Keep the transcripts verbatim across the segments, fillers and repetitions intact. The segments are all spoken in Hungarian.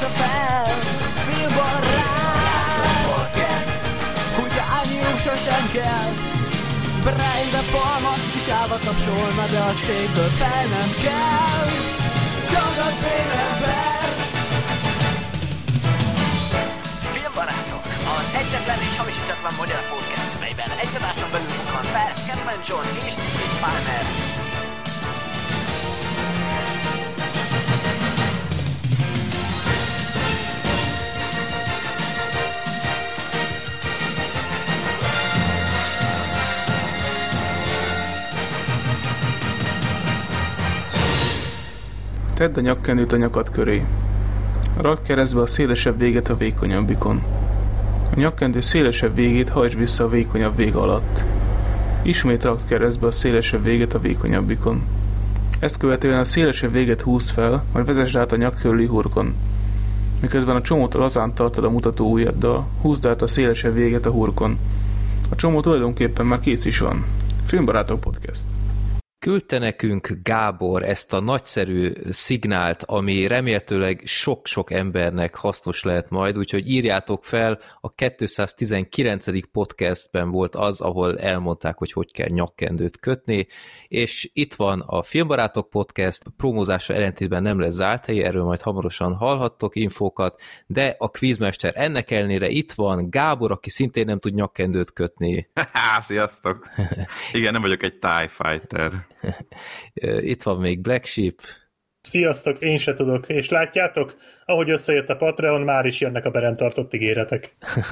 olvassa fel. Filmbarát podcast, hogyha annyiunk sosem kell. Brian De Palma is állva tapsolna, de a székből fel nem kell. Tagad félember. Filmbarátok, az egyetlen és hamisítatlan magyar podcast, melyben egy adáson belül bukkan fel Scatman John és David Palmer. Tedd a nyakkendőt a nyakad köré. Rakd keresztbe a szélesebb véget a vékonyabbikon. A nyakkendő szélesebb végét hajtsd vissza a vékonyabb vég alatt. Ismét rakd keresztbe a szélesebb véget a vékonyabbikon. Ezt követően a szélesebb véget húzd fel, majd vezesd át a nyak körüli hurkon. Miközben a csomót lazán tartod a mutató ujjaddal, húzd át a szélesebb véget a hurkon. A csomó tulajdonképpen már kész is van. Filmbarátok podcast. Küldte nekünk Gábor ezt a nagyszerű szignált, ami remélhetőleg sok-sok embernek hasznos lehet majd, úgyhogy írjátok fel, a kétszáztizenkilencedik podcastben volt az, ahol elmondták, hogy hogy kell nyakkendőt kötni, és itt van a Filmbarátok podcast, promózása ellentétben nem lesz zárt hely, erről majd hamarosan hallhattok infókat, de a quizmester ennek ellenére itt van, Gábor, aki szintén nem tud nyakkendőt kötni. Sziasztok! Igen, nem vagyok egy TIE Fighter. Itt van még Black Sheep. Sziasztok, én se tudok. És látjátok, ahogy összejött a Patreon, már is jönnek a be nem tartott ígéretek.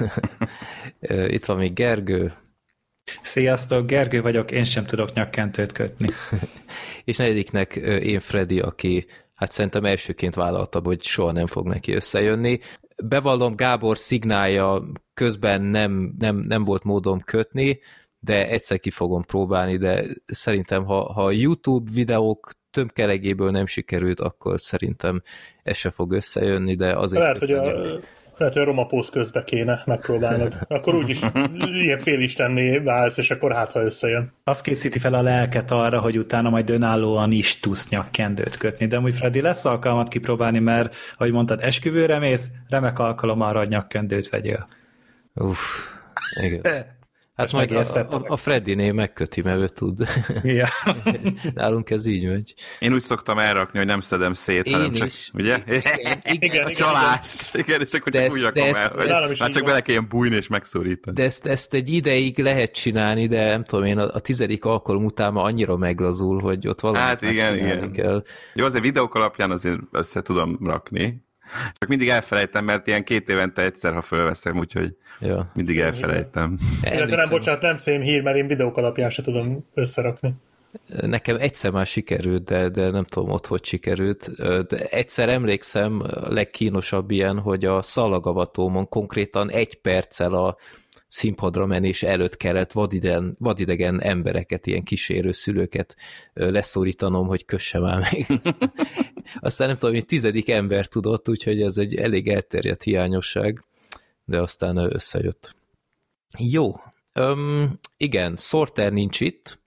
Itt van még Gergő. Sziasztok, Gergő vagyok, én sem tudok nyakkendőt kötni. És negyediknek én Freddy, aki hát szerintem elsőként vállalta, hogy soha nem fog neki összejönni. Bevallom, Gábor szignálja közben nem, nem, nem volt módom kötni, de egyszer ki fogom próbálni, de szerintem, ha, ha a YouTube videók tömkelegéből nem sikerült, akkor szerintem ez se fog összejönni, de azért... Lehet, hogy a, lehet, hogy a Roma Post közbe kéne megpróbálnod. Akkor úgyis ilyen félistenné válsz, és akkor hát, ha összejön. Azt készíti fel a lelket arra, hogy utána majd önállóan is tudsz nyakkendőt kötni. De amúgy, Freddy, lesz alkalmat kipróbálni, mert, ahogy mondtad, esküvőre mész, remek alkalom arra, hogy nyakkendőt vegyél. Uff, igen. Hát majd a, a, a Freddynél megköti, mert ő tud. Ja. Nálunk ez így megy. Én úgy szoktam elrakni, hogy nem szedem szét, én hanem csak, is. ugye? Igen, igen, a csalás. Igen, igen, és akkor csak úgy rakom el, hogy már csak bele kelljen bújni és megszorítani. De ezt, ezt egy ideig lehet csinálni, de nem tudom én, a, a tizedik alkalom után már annyira meglazul, hogy ott valamit hát igen, igen. kell. Jó, azért videók alapján azért össze tudom rakni. Csak mindig elfelejtem, mert ilyen két évente egyszer, ha fölveszem, úgyhogy ja. mindig elfelejtem. Illetve nem, bocsánat, nem szém hír, mert én videók alapján se tudom összerakni. Nekem egyszer már sikerült, de, de nem tudom ott, hogy sikerült. De egyszer emlékszem, a legkínosabb ilyen, hogy a szalagavatómon konkrétan egy perccel a színpadra menés előtt kellett vadidegen, vadidegen embereket, ilyen kísérő szülőket leszorítanom, hogy kösse már meg. Aztán nem tudom, hogy tizedik ember tudott, úgyhogy ez egy elég elterjedt hiányosság, de aztán összejött. Jó, Öm, igen, Sorter nincs itt.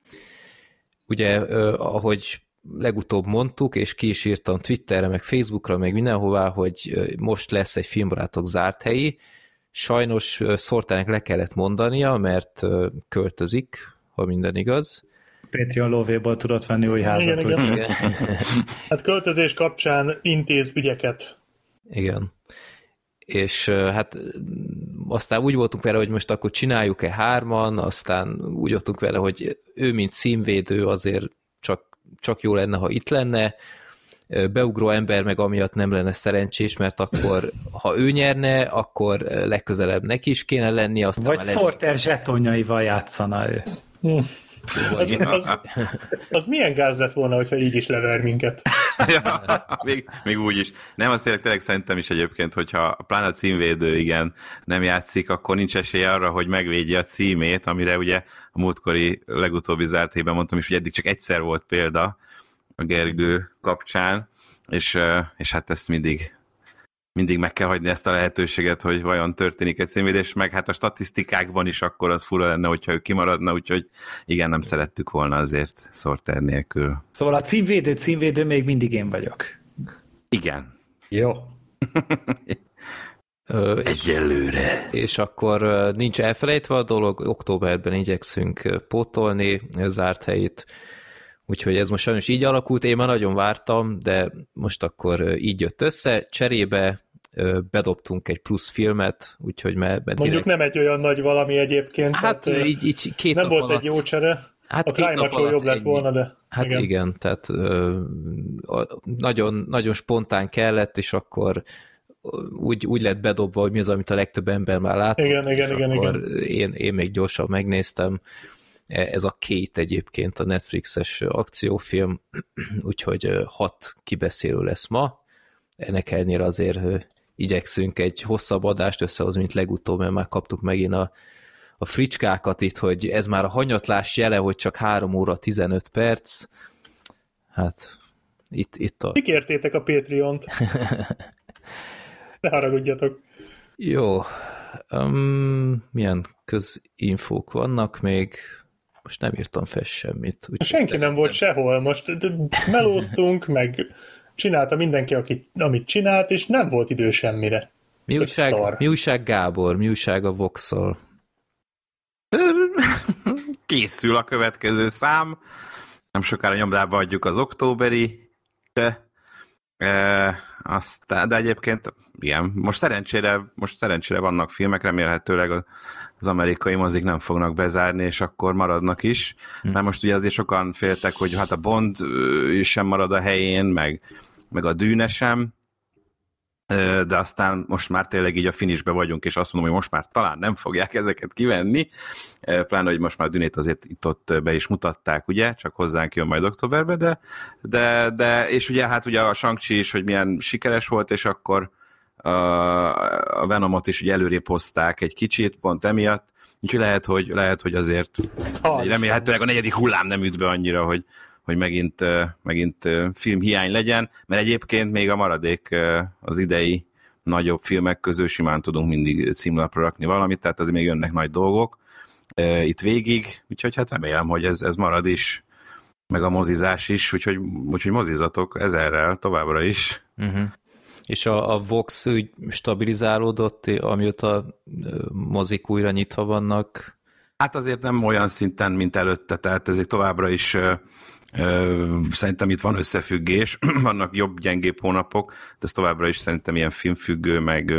Ugye, ö, ahogy legutóbb mondtuk, és ki is írtam Twitterre, meg Facebookra, meg mindenhová, hogy most lesz egy Filmbarátok zárt helyi. Sajnos Sorternek le kellett mondania, mert költözik, ha minden igaz. Patreon lóvéból tudott venni új házat. Igen, igen. Igen. Hát költözés kapcsán intéz ügyeket. Igen. És hát aztán úgy voltunk vele, hogy most akkor csináljuk-e hárman, aztán úgy voltunk vele, hogy ő, mint címvédő, azért csak, csak jó lenne, ha itt lenne. Beugró ember meg amiatt nem lenne szerencsés, mert akkor, ha ő nyerne, akkor legközelebb neki is kéne lenni. Aztán vagy Sorter zsetonjaival játszana ő. Hm. Az, az, az milyen gáz lett volna, hogyha így is lever minket? Ja, még, még úgy is. Nem, az tényleg, tényleg szerintem is egyébként, hogyha pláne a címvédő, igen, nem játszik, akkor nincs esélye arra, hogy megvédje a címét, amire ugye a múltkori legutóbbi zárt helyben mondtam is, hogy eddig csak egyszer volt példa a Gergő kapcsán, és, és hát ezt mindig mindig meg kell hagyni ezt a lehetőséget, hogy vajon történik egy címvédés, meg hát a statisztikákban is akkor az fura lenne, hogyha ő kimaradna, úgyhogy igen, nem szerettük volna azért Sorter nélkül. Szóval a címvédő, címvédő még mindig én vagyok. Igen. Jó. Egyelőre. És akkor nincs elfelejtve a dolog, októberben igyekszünk pótolni zárt helyét, úgyhogy ez most sajnos így alakult, én már nagyon vártam, de most akkor így jött össze, cserébe bedobtunk egy plusz filmet, úgyhogy mert... mert Mondjuk direkt... nem egy olyan nagy valami egyébként. Hát tehát, így, így két nem nap volt alatt, egy jó csere. Hát a Cry-Macho jobb lett ennyi. volna, de... Hát igen, igen tehát ö, nagyon, nagyon spontán kellett, és akkor úgy, úgy lett bedobva, hogy mi az, amit a legtöbb ember már látott, igen, igen, igen, akkor igen. Én, én még gyorsan megnéztem. Ez a Kate egyébként a Netflixes akciófilm, úgyhogy hat kibeszélő lesz ma. Ennek ellenére azért igyekszünk egy hosszabb adást összehozni, mint legutóbb, mert már kaptuk megint a, a fricskákat itt, hogy ez már a hanyatlás jele, hogy csak három óra tizenöt perc. Hát itt, itt a... Mi kértétek a Patreont? Ne haragudjatok. Jó. Um, milyen közinfók vannak még? Most nem írtam fel semmit. Úgy Senki nem volt sehol. Most melóztunk, meg csinálta mindenki, akit, amit csinált, és nem volt idő semmire. Mi újság, mi újság Gábor? Mi újság a Vox-szal? Készül a következő szám. Nem sokára nyomdába adjuk az októberi, de, e, aztán, de egyébként igen, most szerencsére, most szerencsére vannak filmek, remélhetőleg az amerikai mozik nem fognak bezárni, és akkor maradnak is. Hm. Mert most ugye azért sokan féltek, hogy hát a Bond sem marad a helyén, meg, meg a Dűne sem, de aztán most már tényleg így a finishbe vagyunk, és azt mondom, hogy most már talán nem fogják ezeket kivenni, pláne, hogy most már a Dűnét azért itt-ott be is mutatták, ugye, csak hozzánk jön majd októberbe, de, de, de és ugye hát ugye a Shang-Chi is, hogy milyen sikeres volt, és akkor a, a Venomot is ugye előrébb hozták egy kicsit, pont emiatt, úgyhogy lehet, hogy, lehet, hogy azért oh, remélhetőleg a negyedik hullám nem üt be annyira, hogy hogy megint, megint filmhiány legyen, mert egyébként még a maradék az idei nagyobb filmek közül simán tudunk mindig címlapra rakni valamit, tehát azért még jönnek nagy dolgok itt végig, úgyhogy hát remélem, hogy ez, ez marad is, meg a mozizás is, úgyhogy, úgyhogy mozizatok ezerrel továbbra is. Uh-huh. És a, a Vox úgy stabilizálódott, amióta mozik újra nyitva vannak? Hát azért nem olyan szinten, mint előtte, tehát ezek továbbra is Ö, szerintem itt van összefüggés, vannak jobb, gyengébb hónapok, de ez továbbra is szerintem ilyen filmfüggő, meg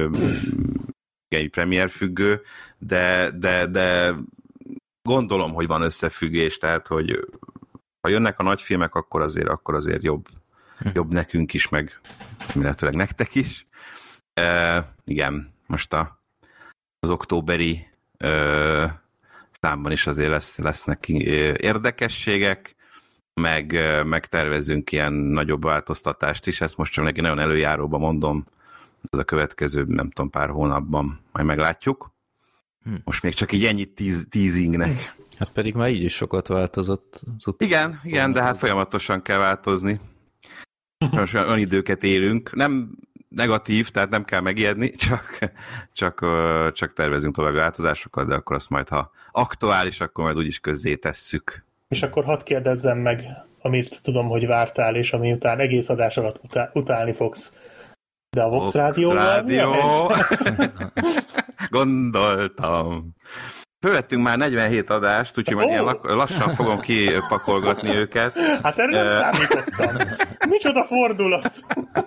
egy premierfüggő, de, de, de gondolom, hogy van összefüggés, tehát, hogy ha jönnek a nagy filmek, akkor azért, akkor azért jobb, jobb nekünk is, meg illetőleg nektek is. E, igen, most a, az októberi ö, számban is azért lesz, lesznek érdekességek, meg, meg tervezünk ilyen nagyobb változtatást is, ezt most csak neki nagyon előjáróban mondom, ez a következő, nem tudom, pár hónapban majd meglátjuk. Most még csak így ennyit tíz, teasingnek. Hát pedig már így is sokat változott. Igen, igen, de hát folyamatosan kell változni. Most olyan időket élünk, nem negatív, tehát nem kell megijedni, csak, csak, csak tervezünk további változásokat, de akkor azt majd, ha aktuális, akkor majd úgyis közzé tesszük. És akkor hadd kérdezzem meg, amit tudom, hogy vártál, és ami után egész adás alatt utá- utálni fogsz. De a Vox, Vox Rádióval Rádió. Gondoltam. Fölvettünk már negyvenhét adást, úgyhogy oh. majd ilyen lassan fogom kipakolgatni őket. Hát erre nem számítottam. Micsoda fordulat!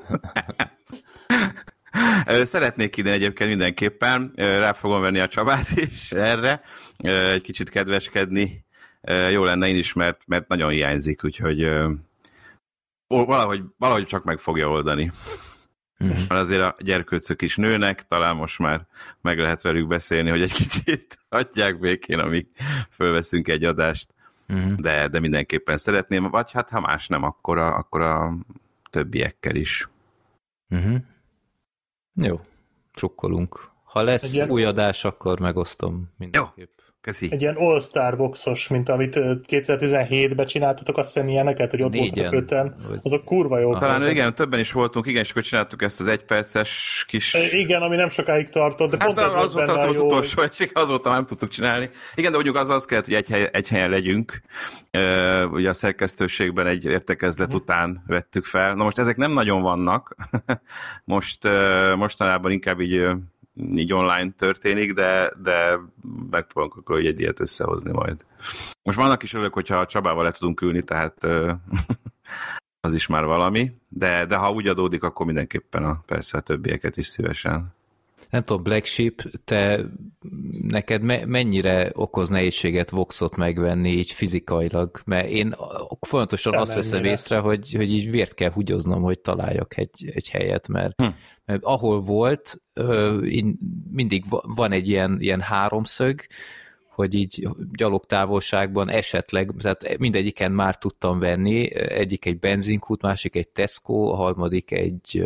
Szeretnék ide egyébként mindenképpen, rá fogom venni a Csabát is erre, egy kicsit kedveskedni. Jó lenne én is, mert, mert nagyon hiányzik, úgyhogy valahogy, valahogy csak meg fogja oldani. Mm-hmm. Azért a gyerkőcök is nőnek, talán most már meg lehet velük beszélni, hogy egy kicsit hagyják békén, amíg fölveszünk egy adást, mm-hmm. de, de mindenképpen szeretném, vagy hát ha más nem, akkor a, akkor a többiekkel is. Mm-hmm. Jó, trukkolunk. Ha lesz ilyen... új adás, akkor megosztom mindenképp. Köszi. Egy ilyen All-Star Voxos, mint amit kétezer-tizenhétben csináltatok, azt hiszem ilyeneket, hogy ott Négyen, voltak öten. vagy- Azok kurva jók. Talán voltak. igen, többen is voltunk, igen, és akkor csináltuk ezt az egyperces kis... Igen, ami nem sokáig tartott, de Hát pont ez az volt volt benne az a jó. utolsó egység, azóta nem tudtuk csinálni. Igen, de mondjuk az az kellett, hogy egy, hely, egy helyen legyünk. Uh, ugye a szerkesztőségben egy értekezlet uh-huh. után vettük fel. Na most ezek nem nagyon vannak. Most uh, mostanában inkább így, uh, így online történik, de, de megpróbálunk akkor egy ilyet összehozni majd. Most vannak is örülök, hogyha a Csabával le tudunk ülni, tehát uh, az is már valami, de, de ha úgy adódik, akkor mindenképpen a, persze a többieket is szívesen. Nem tudom, Black Sheep, te neked me- mennyire okoz nehézséget Voxot megvenni így fizikailag? Mert én folyamatosan Nem azt veszem ennyire. észre, hogy, hogy így vért kell húgyoznom, hogy találjak egy, egy helyet, mert, Hm. mert ahol volt, így mindig van egy ilyen, ilyen háromszög, hogy így gyalogtávolságban esetleg, tehát mindegyiken már tudtam venni, egyik egy benzinkút, másik egy Tesco, a harmadik egy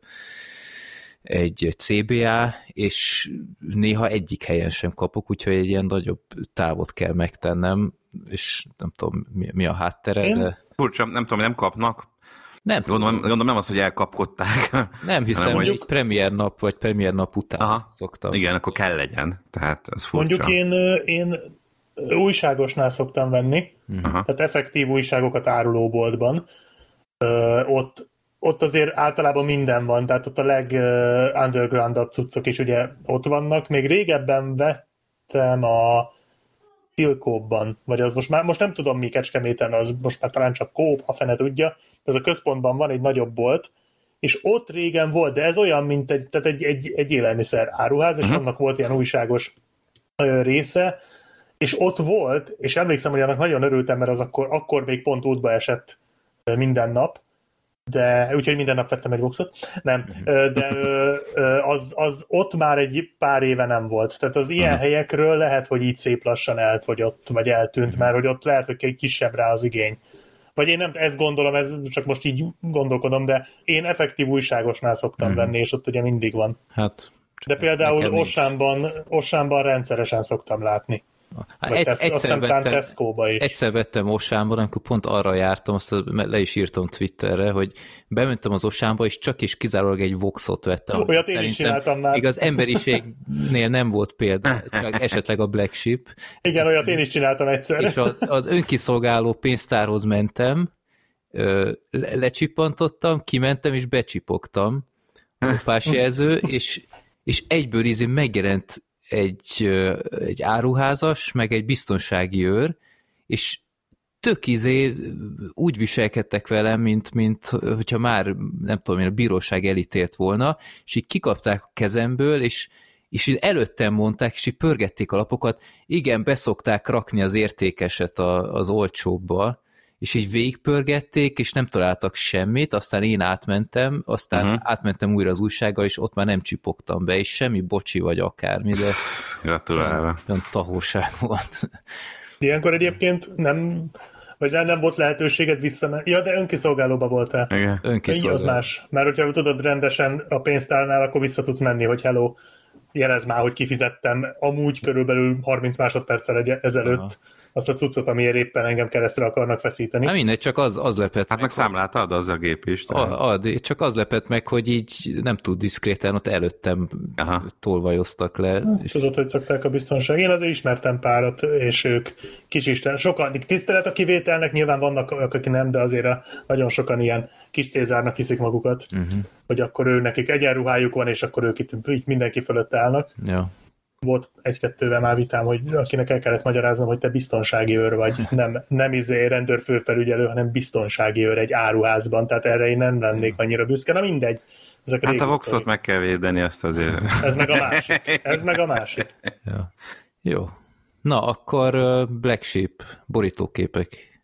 egy cé bé á, és néha egyik helyen sem kapok, úgyhogy egy ilyen nagyobb távot kell megtennem, és nem tudom, mi, mi a háttere, Én? de Furcsa, nem tudom, nem kapnak. nem, Gondolom, gondolom nem az, hogy elkapkodták. nem hiszem, hanem, hogy hogy- így premier nap, vagy premier nap után Aha. szoktam. Igen, akkor kell legyen. Tehát ez furcsa. Mondjuk én, én újságosnál szoktam venni, Aha. tehát effektív újságokat árulóboltban. Ö, ott, ott azért általában minden van, tehát ott a leg-undergroundabb cuccok is ugye ott vannak. Még régebben vettem a Tilkóban, vagy az most már, most nem tudom mi Kecskeméten, az most már talán csak Kóp, ha fene tudja, ez a központban van egy nagyobb bolt, és ott régen volt, de ez olyan, mint egy, tehát egy, egy, egy élelmiszer áruház, és Uh-huh. annak volt ilyen újságos ö, része, és ott volt, és emlékszem, hogy annak nagyon örültem, mert az akkor, akkor még pont útba esett ö, minden nap, de úgyhogy minden nap vettem egy Voxot, nem, ö, de ö, ö, az, az ott már egy pár éve nem volt. Tehát az ilyen helyekről lehet, hogy így szép lassan elfogyott, vagy eltűnt, mert hogy ott lehet, hogy egy kisebb rá az igény. Vagy én nem ezt gondolom, ez csak most így gondolkodom, de én effektív újságosnál szoktam Mhm. venni, és ott ugye mindig van. Hát, De például nekem nincs. Osánban, Osánban rendszeresen szoktam látni. Hát Vagy egy, tesz, azt egyszer, hiszem talán vettem, Tesco-ba is. egyszer vettem Osánban, amikor pont arra jártam, azt le is írtam Twitterre, hogy bementem az Osánba, és csak és kizárólag egy Voxot vettem. amit Olyat én is csináltam már. Még az emberiségnél nem volt példa, csak esetleg a Black Sheep. Igen, olyat én is csináltam egyszer. És az, az önkiszolgáló pénztárhoz mentem, ö, le- lecsippantottam, kimentem, és becsipogtam a lopásjelző, és, és egyből izé megjelent egy, ö, egy áruházas, meg egy biztonsági őr, és tök izé úgy viselkedtek velem, mint, mint hogyha már, nem tudom én, a bíróság elítélt volna, és így kikapták a kezemből, és, és így előttem mondták, és így pörgették a lapokat, igen, beszokták rakni az értékeset a, az olcsóbbba, és így végigpörgették, és nem találtak semmit, aztán én átmentem, aztán uh-huh. átmentem újra az újsággal, és ott már nem csipogtam be, és semmi bocsi vagy akármi, de Gratulálva. olyan tahóság volt. Ilyenkor egyébként nem, vagy nem, nem volt lehetőséged visszamenni. Ja, de önkiszolgálóba voltál. Igen. Így az Önkiszolgáló. más. Mert hogyha tudod rendesen a pénztárnál, akkor vissza tudsz menni, hogy hello, jelezd már, hogy kifizettem amúgy körülbelül harminc másodperccel egy- ezelőtt Aha. azt a cuccot, amiért éppen engem keresztre akarnak feszíteni. Hát mindegy, csak az, az lepett Hát meg hogy- számlát ad az a gép is. tehát- A, ad, csak az lepett meg, hogy így nem tud diszkréten, ott előttem Aha. tolvajoztak le. És Tudod, hogy szokták a biztonság. Én azért ismertem párat, és ők kisisten. Sokan, tisztelet a kivételnek, nyilván vannak, akik nem, de azért a, nagyon sokan ilyen kis Cézárnak hiszik magukat, uh-huh. hogy akkor ő nekik egyenruhájuk van, és akkor ők itt, itt mindenki fölött állnak. ja. Volt egy-kettővel már vitám, hogy akinek el kellett magyaráznom, hogy te biztonsági őr vagy. Nem, nem izé rendőrfőfelügyelő, hanem biztonsági őr egy áruházban, tehát erre én nem lennék annyira büszke. Na mindegy. Ezek Hát régi a Voxot sztorik. meg kell védeni, azt azért. Ez meg a másik. Ez meg a másik. Ja. Jó. Na, akkor uh, Black Sheep, borítóképek.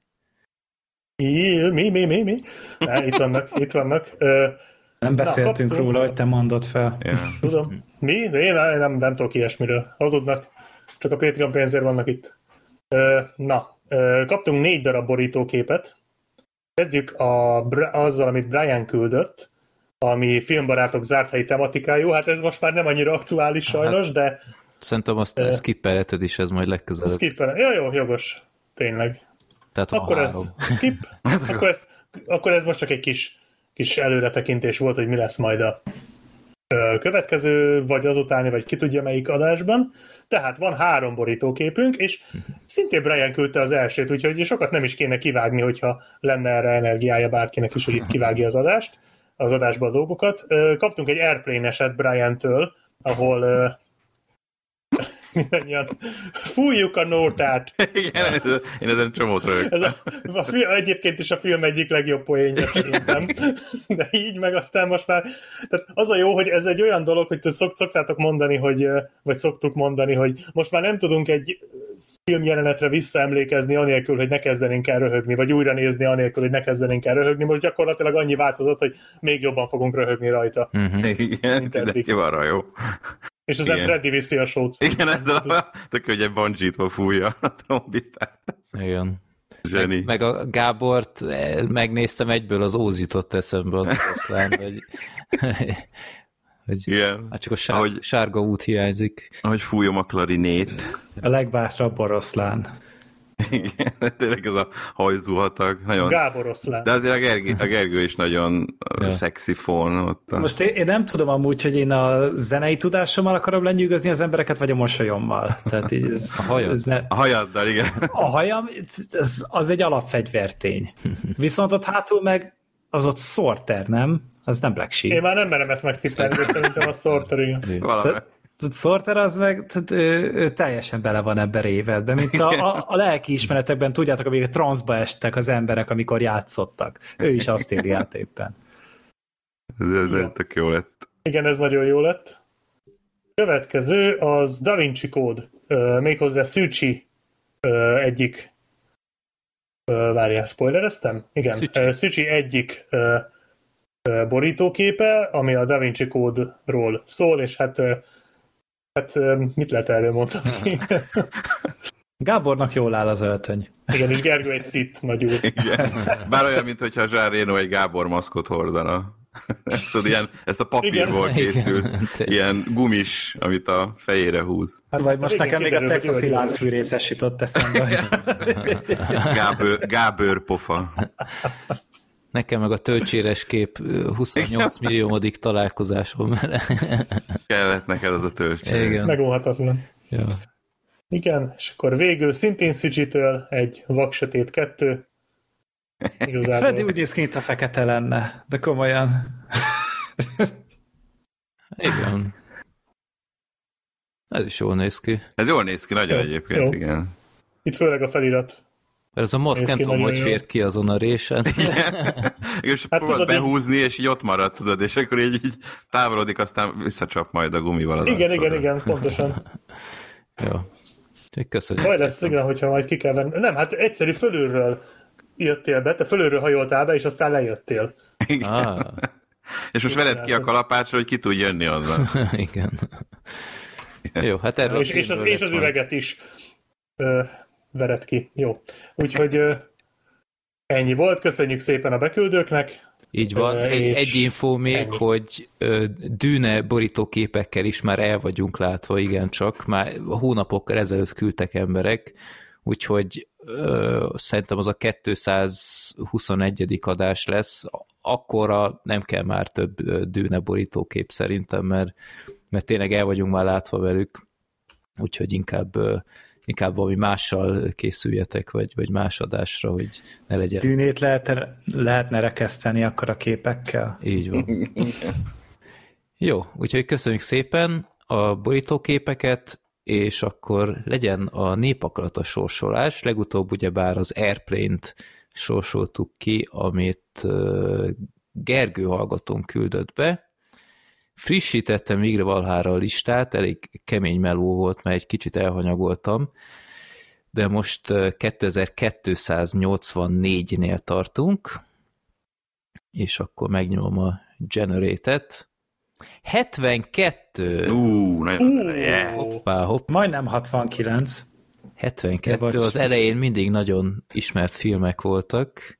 Mi, mi, mi, mi? mi? Na, itt vannak, itt vannak. Ö, Nem beszéltünk kaptunk. róla, hogy te mondod fel. Ja. tudom. Mi? Én, én nem, nem tudok ilyesmiről. Hazudnak. Csak a Patreon pénzért vannak itt. Ö, na, ö, kaptunk négy darab borítóképet. Kezdjük a, azzal, amit Brian küldött, ami filmbarátok zárt helyi tematikájú. Hát ez most már nem annyira aktuális sajnos, de Szerintem azt uh, skippelheted is, ez majd legközelebb. Skippel. Ja, jó, jogos. Tényleg. Tehát akkor ez skip, akkor, ez, akkor ez most csak egy kis, kis előretekintés volt, hogy mi lesz majd a következő, vagy azutáni, vagy ki tudja melyik adásban. Tehát van három borítóképünk, és szintén Brian küldte az elsőt, úgyhogy sokat nem is kéne kivágni, hogyha lenne erre energiája bárkinek is, hogy itt kivágja az adást, az adásba a dolgokat. Kaptunk egy Airplane eset Brian-től, ahol mindannyian fújjuk a nótát. Igen, ez, én ezen csomót rögtön. Ez a, a film, egyébként is a film egyik legjobb poénja szerintem. De így meg aztán most már... Tehát az a jó, hogy ez egy olyan dolog, hogy szok, szoktátok mondani, hogy, vagy szoktuk mondani, hogy most már nem tudunk egy filmjelenetre visszaemlékezni anélkül, hogy ne kezdenénk el röhögni, vagy újra nézni anélkül, hogy ne kezdenénk el röhögni. Most gyakorlatilag annyi változott, hogy még jobban fogunk röhögni rajta. Uh-huh. Igen, mindenki van rá, jó. És az nem Freddy viszi a sót. Igen, ezzel a tök, hogy egy bungee-tól fújja a trombitát. Igen. Zseni. Meg, meg a Gábort megnéztem, egyből az Óz jutott eszembe a oroszlán, hogy, hogy igen. Hát csak a sár, ahogy, sárga út hiányzik. Ahogy fújom a klarinét. A legbátrabb oroszlán. Igen, tényleg ez a hajzúhatag. Nagyon... Gáboroszlán. De azért a Gergő, a Gergő is nagyon ja. Szexi fón ott. A... Most én, én nem tudom amúgy, hogy én a zenei tudásommal akarom lenyűgözni az embereket, vagy a mosolyommal. Tehát így ez, a hajad. Ez ne... A hajaddal, igen. A hajam, ez, az egy alapfegyvertény. Viszont ott hátul meg az ott Sorter, nem? Az nem Black Sheep. Én már nem merem ezt megtippelni, de szerintem a Sorter, igen. Valami. Sorter az meg, tehát ő, ő teljesen bele van ebben révedben, mint a, a, a lelkiismeretekben, tudjátok, amíg a transzba estek az emberek, amikor játszottak. Ő is azt éli át éppen. Ez, ez ja. Tök jó lett. Igen, ez nagyon jó lett. Következő az Da Vinci Code, uh, méghozzá Szűcsi uh, egyik uh, várjál, spoilereztem? Igen, Szűcsi, uh, Szűcsi egyik uh, uh, borítóképe, ami a Da Vinci Code-ról szól, és hát uh, Hát mit lehet erről mondani? Gábornak jól áll az öltöny. Igen, és Gergő egy szit nagy úr. Igen. Bár olyan, mintha Jean Reno egy Gábor maszkot hordana. Tudod, ilyen, ezt a papírból igen. Készült, igen. Ilyen gumis, amit a fejére húz. Hát vagy most nekem még a texasi láncfűrészes jutott eszembe. Gábor, Gábor pofa. Nekem meg a töltséres kép huszonnyolc milliómodik találkozásom vele. Kellett neked az a töltsér. Megóhatatlan. Ja. Igen, és akkor végül szintén Szücsitől egy Vaksötét kettő. Igazából... Freddy úgy néz ki, mint a fekete lenne, de komolyan. Igen. Ez is jól néz ki. Ez jól néz ki, nagyon jó, egyébként, jó. Igen. Itt főleg a felirat. Mert ez a maszk nem tudom, hogy fért ki azon a résen. És hát próbáld behúzni, így... és így ott marad, tudod, és akkor így, így távolodik, aztán visszacsap majd a gumival az igen, igen, igen, pontosan. Jó. Köszönjük majd lesz, igen, hogyha majd ki kell venni. Nem, hát egyszerű fölülről jöttél be, te fölülről hajoltál be, és aztán lejöttél. Igen. Ah. És most veled ki a kalapácsra, hogy ki tud jönni azzal. Igen. Jó, hát erről és, és, az, és az üveget is ö, vered ki. Jó. Úgyhogy ö, ennyi volt. Köszönjük szépen a beküldőknek. Így van. Ö, egy, egy infó még, ennyi. Hogy ö, dűne borítóképekkel is már el vagyunk látva, igen, csak már hónapokkal ezelőtt küldtek emberek, úgyhogy ö, szerintem az a kétszázhuszonegyedik adás lesz. Akkora nem kell már több dűne borítókép szerintem, mert, mert tényleg el vagyunk már látva velük, úgyhogy inkább, inkább valami mással készüljetek, vagy, vagy más adásra, hogy ne legyen. Dűnét lehet, lehetne rekeszteni akkor a képekkel. Így van. Jó, úgyhogy köszönjük szépen a borítóképeket, és akkor legyen a népakarat sorsolás. Legutóbb ugyebár az Airplane-t sorsoltuk ki, amit Gergő hallgatón küldött be. Frissítettem végre valahára a listát, elég kemény meló volt, mert egy kicsit elhanyagoltam, de most kétezer-kétszáznyolcvannégynél tartunk, és akkor megnyomom a Generate-et. hetvenkettő! Ú, nagyon yeah. Hoppá, hopp. Majdnem hatvankilenc. hetvenkettő, az elején mindig nagyon ismert filmek voltak.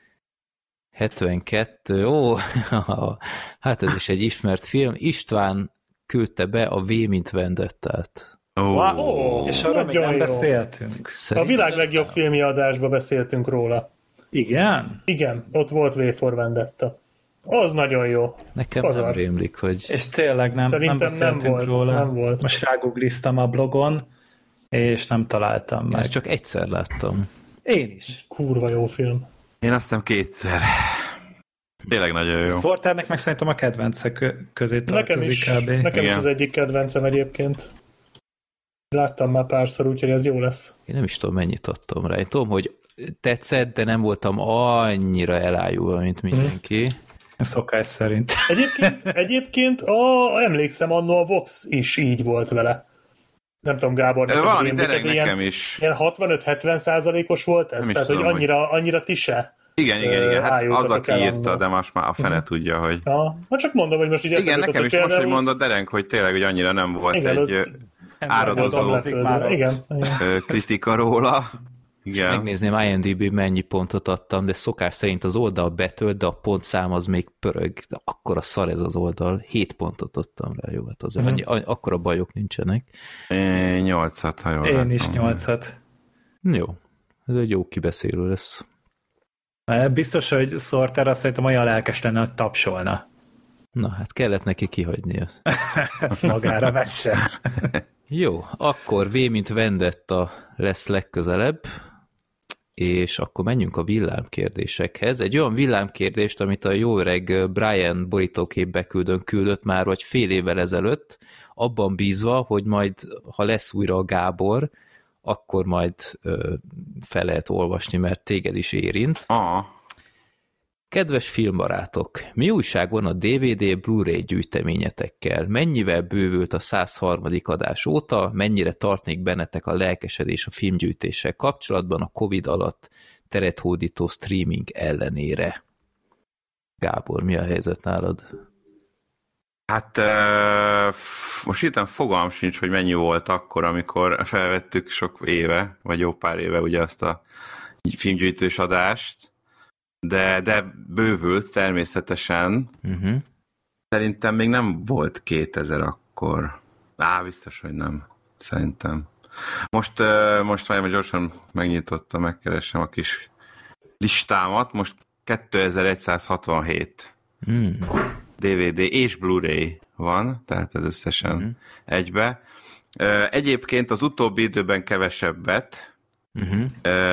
hetvenkettő, ó, hát ez is egy ismert film. István küldte be a V mint Vendettát. Oh. Wow. És arra még nem jó. beszéltünk. Szerintem a világ legjobb filmi adásban beszéltünk róla. Igen? Igen, ott volt V for Vendetta. Az nagyon jó. Nekem Pazar. nem rémlik, hogy... És tényleg nem, nem beszéltünk nem volt, róla. Nem volt. Most rágugliztam a blogon, és nem találtam Én meg. ezt csak egyszer láttam. Én is. Kurva jó film. Én azt hiszem kétszer. Tényleg nagyon jó. Sorternek meg szerintem a kedvencek közé Nekem tartozik is, kb. nekem is Igen. az egyik kedvencem egyébként. Láttam már párszor, úgyhogy ez jó lesz. Én nem is tudom, mennyit adtam rá. Én tudom, hogy tetszett, de nem voltam annyira elájulva, mint mindenki. Szokás szerint. Egyébként, egyébként a, emlékszem, annó a Vox is így volt vele. Nem tudom, Gábor, neked Valami rémlik, dereg ilyen, nekem is. ilyen hatvanöt-hetven százalékos volt ez? Nem is Tehát, tudom, hogy hogy- annyira, annyira ti se? Igen, igen, igen. Hát az, Ájultatok aki el írta, annó. de most már a fene tudja, hogy... Ja, hát csak mondom, hogy most így Igen, eszembe nekem jutott, is most, hogy például- mondod, Derenk, hogy tényleg, hogy annyira nem volt Igen, egy ott- áradozó voltam Dolgozik már lepődve. ott. Igen, igen. ö, kritika róla. Igen. Megnézném I M D B mennyi pontot adtam, de szokás szerint az oldal betölt, de a pontszám az még pörög. De akkora szar ez az oldal. hét pontot adtam rá, jó, hát azért annyi, akkora bajok nincsenek. Én nyolcat, ha jól Én látom. is nyolcat. Jó, ez egy jó kibeszélő lesz. Biztos, hogy Sorter azt szerintem olyan lelkes lenne, hogy tapsolna. Na, hát kellett neki kihagynia. Magára vesse. Jó, akkor V, mint Vendetta lesz legközelebb, és akkor menjünk a villámkérdésekhez. Egy olyan villámkérdést, amit a jó öreg Brian borítóképbe küldön küldött már, vagy fél évvel ezelőtt, abban bízva, hogy majd, ha lesz újra a Gábor, akkor majd ö, fel lehet olvasni, mert téged is érint. Ah, Kedves filmbarátok, mi újság van a dé vé dé Blu-ray gyűjteményetekkel? Mennyivel bővült a száz harmadik adás óta? Mennyire tartnék bennetek a lelkesedés a filmgyűjtéssel kapcsolatban a Covid alatt teret hódító streaming ellenére? Gábor, mi a helyzet nálad? hát uh, most itt fogalmam sincs, hogy mennyi volt akkor, amikor felvettük sok éve, vagy jó pár éve ugye azt a filmgyűjtős adást, de, de bővült természetesen. Uh-huh. Szerintem még nem volt kétezer akkor. Á, biztos, hogy nem. Szerintem. Most, uh, most majd gyorsan megnyitottam, megkeresem a kis listámat. Most kétezer-százhatvanhét Mm. dé vé dé és Blu-ray van, tehát ez összesen Mhm. egybe. Uh, egyébként az utóbbi időben kevesebbet Uh-huh.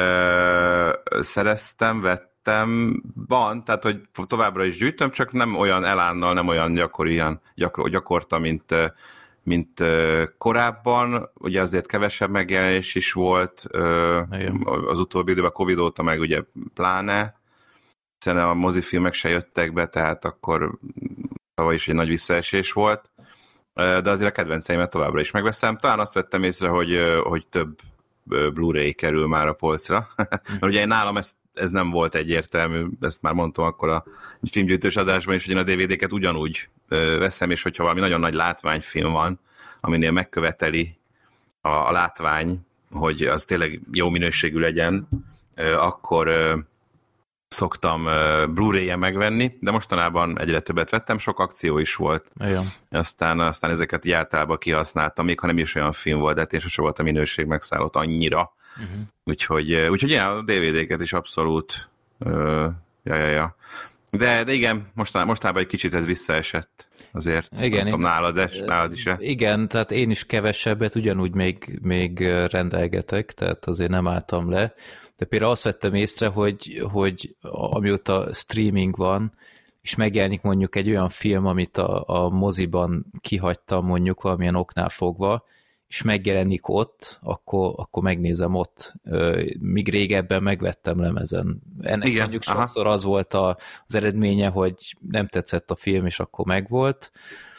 uh, szereztem, vettem, van, tehát hogy továbbra is gyűjtöm, csak nem olyan elánnal, nem olyan gyakorian, gyakor, gyakorta, mint, uh, mint uh, korábban. Ugye azért kevesebb megjelenés is volt uh, Igen. az utóbbi időben, Covid óta meg ugye pláne, hiszen a mozifilmek se jöttek be, tehát akkor tavaly is egy nagy visszaesés volt, de azért a kedvenceimet továbbra is megveszem. Talán azt vettem észre, hogy, hogy több Blu-ray kerül már a polcra, mert ugye nálam ez, ez nem volt egyértelmű, ezt már mondtam akkor a filmgyűjtős adásban is, hogy én a dé vé dé-ket ugyanúgy veszem, és hogyha valami nagyon nagy látványfilm van, aminél megköveteli a, a látvány, hogy az tényleg jó minőségű legyen, akkor szoktam Blu-ray-en megvenni, de mostanában egyre többet vettem, sok akció is volt. Igen. Aztán, aztán ezeket így általában kihasználtam, még ha nem is olyan film volt, de hát én sose volt a minőség megszállott annyira. Uh-huh. Úgyhogy, úgyhogy ilyen a dé vé dé-ket is abszolút uh, ja, ja, ja. De, de igen, mostanában, mostanában egy kicsit ez visszaesett azért. Igen, nem tudom, én- nálad, de, nálad is-e? Igen, tehát én is kevesebbet ugyanúgy még, még rendelgetek, tehát azért nem álltam le. De például azt vettem észre, hogy, hogy amióta streaming van, és megjelenik mondjuk egy olyan film, amit a, a moziban kihagytam mondjuk valamilyen oknál fogva, és megjelenik ott, akkor, akkor megnézem ott. Míg régebben megvettem lemezen. Ennek Igen, mondjuk aha. sokszor az volt a, az eredménye, hogy nem tetszett a film, és akkor megvolt,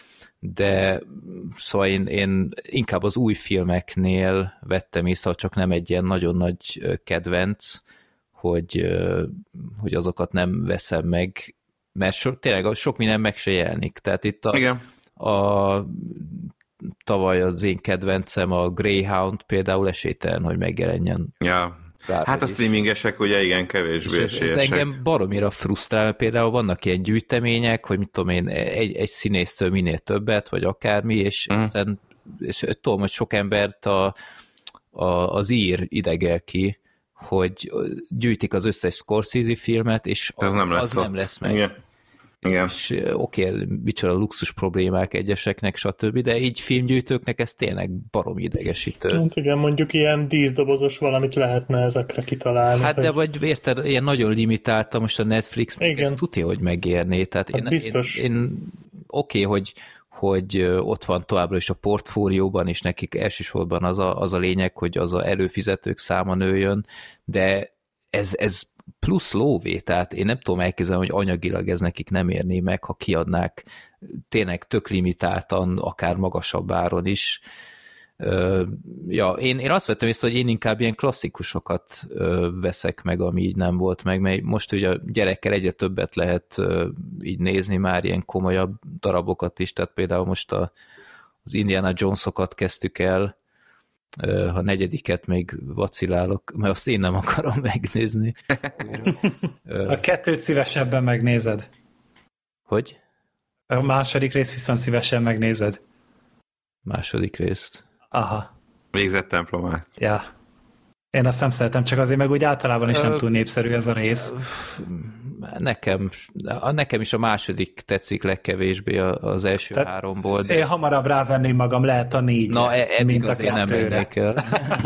de szóval én, én inkább az új filmeknél vettem észre, csak nem egy ilyen nagyon nagy kedvenc, hogy, hogy azokat nem veszem meg, mert so, tényleg sok minden meg se jelenik. Tehát itt a, Igen. a tavaly az én kedvencem, a Greyhound például esélytelen, hogy megjelenjen. Ja. Hát a is. streamingesek ugye igen, kevésbé És ez, ez esélyesek. engem baromira frusztrál, mert például vannak ilyen gyűjtemények, hogy mit tudom én, egy, egy színésztől minél többet, vagy akármi, és Mm. ezen és tudom, hogy sok embert a, a, az ír idegel ki, hogy gyűjtik az összes Scorsese filmet, és az, az, nem lesz, az nem lesz meg. Igen. Igen. És oké, okay, micsoda luxus problémák egyeseknek, stb., de így filmgyűjtőknek ez tényleg baromi idegesítő. Hát igen, mondjuk ilyen díszdobozos valamit lehetne ezekre kitalálni. Hát hogy... de vagy érted, ilyen nagyon limitálta most a Netflixnek, ez tudja, hogy megérné. Tehát hát én, biztos. én, én oké, okay, hogy hogy ott van továbbra is a portfólióban, és nekik elsősorban az a, az a lényeg, hogy az a előfizetők száma nőjön, de ez, ez plusz lóvé, tehát én nem tudom elképzelni, hogy anyagilag ez nekik nem érné meg, ha kiadnák tényleg tök limitáltan, akár magasabb áron is. Uh, ja, én, én azt vettem észre, hogy én inkább ilyen klasszikusokat uh, veszek meg, ami így nem volt meg, mert most ugye a gyerekkel egyre többet lehet uh, így nézni már ilyen komolyabb darabokat is, tehát például most a, az Indiana Jones-okat kezdtük el, uh, a negyediket még vacilálok, mert azt én nem akarom megnézni. uh, a kettőt szívesebben megnézed. Hogy? A második rész viszont szívesen megnézed. Második részt. Aha. Végzett templomát. Ja. Én azt nem szeretem, csak azért meg úgy általában is nem túl népszerű ez a rész. Nekem, nekem is a második tetszik legkevésbé az első Tehát háromból. De... Én hamarabb rávenném magam, lehet a négy. Na, eddig azért nem mennék el.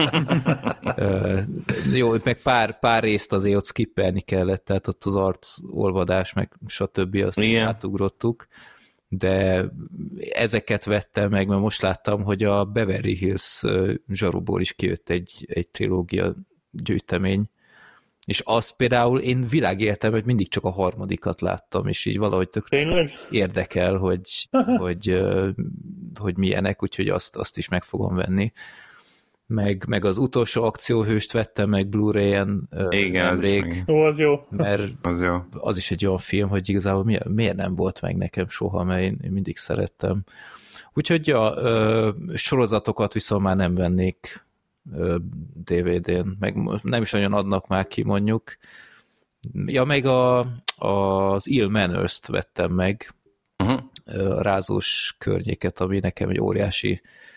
Jó, meg pár, pár részt azért ott skippelni kellett, tehát ott az arcolvadás, meg stb. Azt igen. átugrottuk. De ezeket vettem meg, mert most láttam, hogy a Beverly Hills zsaruból is kijött egy, egy trilógia gyűjtemény, és az például én világéletemben hogy mindig csak a harmadikat láttam, és így valahogy tök érdekel, hogy, hogy, hogy milyenek, úgyhogy azt, azt is meg fogom venni. Meg, meg az utolsó akcióhőst vettem meg Blu-ray-en nemrég. Ó, az jó. Mert az jó. Az is egy olyan film, hogy igazából miért, miért nem volt meg nekem soha, mert én, én mindig szerettem. Úgyhogy ja, ö, sorozatokat viszont már nem vennék ö, dé vé dén, meg nem is nagyon adnak már ki, mondjuk. Ja, meg a, az Ill Manners-t vettem meg, uh-huh. a rázós környéket, ami nekem egy óriási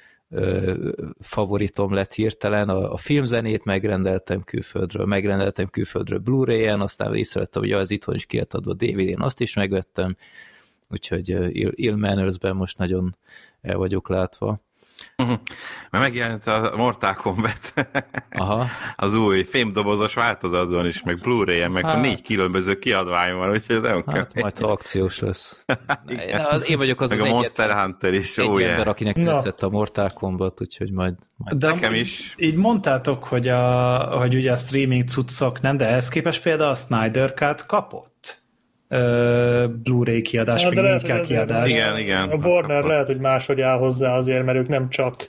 favoritom lett hirtelen. A, a filmzenét megrendeltem külföldről, megrendeltem külföldről Blu-ray-en, aztán észrevettem, hogy az itthon is ki lett adva dé vé dén, azt is megvettem, úgyhogy Ill, Ill Manners-ben most nagyon el vagyok látva. Uh-huh. Mert megjelent a Mortal Kombat Aha. az új fémdobozos változatban is, meg Blu-ray-en, meg hát. négy különböző kiadvány van, úgyhogy ez nem hát, kell. Majd akciós lesz. Én vagyok az meg az a Monster egyet, Hunter is, egy oh, ember, yeah. akinek no. tetszett a Mortal Kombat, úgyhogy majd... majd... De nekem is. Így mondtátok, hogy, a, hogy ugye a streaming cuccok nem, de ehhez képest például a Snyder Cut kapott Uh, Blu-ray kiadás, ja, meg négy ká kiadás. Igen, igen. A Warner lehet, hogy máshogy áll hozzá azért, mert ők nem csak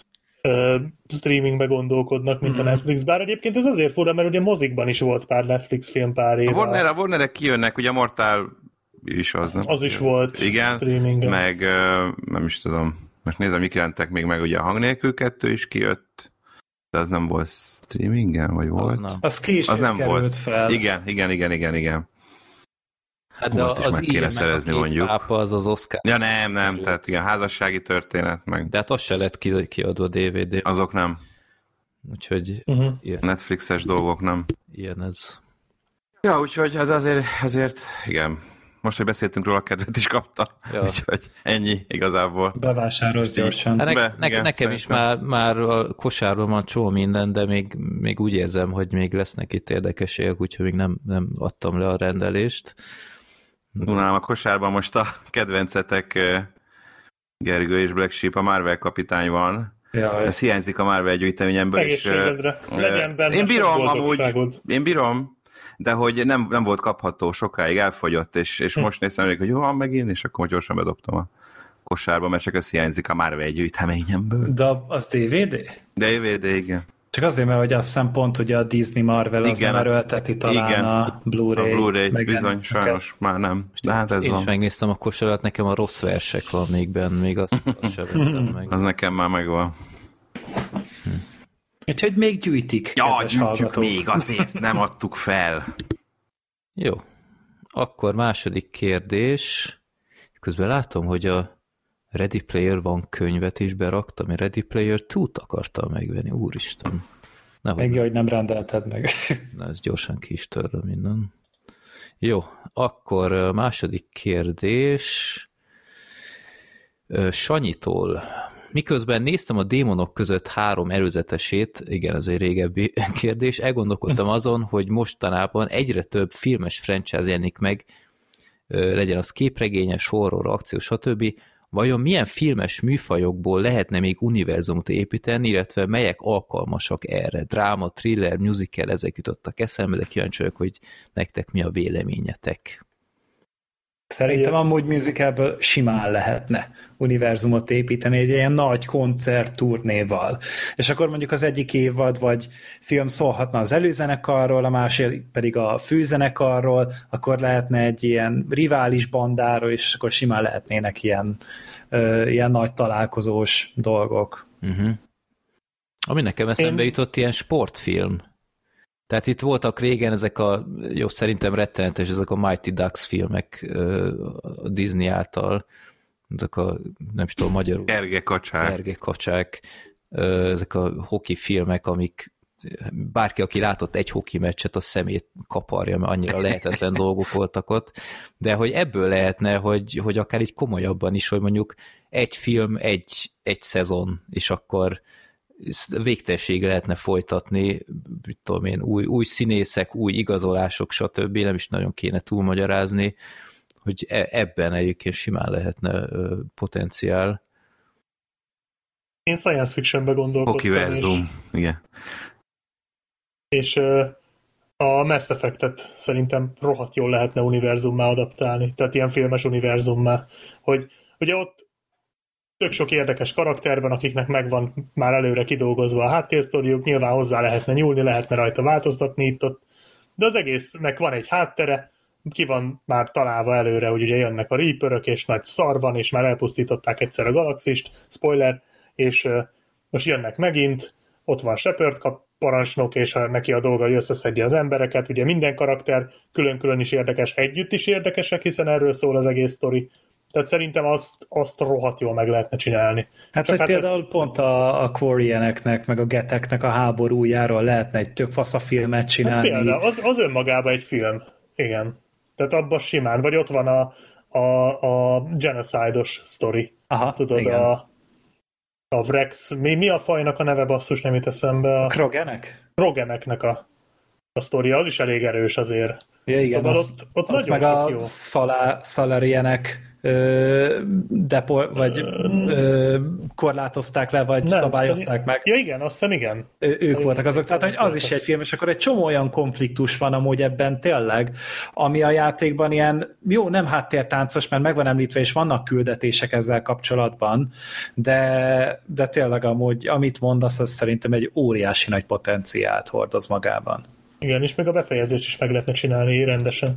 uh, streamingbe gondolkodnak, mint mm. a Netflix, bár egyébként ez azért fura, mert ugye mozikban is volt pár Netflix film pár éve. A Warner, a Warnerek kijönnek, ugye a Mortal is az, nem? Az is volt igen, streamingen. Meg uh, nem is tudom, most nézem, mik jelentek még meg, ugye a Hang nélkül kettő is kijött, de az nem volt streamingen, vagy volt? Az, az később az nem került volt. fel. Igen, igen, igen, igen, igen. Hát de azt is az meg kéne szerezni, mondjuk. Pápa, az az Oscar. Ja nem, nem, került. Tehát igen, házassági történet meg. De hát az se lett kiadva dé vé dé. Azok nem. Úgyhogy uh-huh. ilyen. Netflixes dolgok nem. Ilyen ez. Ja, úgyhogy ez azért, azért, igen. Most, hogy beszéltünk róla, kedvet is kapta. Ja. Úgyhogy ennyi igazából. Bevásárolsz gyorsan. Hát ne, Be, ne, igen, nekem szerintem. is már, már a kosárban van csomó minden, de még, még úgy érzem, hogy még lesznek itt érdekességek, úgyhogy még nem, nem adtam le a rendelést. Nálam a kosárban most a kedvencetek Gergő és Black Sheep, a Marvel kapitány van. Ja, ez hiányzik a Marvel gyűjteményemből. Egészségedre. Legyen benne én bírom amúgy, én bírom, de hogy nem, nem volt kapható, sokáig elfogyott, és, és hm. most néztem még, hogy jó, van megint, és akkor gyorsan bedobtam a kosárba, mert csak ez hiányzik a Marvel gyűjteményemből. De az dé vé dé? dé vé dé, igen. Csak azért, mert hogy azt hiszem pont, hogy a Disney Marvel az igen, nem erőlteti talán igen, a Blu-ray. A Blu-ray bizony, sajnos okay. már nem. De hát ez én van. is megnéztem a kosarat, nekem a rossz versek van még benne, még azt, azt sem vettem meg. Az nekem már megvan. Hm. Úgyhogy még gyűjtik. Ja, gyűjtjük hallgatók. Még azért, nem adtuk fel. Jó. Akkor második kérdés. Közben látom, hogy a Ready Player One könyvet is beraktam, én Ready Player Two-t akartam megvenni, úristen. Meg jó, hogy nem rendelted meg. Na, ez gyorsan ki is törlöm minden. Jó, akkor második kérdés Sanyitól. Miközben néztem a démonok között három előzetesét, igen, ez egy régebbi kérdés, elgondolkodtam azon, hogy mostanában egyre több filmes franchise jelenik meg, legyen az képregényes, horror, akció, stb. Vajon milyen filmes műfajokból lehetne még univerzumot építeni, illetve melyek alkalmasak erre? Dráma, thriller, musical, ezek jutottak eszembe, de kíváncsi vagyok, hogy nektek mi a véleményetek. Szerintem amúgy musicalből simán lehetne univerzumot építeni egy ilyen nagy koncertturnéval. És akkor mondjuk az egyik évad vagy film szólhatna az előzenekarról, a másik pedig a főzenekarról, akkor lehetne egy ilyen rivális bandáról, és akkor simán lehetnének ilyen, ö, ilyen nagy találkozós dolgok. Uh-huh. Ami nekem eszembe Én... jutott, ilyen sportfilm. Tehát itt voltak régen ezek a, jó, szerintem rettenetes, ezek a Mighty Ducks filmek a Disney által, ezek a, nem is tudom, magyarul. Ergekacsák. Ergekacsák, ezek a hoki filmek, amik bárki, aki látott egy hoki meccset, a szemét kaparja, mert annyira lehetetlen dolgok voltak ott, de hogy ebből lehetne, hogy, hogy akár így komolyabban is, hogy mondjuk egy film, egy, egy szezon, és akkor végtelenség lehetne folytatni, mit tudom én, új, új színészek, új igazolások, stb. Nem is nagyon kéne túlmagyarázni, hogy ebben egyébként simán lehetne potenciál. Én science fictionbe gondolkodtam. Hokiverzum, igen. És a Mass Effect-et szerintem rohadt jól lehetne univerzummá adaptálni, tehát ilyen filmes univerzummá, hogy ugye ott tök sok érdekes karakter van, akiknek megvan már előre kidolgozva a háttérsztoriuk, nyilván hozzá lehetne nyúlni, lehetne rajta változtatni itt-ott, de az egésznek van egy háttere, ki van már találva előre, hogy ugye jönnek a Reaperök, és nagy szar van, és már elpusztították egyszer a galaxist, spoiler, és uh, most jönnek megint, ott van Shepard kap parancsnok, és neki a dolga, hogy összeszedje az embereket, ugye minden karakter külön-külön is érdekes, együtt is érdekesek, hiszen erről szól az egész sztori. Tehát szerintem azt, azt rohadt jól meg lehetne csinálni. Hát Csak vagy hát például ezt... pont a, a Quarianeknek, meg a Geteknek a háborújáról lehetne egy tök fasz a filmet csinálni. Hát például, az, az önmagában egy film. Igen. Tehát abban simán. Vagy ott van a, a, a genocide-os sztori. Aha, tudod, igen. a, a Vrex, mi, mi a fajnak a neve, basszus, nem jut eszembe? A Krogenek? Krogeneknek a, a sztoria, az is elég erős azért. Ja, igen, szóval az, ott, ott az nagyon meg sok a jó. Szalá, Szalárienek ö, depor, vagy ö, korlátozták le, vagy nem, szabályozták szerint... meg. Ja igen, azt hiszem igen. Ő, ők voltak azok, tehát hogy az is egy film, és akkor egy csomó olyan konfliktus van amúgy ebben tényleg, ami a játékban ilyen, jó, nem háttértáncos, mert meg van említve, és vannak küldetések ezzel kapcsolatban, de, de tényleg amúgy, amit mondasz, az szerintem egy óriási nagy potenciált hordoz magában. Igen, és még a befejezést is meg lehetne csinálni rendesen.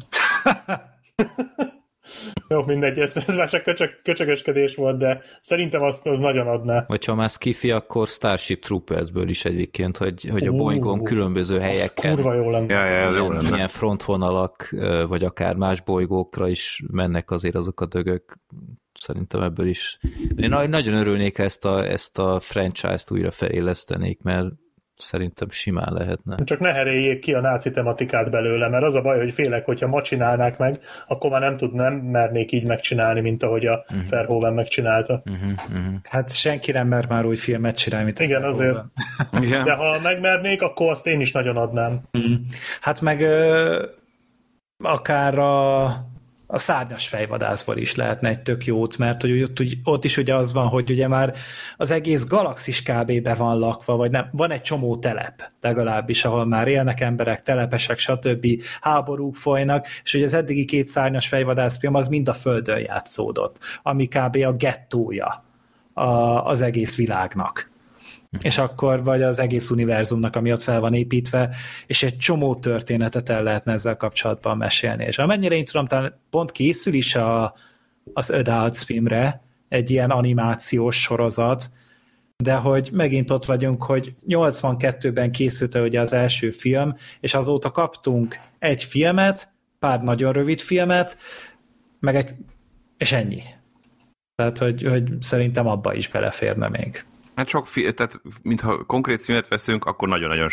Jó, mindegy, ez, ez már csak köcsög, köcsögösködés volt, de szerintem azt az nagyon adná. Vagy ha már skifi, akkor Starship Troopersből is egyébként, hogy, hogy a bolygón különböző helyeken kurva jó lenne. Ja, ja, jó lenne. Milyen frontvonalak, vagy akár más bolygókra is mennek azért azok a dögök. Szerintem ebből is. Én nagyon örülnék, ezt a, ezt a franchise-t újra felélesztenék, mert szerintem simán lehetne. Csak ne heréljék ki a náci tematikát belőle, mert az a baj, hogy félek, hogyha ma csinálnák meg, akkor már nem tud, nem mernék így megcsinálni, mint ahogy a uh-huh. Verhoeven megcsinálta. Uh-huh, uh-huh. Hát senki nem mer már úgy filmet csinálni, mint a Igen, Verhoeven. Azért. De ha megmernék, akkor azt én is nagyon adnám. Uh-huh. Hát meg ö, akár a a szárnyas fejvadászból is lehetne egy tök jót, mert hogy ott, ott is ugye az van, hogy ugye már az egész galaxis kb. Be van lakva, vagy nem, van egy csomó telep, legalábbis, ahol már élnek emberek, telepesek, stb. Háborúk folynak, és ugye az eddigi két szárnyas fejvadász film az mind a Földön játszódott, ami kb. A gettója a, az egész világnak. És akkor vagy az egész univerzumnak, ami ott fel van építve, és egy csomó történetet el lehetne ezzel kapcsolatban mesélni. És amennyire én tudom, talán pont készül is a, az Adults filmre egy ilyen animációs sorozat, de hogy megint ott vagyunk, hogy nyolcvankettőben készült ugye az első film, és azóta kaptunk egy filmet, pár nagyon rövid filmet, meg egy, és ennyi. Tehát, hogy, hogy szerintem abba is beleférne még. Hát sok, fi- tehát mintha konkrét filmet veszünk, akkor nagyon-nagyon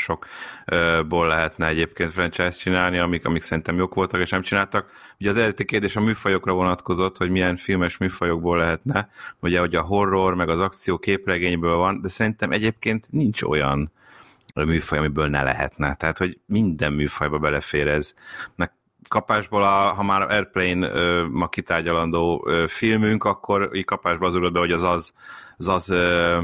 sokból lehetne egyébként franchise csinálni, amik, amik szerintem jók voltak, és nem csináltak. Ugye az eredeti kérdés a műfajokra vonatkozott, hogy milyen filmes műfajokból lehetne, ugye, hogy a horror, meg az akció képregényből van, de szerintem egyébként nincs olyan műfaj, amiből ne lehetne. Tehát, hogy minden műfajba belefér ez. Meg kapásból, a, ha már Airplane ö, ma kitárgyalandó ö, filmünk, akkor így kapásból az ugrott be, hogy az az, az, az ö,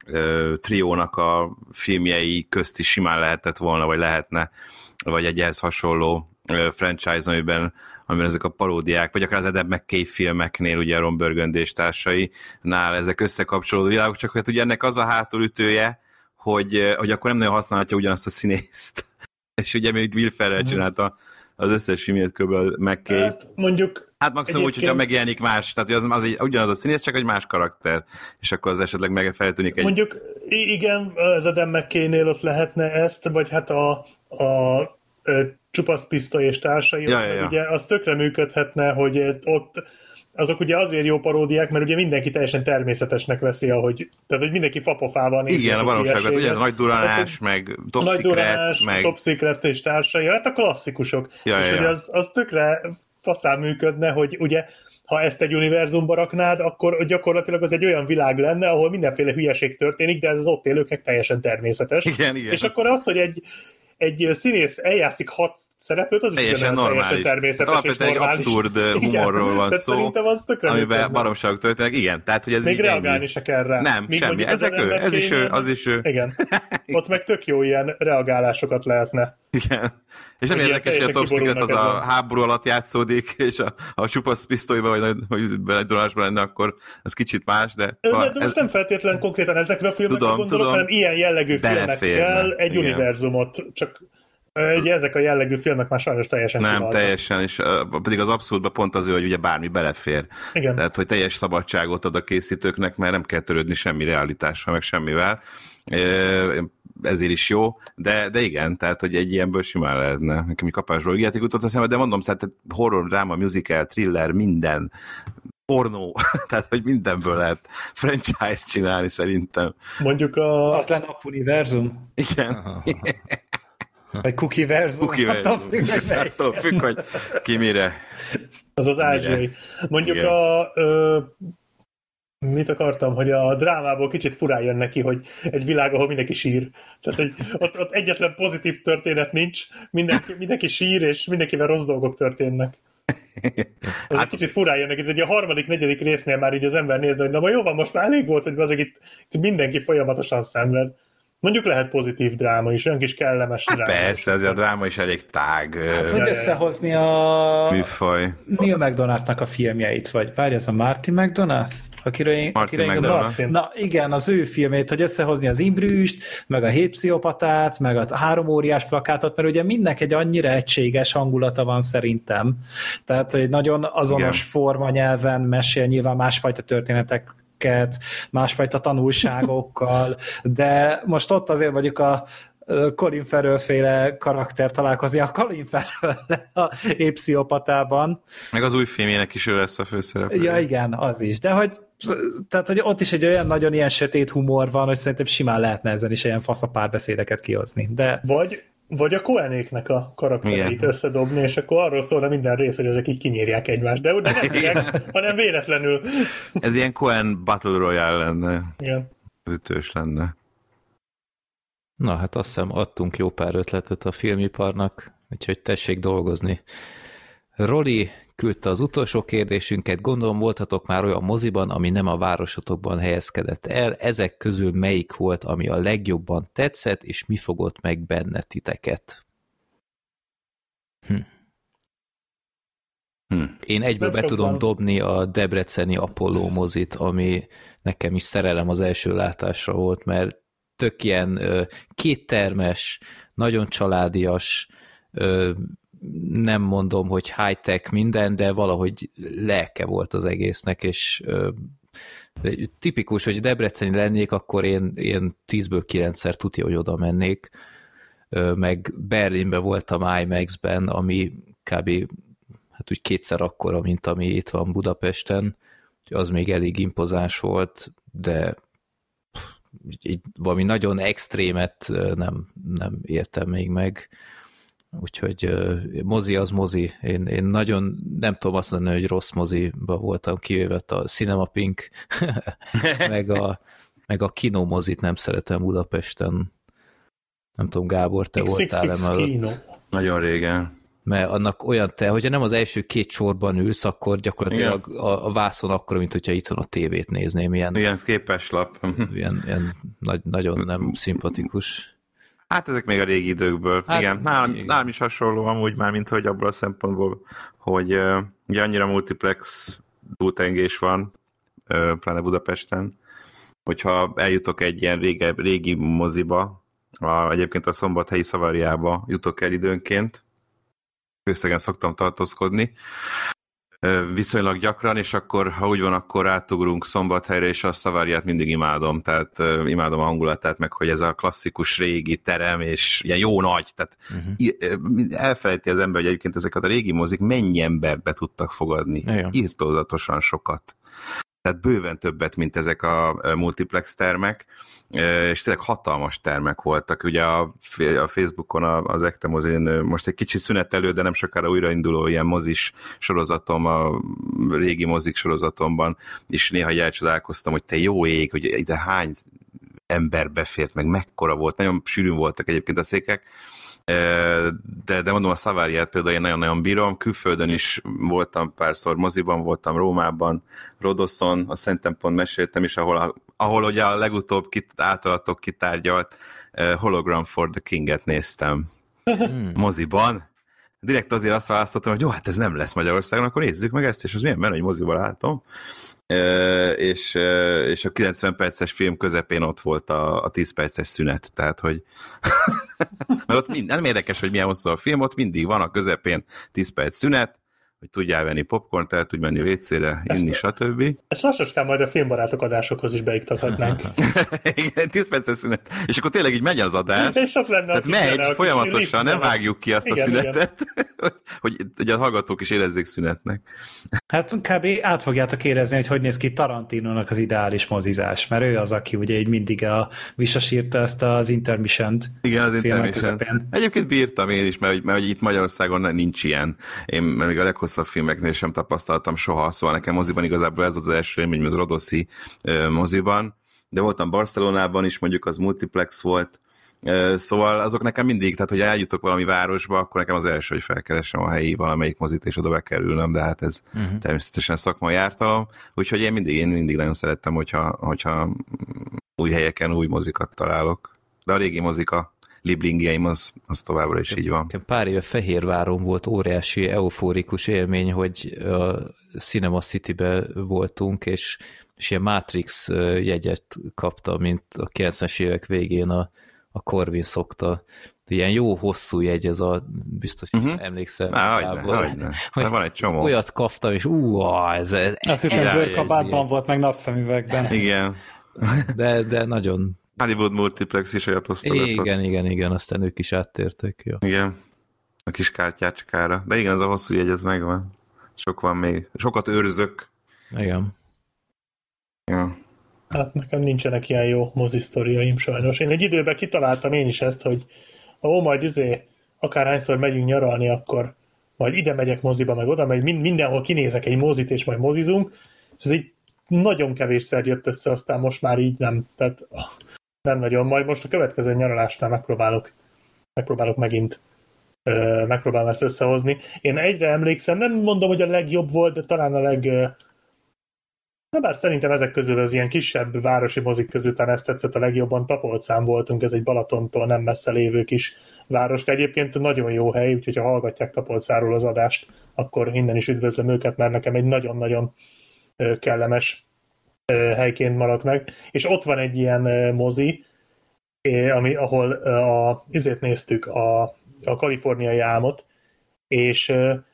ö, triónak a filmjei közt is simán lehetett volna, vagy lehetne, vagy egy ehhez hasonló ö, franchise, amiben, amiben ezek a paródiák, vagy akár az Adam McKay filmeknél, ugye Ron Burgundy és társainál ezek összekapcsolódó világok, csak hogy ugye ennek az a hátulütője, hogy, hogy akkor nem nagyon használhatja ugyanazt a színészt. És ugye még Will Ferrell csinálta az összes filmjét kb. McKay. Hát mondjuk... Hát maximum úgy, hogyha megjelenik más, tehát az, az egy, ugyanaz a színész, csak egy más karakter, és akkor az esetleg meg feltűnik egy... Mondjuk igen, az Adam McKay-nél ott lehetne ezt, vagy hát a, a, a Csupasz Pisztoly és társai, ja, ja, ja. ugye az tökre működhetne, hogy ott azok ugye azért jó paródiák, mert ugye mindenki teljesen természetesnek veszi, ahogy, tehát hogy mindenki fapofával nézi. Igen, a baromságot, ugye ez a Nagy Duranás, hát, meg Top Nagy Secret, Duranás, meg... Top Secret és társai, hát a klasszikusok. Ja, és ja, ugye ja. az, az tökre faszán működne, hogy ugye ha ezt egy univerzumba raknád, akkor gyakorlatilag az egy olyan világ lenne, ahol mindenféle hülyeség történik, de ez az ott élőknek teljesen természetes. Igen, igen. És akkor az, hogy egy egy színész eljátszik hat szereplőt, az teljesen is normális. teljesen természetes hát és normális. Egy abszurd humorról van tehát szó, szerintem az tökre amiben baromságok történnek. Igen, tehát hogy ez még így reagálni ennyi. se kell rá. Nem, Míg semmi. Ezek ő, ez is ő, az is ő. Igen. Ott meg tök jó ilyen reagálásokat lehetne. Igen. És nem Hogy érdekes, hogy a Top Secret az a ezen. háború alatt játszódik, és a, a Csupasz Pisztolyban, vagy, vagy Beledronásban lenne, akkor az kicsit más, de... Szóval de, de most ez... nem feltétlenül konkrétan ezekre a filmekre tudom, gondolok, tudom, hanem ilyen jellegű filmekkel egy igen. univerzumot, csak ugye ezek a jellegű filmek már sajnos teljesen nem, kivalnak. teljesen, és uh, pedig az abszurdban pont az ő, hogy ugye bármi belefér. Igen. Tehát, hogy teljes szabadságot ad a készítőknek, mert nem kell törődni semmi realitással, meg semmivel. Ezért is jó, de, de igen, tehát, hogy egy ilyenből simán lehetne. Nekem így kapásról ígérték utat eszembe, de mondom, tehát horror, dráma, musical, thriller, minden, pornó, tehát, hogy mindenből lehet franchise csinálni szerintem. Mondjuk a... Az lenne a univerzum. Igen. Vagy Cookie-verzum. Cookie-verzum. Attól függ, hogy ki mire. Az az ázsiai. Mondjuk igen. a... Ö, mit akartam, hogy a drámából kicsit furán jön neki, hogy egy világ, ahol mindenki sír. Tehát, hogy ott, ott egyetlen pozitív történet nincs, mindenki, mindenki sír, és mindenkivel rossz dolgok történnek. Az hát, egy kicsit furán jön neki, hogy a harmadik, negyedik résznél már így az ember nézne, hogy na jó van, most már elég volt, hogy azért itt, itt mindenki folyamatosan szenved. Mondjuk lehet pozitív dráma is, olyan kis kellemes hát dráma. Persze, azért a dráma is elég tág. Hát, hogy összehozni a műfaj. Neil McDonough-nak a filmjeit, vagy várj, ez a Martin McDonough? Akiről én, Martin akire én Martin. Na igen, az ő filmét, hogy összehozni az Imbrüst, meg a hétpszichopatát, meg a három óriás plakátot, mert ugye mindnek egy annyira egységes hangulata van szerintem. Tehát, hogy nagyon azonos igen. formanyelven mesél, nyilván másfajta történetek másfajta tanulságokkal, de most ott azért vagyok a Colin Farrell-féle karakter találkozni a Colin Farrell a épsziopatában. Meg az új filmjének is ő lesz a főszereplő. Ja igen, az is, de hogy tehát, hogy ott is egy olyan nagyon ilyen sötét humor van, hogy szerintem simán lehetne ezen is ilyen fasz a párbeszédeket kihozni. De... Vagy, vagy a Coenéknek a karaktereit igen. összedobni, és akkor arról szólna minden rész, hogy ezek így kinyírják egymást. De, de nem ilyen, hanem véletlenül. Ez ilyen Coen Battle Royale lenne. Igen. Az ütős lenne. Na, hát azt hiszem adtunk jó pár ötletet a filmiparnak, úgyhogy tessék dolgozni. Roli küldte az utolsó kérdésünket, gondolom voltatok már olyan moziban, ami nem a városotokban helyezkedett el, ezek közül melyik volt, ami a legjobban tetszett, és mi fogott meg benne titeket? Hm. Hm. Én egyből be tudom dobni a debreceni Apollo mozit, ami nekem is szerelem az első látásra volt, mert tök ilyen ö, kéttermes, nagyon családias, ö, nem mondom, hogy high-tech minden, de valahogy lelke volt az egésznek, és ö, tipikus, hogy Debreceni lennék, akkor én, én tízből kilencszer tudja, hogy oda mennék, ö, meg Berlinben voltam IMAX-ben, ami kb. Hát úgy kétszer akkora, mint ami itt van Budapesten, az még elég impozáns volt, de így valami nagyon extrémet nem, nem értem még meg. Úgyhogy mozi az mozi. Én, én nagyon nem tudom azt mondani, hogy rossz moziba voltam, kivéve a Cinema Pink, meg a, meg a kinomozit nem szeretem Budapesten. Nem tudom, Gábor, te voltál-e már? Nagyon régen. Mert annak olyan te, hogyha nem az első két sorban ülsz, akkor gyakorlatilag a, a vászon akkor, mint hogyha itthon a tévét nézném. Ilyen, ilyen képeslap. Ilyen, ilyen nagy, nagyon nem szimpatikus. Hát ezek még a régi időkből. Hát, igen, nálam, igen. nálam is hasonló amúgy már, mint hogy abból a szempontból, hogy uh, ugye annyira multiplex túltengés van, uh, pláne Budapesten, hogyha eljutok egy ilyen rége, régi moziba, a, egyébként a Szombathelyi Szavariába jutok el időnként, Kőszegen szoktam tartózkodni, viszonylag gyakran, és akkor, ha úgy van, akkor átugrunk Szombathelyre, és a Szavariát mindig imádom, tehát uh, imádom a hangulatát, meg hogy ez a klasszikus régi terem, és ilyen jó nagy, tehát uh-huh. elfelejti az ember, hogy egyébként ezeket a régi mozik mennyi embert be tudtak fogadni. Igen. Irtózatosan sokat. Tehát bőven többet, mint ezek a multiplex termek, és tényleg hatalmas termek voltak. Ugye a, a Facebookon az Ekte Mozin most egy kicsit szünetelő, de nem sokára újrainduló ilyen mozis sorozatom, a régi mozik sorozatomban, és néha elcsodálkoztam, hogy te jó ég, hogy ide hány ember befért, meg mekkora volt, nagyon sűrűn voltak egyébként a székek, de, de mondom, a Szavariát például én nagyon-nagyon bírom, külföldön is voltam párszor, moziban voltam, Rómában, Rodoszon, azt szerintem pont meséltem is, ahol, ahol ugye a legutóbb kit, általatok kitárgyalt uh, Hologram for the King-et néztem hmm. moziban. Direkt azért azt választottam, hogy jó, hát ez nem lesz Magyarországon, akkor nézzük meg ezt, és az milyen benne, hogy moziban látom. E, és, és a kilencven perces film közepén ott volt a, a tíz perces szünet, tehát, hogy mert ott mind, nem érdekes, hogy milyen hosszú a film, ott mindig van a közepén tíz perc szünet, hogy tudjál venni popcornt, el tudj menni vécére, inni, stb. Ezt lassacskán majd a filmbarátok adásokhoz is beiktathatnánk. Igen, tíz perces szünet. És akkor tényleg így megy az adás. És ott lenne, tehát megy folyamatosan, nem vágjuk ki azt igen, a szünetet, hogy, hogy a hallgatók is érezzék szünetnek. Hát kb. Át fogjátok érezni, hogy hogy néz ki Tarantinónak az ideális mozizás, mert ő az, aki ugye így mindig a visszasírta ezt az intermission-t. Igen, az intermission. Egyébként bírtam én is, mert, mert hogy itt Magyarországon nincs ilyen. Én még a leghosszabb filmeknél sem tapasztaltam soha, szóval nekem moziban igazából ez volt az első élmény, az Rodoszi moziban, de voltam Barcelonában is, mondjuk az multiplex volt, szóval azok nekem mindig, tehát hogy eljutok valami városba, akkor nekem az első, hogy felkeresem a helyi valamelyik mozit, és oda bekerülnöm, de hát ez uh-huh. természetesen szakmai ártalom, úgyhogy én mindig, én mindig nagyon szerettem, hogyha, hogyha új helyeken új mozikat találok. De a régi mozika liblingjeim, az, az továbbra is így van. Pár éve Fehérváron volt óriási, euforikus élmény, hogy a Cinema City-be voltunk, és, és ilyen Matrix jegyet kapta, mint a kilencvenes évek végén a, a Corvin szokta. Ilyen jó hosszú jegy, ez a biztos, uh-huh. emlékszel. Hogyne, van egy csomó. Olyat kaptam, és ú, ez... ez azt hiszem, bőrkabátban volt, meg napszemüvegben. Igen. De, de nagyon... Hollywood Multiplex is olyat osztogatott. Igen, igen, igen, aztán ők is áttértek. Jó. Igen, a kis kártyácskára. De igen, ez a hosszú jegy, ez megvan. Sok van még. Sokat őrzök. Igen. Ja. Hát nekem nincsenek ilyen jó mozisztoriaim sajnos. Én egy időben kitaláltam én is ezt, hogy ó, majd izé, akárhányszor megyünk nyaralni, akkor majd ide megyek moziba, meg oda, meg mindenhol kinézek egy mozit, és majd mozizunk. És ez így nagyon kevésszer jött össze, aztán most már így nem. Tehát nem nagyon. Majd most a következő nyaralásnál megpróbálok, megpróbálok megint ö, megpróbálom ezt összehozni. Én egyre emlékszem, nem mondom, hogy a legjobb volt, de talán a leg... Ö, na bár szerintem ezek közül az ilyen kisebb városi mozik közül talán ezt tetszett a legjobban. Tapolcán voltunk, ez egy Balatontól nem messze lévő kis város. Egyébként nagyon jó hely, úgyhogy ha hallgatják Tapolcáról az adást, akkor innen is üdvözlöm őket, mert nekem egy nagyon-nagyon ö, kellemes helyként maradt meg, és ott van egy ilyen mozi, ami, ahol a, izét néztük, a, a kaliforniai álmot, és,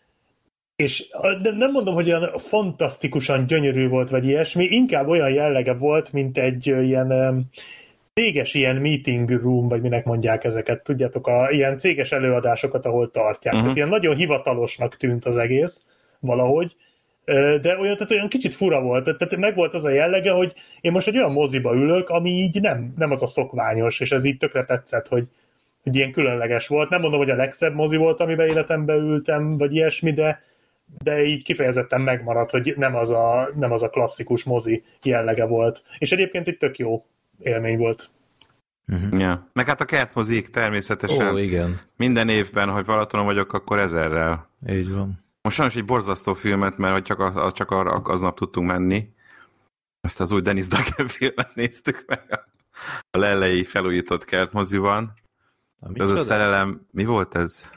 és nem mondom, hogy olyan fantasztikusan gyönyörű volt, vagy ilyesmi, inkább olyan jellege volt, mint egy ilyen céges ilyen meeting room, vagy minek mondják ezeket, tudjátok, a, ilyen céges előadásokat, ahol tartják. Uh-huh. Tehát ilyen nagyon hivatalosnak tűnt az egész, valahogy, de olyan, tehát olyan kicsit fura volt. Tehát meg volt az a jellege, hogy én most egy olyan moziba ülök, ami így nem, nem az a szokványos, és ez így tökre tetszett, hogy, hogy ilyen különleges volt. Nem mondom, hogy a legszebb mozi volt, amiben életemben ültem, vagy ilyesmi, de, de így kifejezetten megmaradt, hogy nem az, a, nem az a klasszikus mozi jellege volt. És egyébként egy tök jó élmény volt. Uh-huh. Ja. Meg hát a kertmozik természetesen. Ó, igen. Minden évben, hogy Balatonon vagyok, akkor ezerrel. Így van. Most sajnos egy borzasztó filmet, mert hogy csak, a, csak arra aznap tudtunk menni. Ezt az új Dennis Dugan filmet néztük meg a lellei felújított kertmoziban. Na, ez a szerelem, mi volt ez?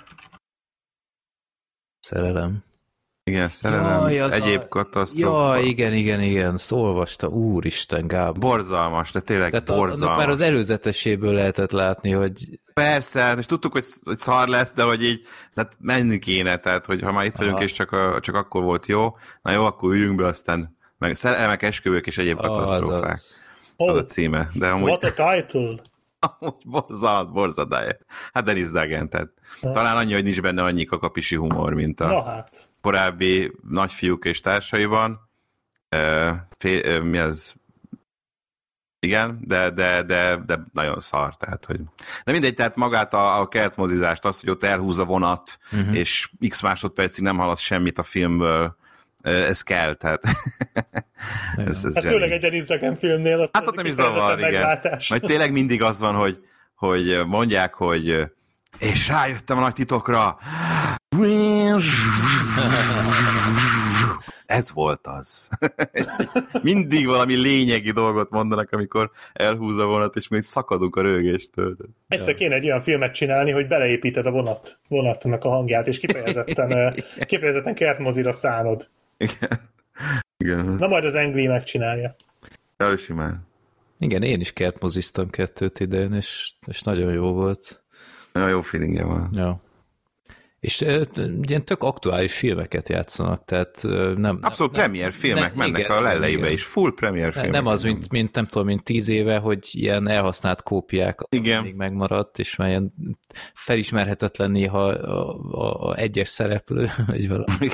Szerelem. Igen, szerelem, Jaj, egyéb a... katasztrófa. Ja, igen, igen, igen, ezt olvasta, úristen, Gábor. Borzalmas, de tényleg Tehát borzalmas. Már az előzeteséből lehetett látni, hogy... Persze, és tudtuk, hogy, hogy szar lesz, de hogy így, tehát menni kéne, tehát hogy ha már itt vagyunk, Aha. és csak, a, csak akkor volt jó, na jó, akkor üljünk be, aztán meg szerelmek, esküvők és egyéb katasztrófák. Az, az. az a címe. De amúgy... What a title! Amúgy borzalmat, borzadály. Hát Dennis Dugan, tehát ha. Talán annyi, hogy nincs benne annyi kakapisi humor, mint a Na hát. korábbi Nagyfiúk és társaiban. Uh, fé, uh, mi az? Igen, de, de, de, de nagyon szar, tehát, hogy... De mindegy, tehát magát a, a kertmozizást, azt, hogy ott elhúz a vonat, uh-huh. és x másodpercig nem hallasz semmit a filmből, ez kell, tehát... ez, ez hát főleg egy Dennis Dugan filmnél. Ott hát ott nem is zavar, igen. Majd tényleg mindig az van, hogy, hogy mondják, hogy és rájöttem a nagy titokra. Ez volt az. Mindig valami lényegi dolgot mondanak, amikor elhúz a vonat, és még szakadunk a rögéstől. Egyszer kéne egy olyan filmet csinálni, hogy beleépíted a vonat, vonatnak a hangját, és kifejezetten, kifejezetten kertmozira szánod. Igen. Igen. Na majd az Angry megcsinálja. Elsimán. Igen, én is kertmoziztam kettőt idején, és, és nagyon jó volt. Nagyon jó feelingje van. Ja. És uh, ilyen tök aktuális filmeket játszanak, tehát uh, nem... Abszolút nem, premier filmek nem, mennek igen, a lelleibe igen. is, full premier filmek. Nem az, mint, mint nem tudom, mint tíz éve, hogy ilyen elhasznált kópiák még megmaradt, és már ilyen felismerhetetlen néha a, a, a egyes szereplő, vagy valami.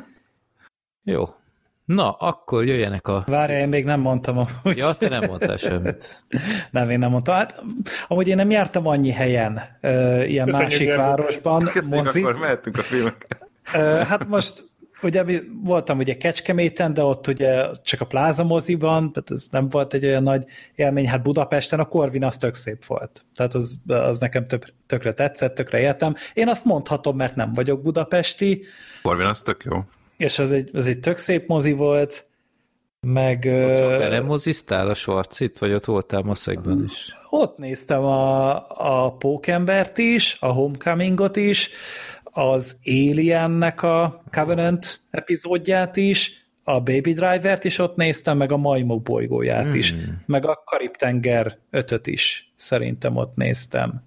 Jó. Na, akkor jöjjenek a... Várjál, én még nem mondtam amúgy. Ja, te nem mondtál semmit. Nem, én nem mondtam. Hát, amúgy én nem jártam annyi helyen, uh, ilyen Köszönjük másik el. városban. Köszönjük, akkor mehetünk a filmekre. Uh, hát most, ugye voltam ugye Kecskeméten, de ott ugye csak a Pláza moziban, tehát ez nem volt egy olyan nagy élmény. Hát Budapesten a Corvin az tök szép volt. Tehát az, az nekem tök, tökre tetszett, tökre éltem. Én azt mondhatom, mert nem vagyok budapesti. Corvin az tök jó. És az egy, az egy tök szép mozi volt, meg... Ott csak velem moziztál a Schwarzit, vagy ott voltál Maszekben is? Ott néztem a, a Pókembert is, a Homecomingot is, az Aliennek a Covenant epizódját is, a Baby Drivert is ott néztem, meg a Majmok bolygóját hmm. is, meg a Karib-tenger ötöt is szerintem ott néztem.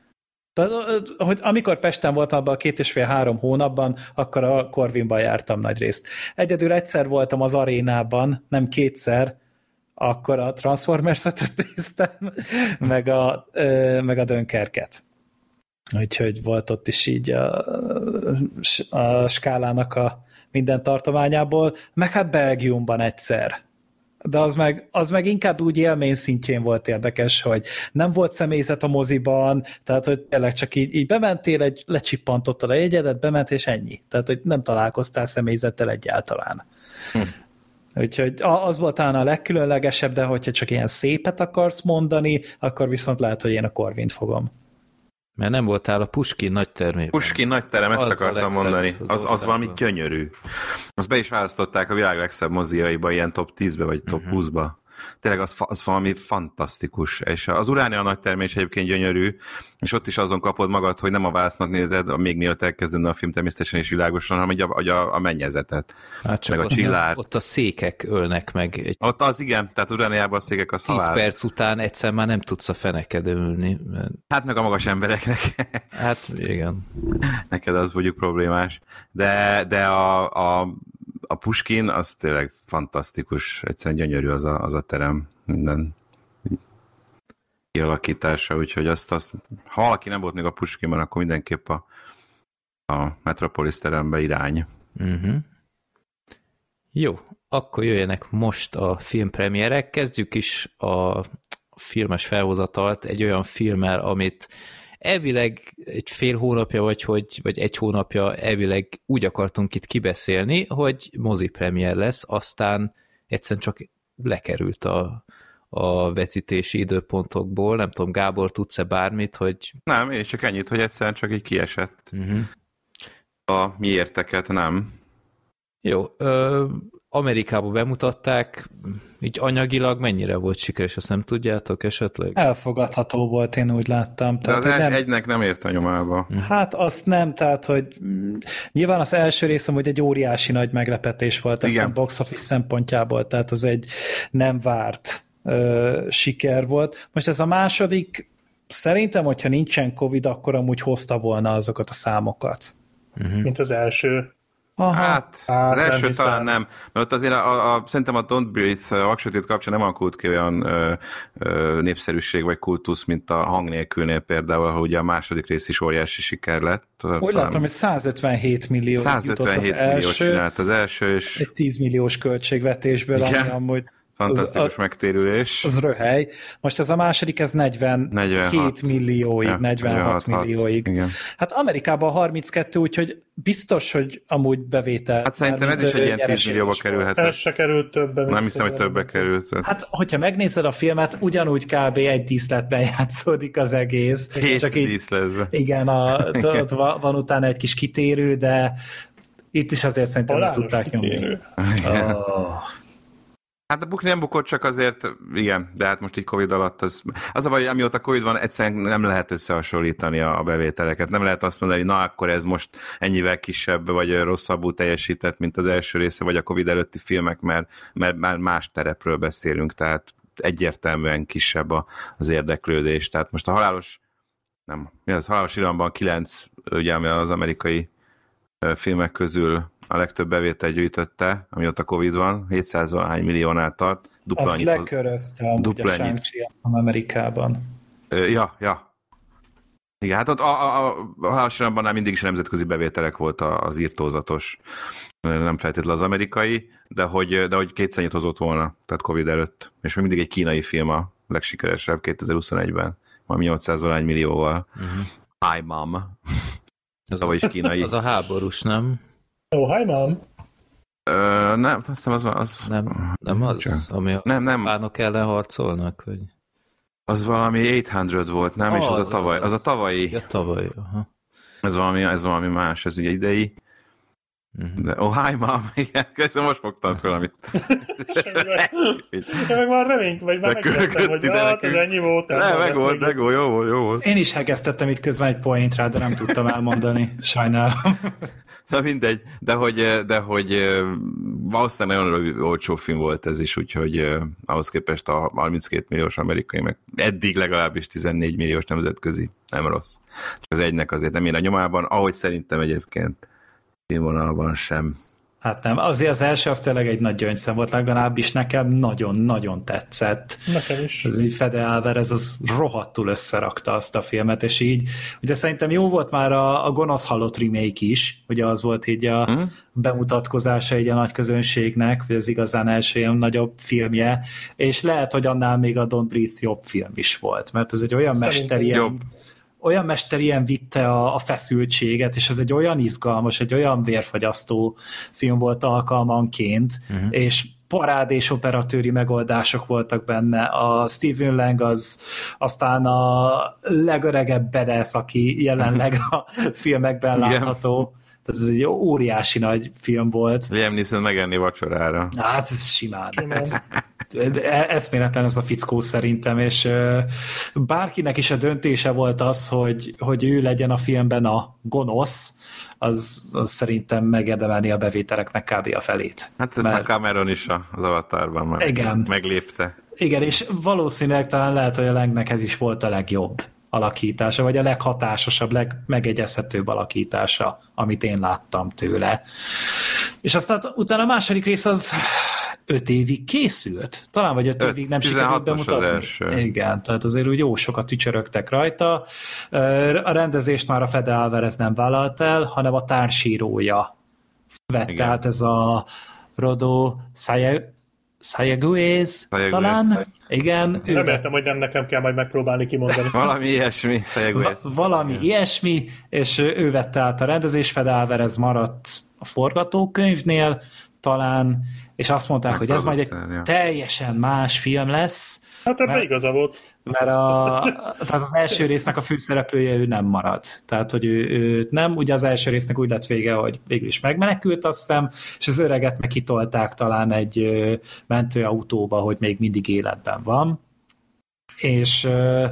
Hogy amikor Pesten voltam abban a két és fél-három hónapban, akkor a Corvinban jártam nagy részt. Egyedül egyszer voltam az arénában, nem kétszer, akkor a Transformers ötöt néztem, meg a, meg a Dunkerket. Úgyhogy volt ott is így a, a skálának a minden tartományából, meg hát Belgiumban egyszer. De az meg, az meg inkább úgy élmény szintjén volt érdekes, hogy nem volt személyzet a moziban, tehát hogy tényleg csak így, így bementél, egy, lecsippantottad a jegyedet, bement, és ennyi. Tehát, hogy nem találkoztál személyzettel egyáltalán. Hm. Úgyhogy az volt talán a legkülönlegesebb, de hogyha csak ilyen szépet akarsz mondani, akkor viszont lehet, hogy én a Corvint fogom. Mert nem voltál a Puskin nagytermében. Puskin nagyterem, ezt az akartam mondani. Az, az valami gyönyörű. Azt be is választották a világ legszebb moziaiba, ilyen top tízbe, vagy top uh-huh. húszba. Tényleg az, az valami fantasztikus. És az Uránia nagyterem is egyébként gyönyörű, és ott is azon kapod magad, hogy nem a vásznak nézed, még mielőtt elkezdődne a film természetesen is világosan, hanem a, a, a mennyezetet. Hát meg a csillárt. Ott a székek ölnek meg. Egy... Ott az igen, tehát Urániában a székek az halál. Tíz perc után egyszer már nem tudsz a fenekedő ülni. Mert... Hát meg a magas embereknek. Hát igen. Neked az mondjuk problémás. De, de a, a A Puskin, az tényleg fantasztikus, egyszerűen gyönyörű az a, az a terem, minden kialakítása, úgyhogy azt, azt, ha valaki nem volt még a Puskinban, akkor mindenképp a, a Metropolis terembe irány. Uh-huh. Jó, akkor jöjjenek most a filmpremierek. Kezdjük is a filmes felhozatalt egy olyan filmmel, amit elvileg egy fél hónapja, vagy, hogy, vagy egy hónapja elvileg úgy akartunk itt kibeszélni, hogy mozi premier lesz, aztán egyszerűen csak lekerült a, a vetítési időpontokból. Nem tudom, Gábor, tudsz-e bármit, hogy... Nem, én csak ennyit, hogy egyszerűen csak így kiesett. Uh-huh. A mi érteket nem. Jó, ö, Amerikában bemutatták, így anyagilag mennyire volt sikeres, azt nem tudjátok esetleg? Elfogadható volt, én úgy láttam. De tehát, az nem... egynek nem ért a nyomába. Hát azt nem, tehát, hogy nyilván az első részem, hogy egy óriási nagy meglepetés volt, azt a box office szempontjából, tehát az egy nem várt ö, siker volt. Most ez a második, szerintem, hogyha nincsen Covid, akkor amúgy hozta volna azokat a számokat. Uh-huh. Mint az első. Aha. Hát, hát az első nem talán nem, mert ott azért a, a, a, szerintem a Don't Breathe vaksötét kapcsán nem alakult ki olyan ö, ö, népszerűség vagy kultusz, mint a Hang nélkülnél például, ahol ugye a második rész is óriási siker lett. Úgy talán láttam, hogy százötvenhét millió százötvenhét jutott az első, csinált az első, és... egy tíz milliós költségvetésből, igen. Ami amúgy fantasztikus az, megtérülés. Az röhely. Most ez a második, ez negyvenhét negyvenhat millióig, ja, negyvenhat millióig. Igen. Hát Amerikában harminckettő, úgyhogy biztos, hogy amúgy bevétel. Hát szerintem ez is egy ilyen tíz millióba kerülhet. Ez se került többe. Nem hiszem, hogy többe került. Hát, hogyha megnézed a filmet, ugyanúgy kb. Egy díszletben játszódik az egész. Hét Csak díszletben. Igen, a, ott van utána egy kis kitérő, de itt is azért szerintem nem tudták nyomni. Hát a bukni nem bukott, csak azért, igen, de hát most így Covid alatt az, az a baj, hogy amióta Covid van, egyszerűen nem lehet összehasonlítani a bevételeket. Nem lehet azt mondani, hogy na, akkor ez most ennyivel kisebb, vagy rosszabbul teljesített, mint az első része, vagy a Covid előtti filmek, mert, mert már más terepről beszélünk, tehát egyértelműen kisebb az érdeklődés. Tehát most a halálos, nem, mi az, halálos iramban kilenc, ugye, ami az amerikai filmek közül a legtöbb bevétel gyűjtötte, amióta Covid van, hétszáz-valahány milliónál tart. Dupla azt lekörözte amúgy a Shang-Chi Amerikában. Ö, ja, ja. Igen, hát ott a, a, a halálos iramban mindig is nemzetközi bevételek volt az írtózatos, nem feltétlenül az amerikai, de hogy, de hogy kétszer annyit hozott volna, tehát Covid előtt. És még mindig egy kínai film a legsikeresebb kétezer-huszonegyben, valami nyolcszáz-valahány millióval. Uh-huh. Hi, mom. Az, a, is kínai. Az a háborús, nem? Oh, hi, mom. Ö, nem, azt hiszem az... az nem, nem az, csak. Ami a nem, nem. Pánok ellen harcolnak, vagy... Az valami nyolcszáz volt, nem? Ah, és az, az, a tavaly, az, az a tavalyi. Ja, tavaly, aha. Ez valami, ez valami más, ez egy idei. Uh-huh. De, oh, hi, mom, igen, most fogtam fel, amit... Én meg már reményt, vagy már megvettem, hogy hát, ez ennyi volt. Ne, meg volt, meg volt, jó volt, jó volt. Én is hegesztettem itt közben egy point rá, de nem tudtam elmondani, sajnálom. Na mindegy, de hogy, de hogy valószínűleg nagyon olcsó film volt ez is, úgyhogy ahhoz képest a harminckét milliós amerikai, meg eddig legalábbis tizennégy milliós nemzetközi, nem rossz. Csak az egynek azért nem ér a nyomában, ahogy szerintem egyébként színvonalban sem. Hát nem, azért az első az tényleg egy nagy gyöngyszem volt, legalábbis nekem nagyon-nagyon tetszett. Nekem is. Ez így Fede Álvarez, az rohadtul összerakta azt a filmet, és így, ugye szerintem jó volt már a, a Gonosz halott remake is, ugye az volt így a hmm? bemutatkozása így a nagy közönségnek, hogy az igazán első ilyen nagyobb filmje, és lehet, hogy annál még a Don't Breathe jobb film is volt, mert ez egy olyan mester ilyen, olyan mester ilyen vitte a, a feszültséget, és ez egy olyan izgalmas, egy olyan vérfagyasztó film volt alkalmanként, uh-huh. és parád és operatőri megoldások voltak benne. A Stephen Lang az aztán a legöregebb bedesz, aki jelenleg a filmekben látható. Tehát ez egy óriási nagy film volt. Liam Neeson megenni vacsorára. Hát ez simán. Eszméletlen ez a fickó szerintem, és bárkinek is a döntése volt az, hogy, hogy ő legyen a filmben a gonosz, az, az szerintem megérdemelni a bevételeknek kb. A felét. Hát ez mert... a Cameron is az Avatarban meg, igen. meglépte. Igen, és valószínűleg talán lehet, hogy a Langnek ez is volt a legjobb alakítása, vagy a leghatásosabb, legmegegyezhetőbb alakítása, amit én láttam tőle. És aztán utána a második rész az öt évig készült. Talán vagy öt, öt évig nem sikerült bemutatni. Igen, tehát azért úgy jó sokat tücsörögtek rajta. A rendezést már a Fede Álvarez nem vállalt el, hanem a társírója vette át, ez a Rodo Sayaguez talán? Igen. Nem értem, hogy nem nekem kell majd megpróbálni kimondani. Valami ilyesmi, Va- valami yeah. ilyesmi, és ő vette át a rendezés, Fede Alvarez maradt a forgatókönyvnél talán, és azt mondták, meg hogy ez majd egy ja. teljesen más film lesz. Hát ebben igaza volt. Mert a, tehát az első résznek a főszereplője ő nem marad. Tehát, hogy ő, ő nem, ugye az első résznek úgy lett vége, hogy végül is megmenekült, azt hiszem, és az öreget meg kitolták talán egy mentőautóba, hogy még mindig életben van. És,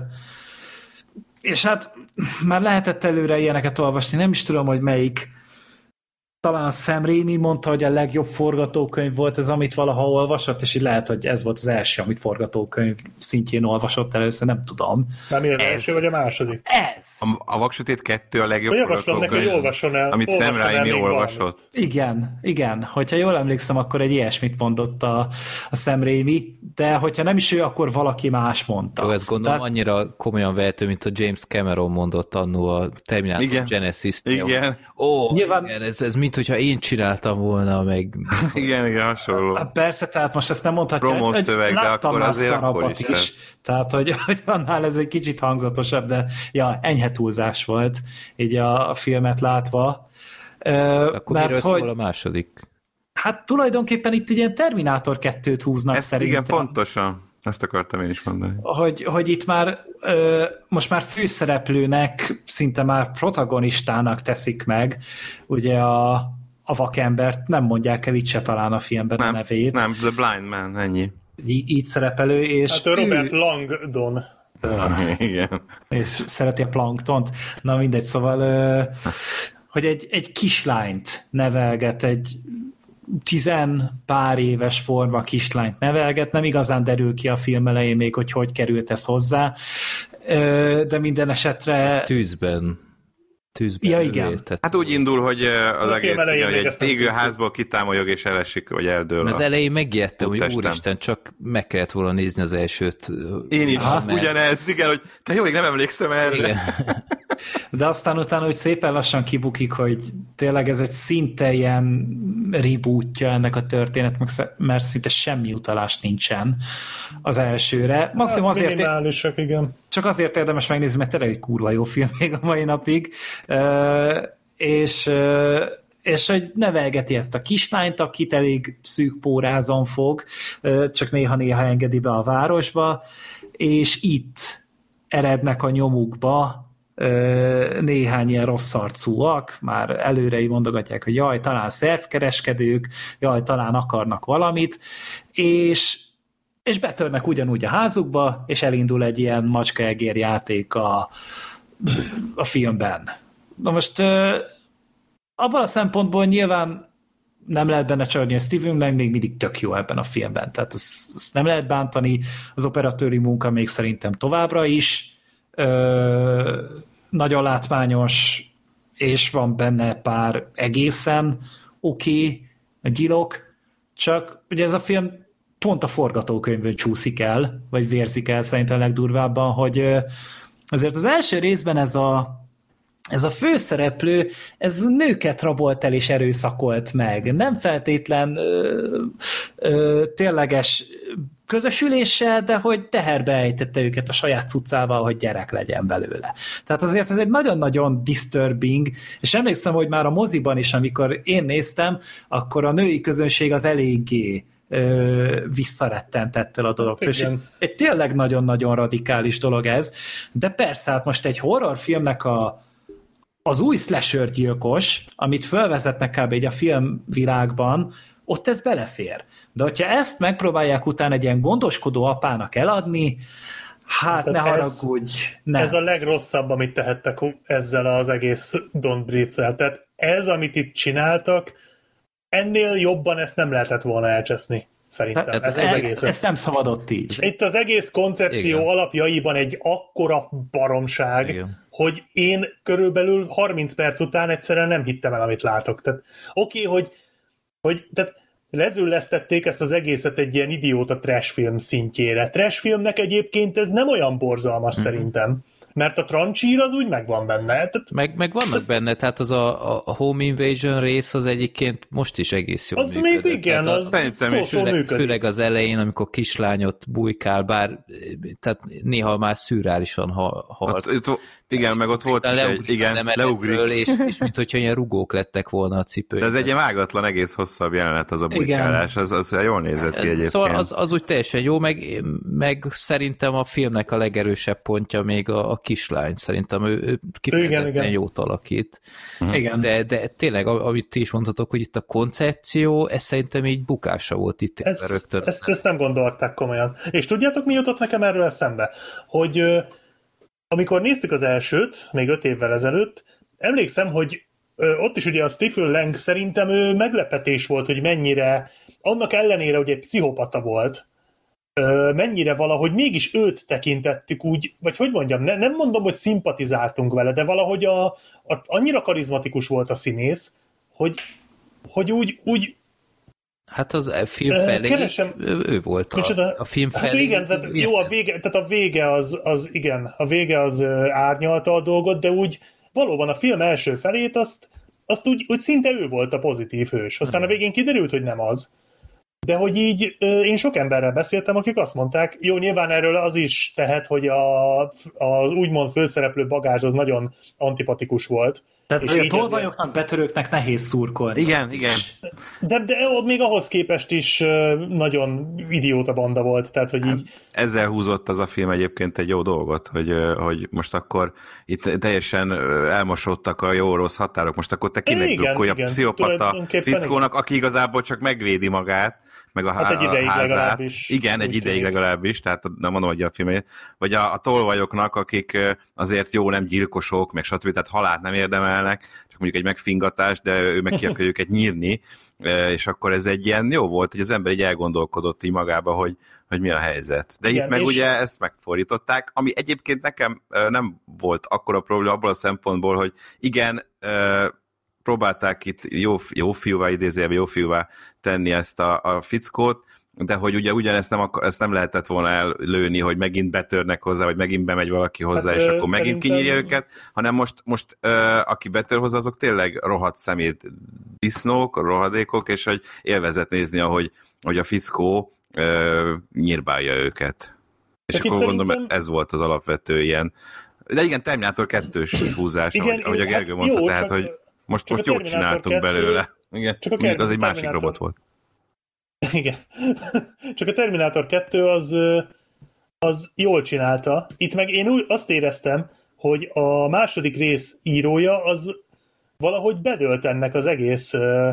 és hát már lehetett előre ilyeneket olvasni, nem is tudom, hogy melyik, talán Sam Raimi mondta, hogy a legjobb forgatókönyv volt ez, amit valaha olvasott, és így lehet, hogy ez volt az első, amit forgatókönyv szintjén olvasott először, nem tudom. Nem mi az ez. első, vagy a második? Ez! A, a Vaksötét kettő a legjobb forgatókönyv, el, amit Sam Raimi olvasott. Valami. Igen, igen. Hogyha jól emlékszem, akkor egy ilyesmit mondott a, a Sam Raimi, de hogyha nem is ő, akkor valaki más mondta. Jó, ezt gondolom Tehát... annyira komolyan vehető, mint a James Cameron mondott annó a Terminator igen. Genesis-nél. Igen. Ó, Nyilván... igen, ez, ez mint hogyha én csináltam volna, meg... igen, igen, hasonló. Hát persze, tehát most ezt nem mondhatja, Promó hogy szöveg, de akkor azért akkor is. is. Tehát, hogy, hogy annál ez egy kicsit hangzatosabb, de ja, enyhe túlzás volt így a, a filmet látva. Uh, akkor mert miről hogy, szól a második? Hát tulajdonképpen itt ilyen Terminátor kettőt húznak ezt szerintem. Igen, pontosan. Ezt akartam én is mondani. Hogy, hogy itt már ö, most már főszereplőnek, szinte már protagonistának teszik meg, ugye a, a vakembert, nem mondják el itt se talán a filmben nem, a nevét. Nem, The Blind Man, ennyi. Í- így szerepelő, és hát ő Robert Langdon. Igen. És szereti a planktont. Na mindegy, szóval ö, hogy egy, egy kislányt nevelget, egy tizen pár éves forma kislányt nevelget, nem igazán derül ki a film elején még, hogy hogy került ez hozzá, de minden esetre... Tűzben. Tűzben. Ja, igen. Hát úgy indul, hogy az egész, igen, hogy egy égőházból kitámolyog és elesik, vagy eldől. Az elején megijedtem, hogy úristen, csak meg kellett volna nézni az elsőt. Én is, ah, ugyanez, igen, hogy te jó, még nem emlékszem erre. Igen. De aztán utána, hogy szépen lassan kibukik, hogy tényleg ez egy szinte ilyen rebootja ennek a történetnek, mert szinte semmi utalás nincsen az elsőre. Maximum hát, azért, igen. Csak azért érdemes megnézni, mert tényleg egy kurva jó film még a mai napig. Uh, és, uh, és hogy nevelgeti ezt a kislányt, akit elég szűk pórázon fog, uh, csak néha-néha engedi be a városba, és itt erednek a nyomukba néhány ilyen rossz arcúak, már előre mondogatják, hogy jaj, talán szervkereskedők, jaj, talán akarnak valamit, és, és betörnek ugyanúgy a házukba, és elindul egy ilyen macskaegér játék a, a filmben. Na most abban a szempontból nyilván nem lehet benne csalni, a Stephen Lang még mindig tök jó ebben a filmben, tehát azt, azt nem lehet bántani, az operatőri munka még szerintem továbbra is Ö, nagyon látványos, és van benne pár egészen oké okay, gyilok, csak ugye ez a film pont a forgatókönyvön csúszik el, vagy vérzik el szerintem legdurvábban, hogy azért az első részben ez a ez a főszereplő, ez nőket rabolt el és erőszakolt meg. Nem feltétlen ö, ö, tényleges közösüléssel, de hogy teherbe ejtette őket a saját cuccával, hogy gyerek legyen belőle. Tehát azért ez egy nagyon-nagyon disturbing, és emlékszem, hogy már a moziban is, amikor én néztem, akkor a női közönség az eléggé ö, visszarettent ettől a dologtól. És egy tényleg nagyon-nagyon radikális dolog ez, de persze, hát most egy horrorfilmnek a az új slasher gyilkos, amit felvezetnek kb. Egy a filmvilágban, ott ez belefér. De hogyha ezt megpróbálják utána egy ilyen gondoskodó apának eladni, hát tehát ne haragudj. Ez, ez a legrosszabb, amit tehettek ezzel az egész Don't Breathe-tel. Tehát ez, amit itt csináltak, ennél jobban ezt nem lehetett volna elcseszni. Szerintem. Tehát ez, ez, ez, ezt nem szabadott így. Itt az egész koncepció igen. alapjaiban egy akkora baromság, igen. hogy én körülbelül harminc perc után egyszerűen nem hittem el, amit látok. Tehát oké, okay, hogy, hogy tehát lezüllesztették ezt az egészet egy ilyen idióta trash film szintjére. Trash filmnek egyébként ez nem olyan borzalmas mm-hmm. szerintem. mert a trancsír az úgy megvan benne. Tehát, meg, meg vannak benne, tehát az a, a Home Invasion rész az egyébként most is egész jól az működött. még igen, az szerintem is. szó Főleg, főleg az elején, amikor kislányot bújkál, bár tehát néha már szürreálisan halt. Ott, ott, igen, meg ott volt is egy, igen, leugrik. És, és mint hogyha ilyen rugók lettek volna a cipőjében. De ez egy vágatlan, egész hosszabb jelenet az a bujkálás, az, az jól nézett ki egyébként. Szóval az, az úgy teljesen jó, meg, meg szerintem a filmnek a legerősebb pontja még a, a kislány. Szerintem ő, ő kifejezetten jót alakít. Uh-huh. Igen. De, de tényleg, amit ti is mondhatok, hogy itt a koncepció, ez szerintem így bukása volt itt. Ez, ezt, ezt nem gondolták komolyan. És tudjátok, mi jutott nekem erről eszembe? Hogy amikor néztük az elsőt, még öt évvel ezelőtt, emlékszem, hogy ö, ott is ugye a Stephen Lang szerintem ő meglepetés volt, hogy mennyire, annak ellenére, hogy egy pszichopata volt, ö, mennyire valahogy mégis őt tekintettük úgy, vagy hogy mondjam, ne, nem mondom, hogy szimpatizáltunk vele, de valahogy a, a, annyira karizmatikus volt a színész, hogy, hogy úgy, úgy hát az a film felé Keresem, ő, ő volt a, micsoda, a film felé. Hát igen, tehát jó, a vége, tehát a vége az, az igen, a vége az árnyalta a dolgot, de úgy valóban a film első felét azt, azt úgy, úgy szinte ő volt a pozitív hős. Aztán a végén kiderült, hogy nem az. De hogy így én sok emberrel beszéltem, akik azt mondták, jó, nyilván erről az is tehet, hogy a, az úgymond főszereplő bagázs az nagyon antipatikus volt. Tehát és a tolvajoknak, betörőknek nehéz szurkolni. Igen, igen. De, de még ahhoz képest is nagyon idióta banda volt, tehát hogy így... Ezzel húzott az a film egyébként egy jó dolgot, hogy, hogy most akkor itt teljesen elmosódtak a jó-rossz határok, most akkor te kinek drukkolja a pszichopata fickónak, aki igazából csak megvédi magát, meg a, hát egy ideig házát. Legalábbis. Igen, egy ideig legalábbis, tehát nem mondom, hogy a film, vagy a, a tolvajoknak, akik azért jó, nem gyilkosok, meg stb., tehát halált nem érdemelnek, csak mondjuk egy megfingatás, de ő meg ki akar őket nyírni, és akkor ez egy ilyen jó volt, hogy az ember így elgondolkodott így magába, hogy, hogy mi a helyzet. De igen, itt meg és... ugye ezt megfordították, ami egyébként nekem nem volt akkora probléma abból a szempontból, hogy igen, próbálták itt jó, jó fiúvá, idézőjelben jó fiúvá tenni ezt a, a fickót, de hogy ugye ugyanezt nem, akar, ezt nem lehetett volna ellőni, hogy megint betörnek hozzá, vagy megint bemegy valaki hozzá, hát, és akkor szerintem... megint kinyírja őket, hanem most, most ö, aki betör hozzá, azok tényleg rohadt szemét disznók, rohadékok, és hogy élvezet nézni, ahogy, hogy a fickó ö, nyírbálja őket. És de akkor szerintem... gondolom, ez volt az alapvető ilyen. De igen, Terminátor kettős húzás, igen, ahogy, ahogy a Gergő hát mondta, jó, tehát, hogy most, most jót csináltunk kettő, belőle. Igen, csak a az egy másik robot volt. Igen. Csak a Terminátor kettő az, az jól csinálta. Itt meg én úgy azt éreztem, hogy a második rész írója az valahogy bedölt ennek az egész,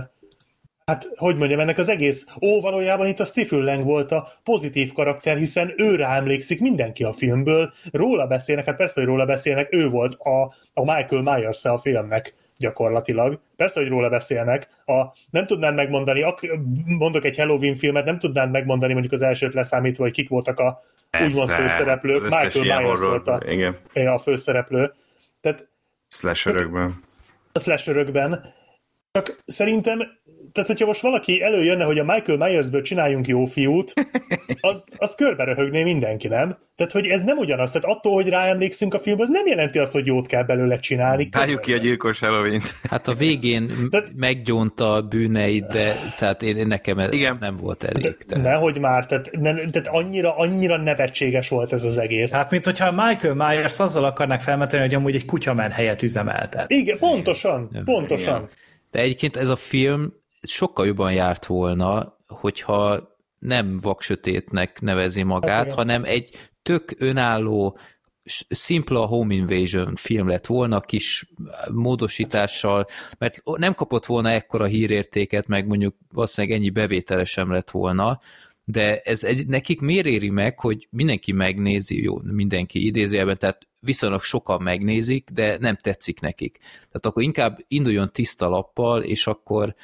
hát hogy mondjam, ennek az egész, ó, valójában itt a Stephen Lang volt a pozitív karakter, hiszen őre emlékszik mindenki a filmből, róla beszélnek, hát persze, hogy róla beszélnek, ő volt a, a Michael Myers a filmnek gyakorlatilag. Persze, hogy róla beszélnek. A, nem tudnám megmondani, ak, mondok egy Halloween filmet, nem tudnám megmondani mondjuk az elsőt leszámítva, hogy kik voltak a úgymond főszereplők. Michael Myers volt a, a főszereplő. Tehát, slasherökben. A slasherökben. Csak szerintem, tehát hogyha most valaki előjönne, hogy a Michael Myersből csináljunk jó fiút, az, az körbe röhögné mindenki, nem? Tehát, hogy ez nem ugyanaz. Tehát attól, hogy ráemlékszünk a filmbe, az nem jelenti azt, hogy jót kell belőle csinálni. Várjuk ki a gyilkos Halloween-t. Hát a végén tehát, meggyónta a bűneit, de tehát én, nekem ez igen. nem volt elég. Tehát. Nehogy már, tehát, ne, tehát annyira, annyira nevetséges volt ez az egész. Hát, mint hogyha Michael Myers azzal akarnak felmenteni, hogy amúgy egy kutyamen helyet üzemeltet. Igen, pontosan, ja, pontosan. Igen. De egyébként ez a film sokkal jobban járt volna, hogyha nem vaksötétnek nevezi magát, hát, hanem egy tök önálló, szimpla Home Invasion film lett volna, kis módosítással, mert nem kapott volna ekkora hírértéket, meg mondjuk valószínűleg ennyi bevétele sem lett volna, de ez egy, nekik miért éri meg, hogy mindenki megnézi, jó, mindenki idézőjelben, tehát viszonylag sokan megnézik, de nem tetszik nekik. Tehát akkor inkább induljon tiszta lappal, és akkor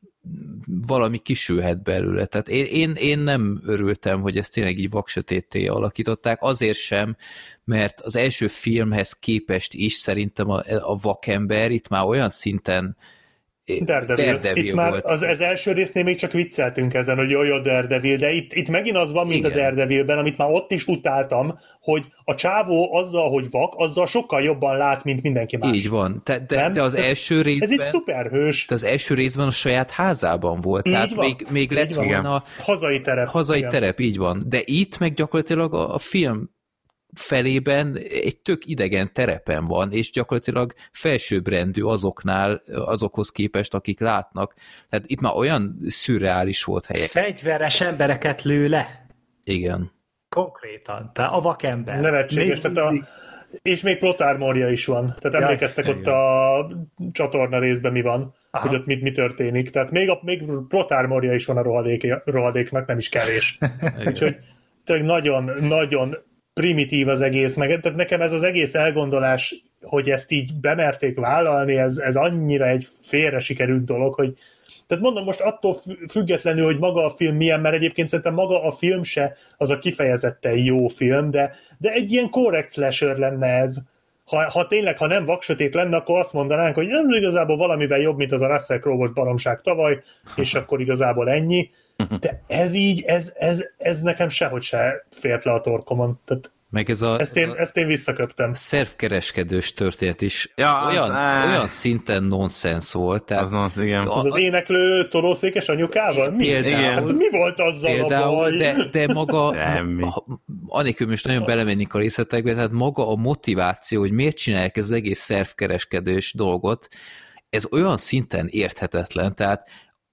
valami kisülhet belőle. Tehát én, én, én nem örültem, hogy ezt tényleg így vaksötétté alakították, azért sem, mert az első filmhez képest is szerintem a, a vakember itt már olyan szinten Daredevil. Daredevil Itt már volt. az, az első résznél még csak vicceltünk ezen, hogy jó, jó Daredevil, de itt, itt megint az van, mint Igen. a Daredevilben, amit már ott is utáltam, hogy a csávó azzal, hogy vak, azzal sokkal jobban lát, mint mindenki más. Így van. De, de, de az első részben... Ez itt szuperhős. De az első részben a saját házában volt. Így Tehát van. még, még lett van. volna... Hazai terep. Hazai Igen. terep, így van. De itt meg gyakorlatilag a, a film felében egy tök idegen terepen van, és gyakorlatilag felsőbbrendű azoknál, azokhoz képest, akik látnak. Tehát itt már olyan szürreális volt helyek. Fegyveres embereket lő le. Igen. Konkrétan. Tehát a vakember. Nevetséges. Tehát a, és még plotármorja is van. Tehát emlékeztek ja, ott a csatorna részben mi van, Aha. hogy ott mit, mi történik. Tehát még, a, még plotármorja is van a rohadék, rohadéknak, nem is kevés. Úgyhogy tényleg nagyon, nagyon primitív az egész, meg tehát nekem ez az egész elgondolás, hogy ezt így bemerték vállalni, ez, ez annyira egy félre sikerült dolog, hogy tehát mondom most attól függetlenül, hogy maga a film milyen, mert egyébként szerintem maga a film se az a kifejezetten jó film, de, de egy ilyen korrekt slasher lenne ez. Ha, ha tényleg, ha nem vaksötét lenne, akkor azt mondanánk, hogy nem igazából valamivel jobb, mint az a Russell Crowe-os baromság tavaly, és akkor igazából ennyi. De ez így, ez, ez, ez nekem sehogy se fért le a torkomon. Tehát meg ez a, ezt, én, a ezt én visszaköptem. szervkereskedős történet is ja, olyan, az, olyan szinten nonsens volt. Tehát az nonsz, igen. Az az éneklő tolószékes anyukával? Mi? Például, hát, mi volt azzal például, a baj? De, de maga, anélkül most nagyon belemennénk a részletekbe, tehát maga a motiváció, hogy miért csinálják ez az egész szervkereskedős dolgot, ez olyan szinten érthetetlen, tehát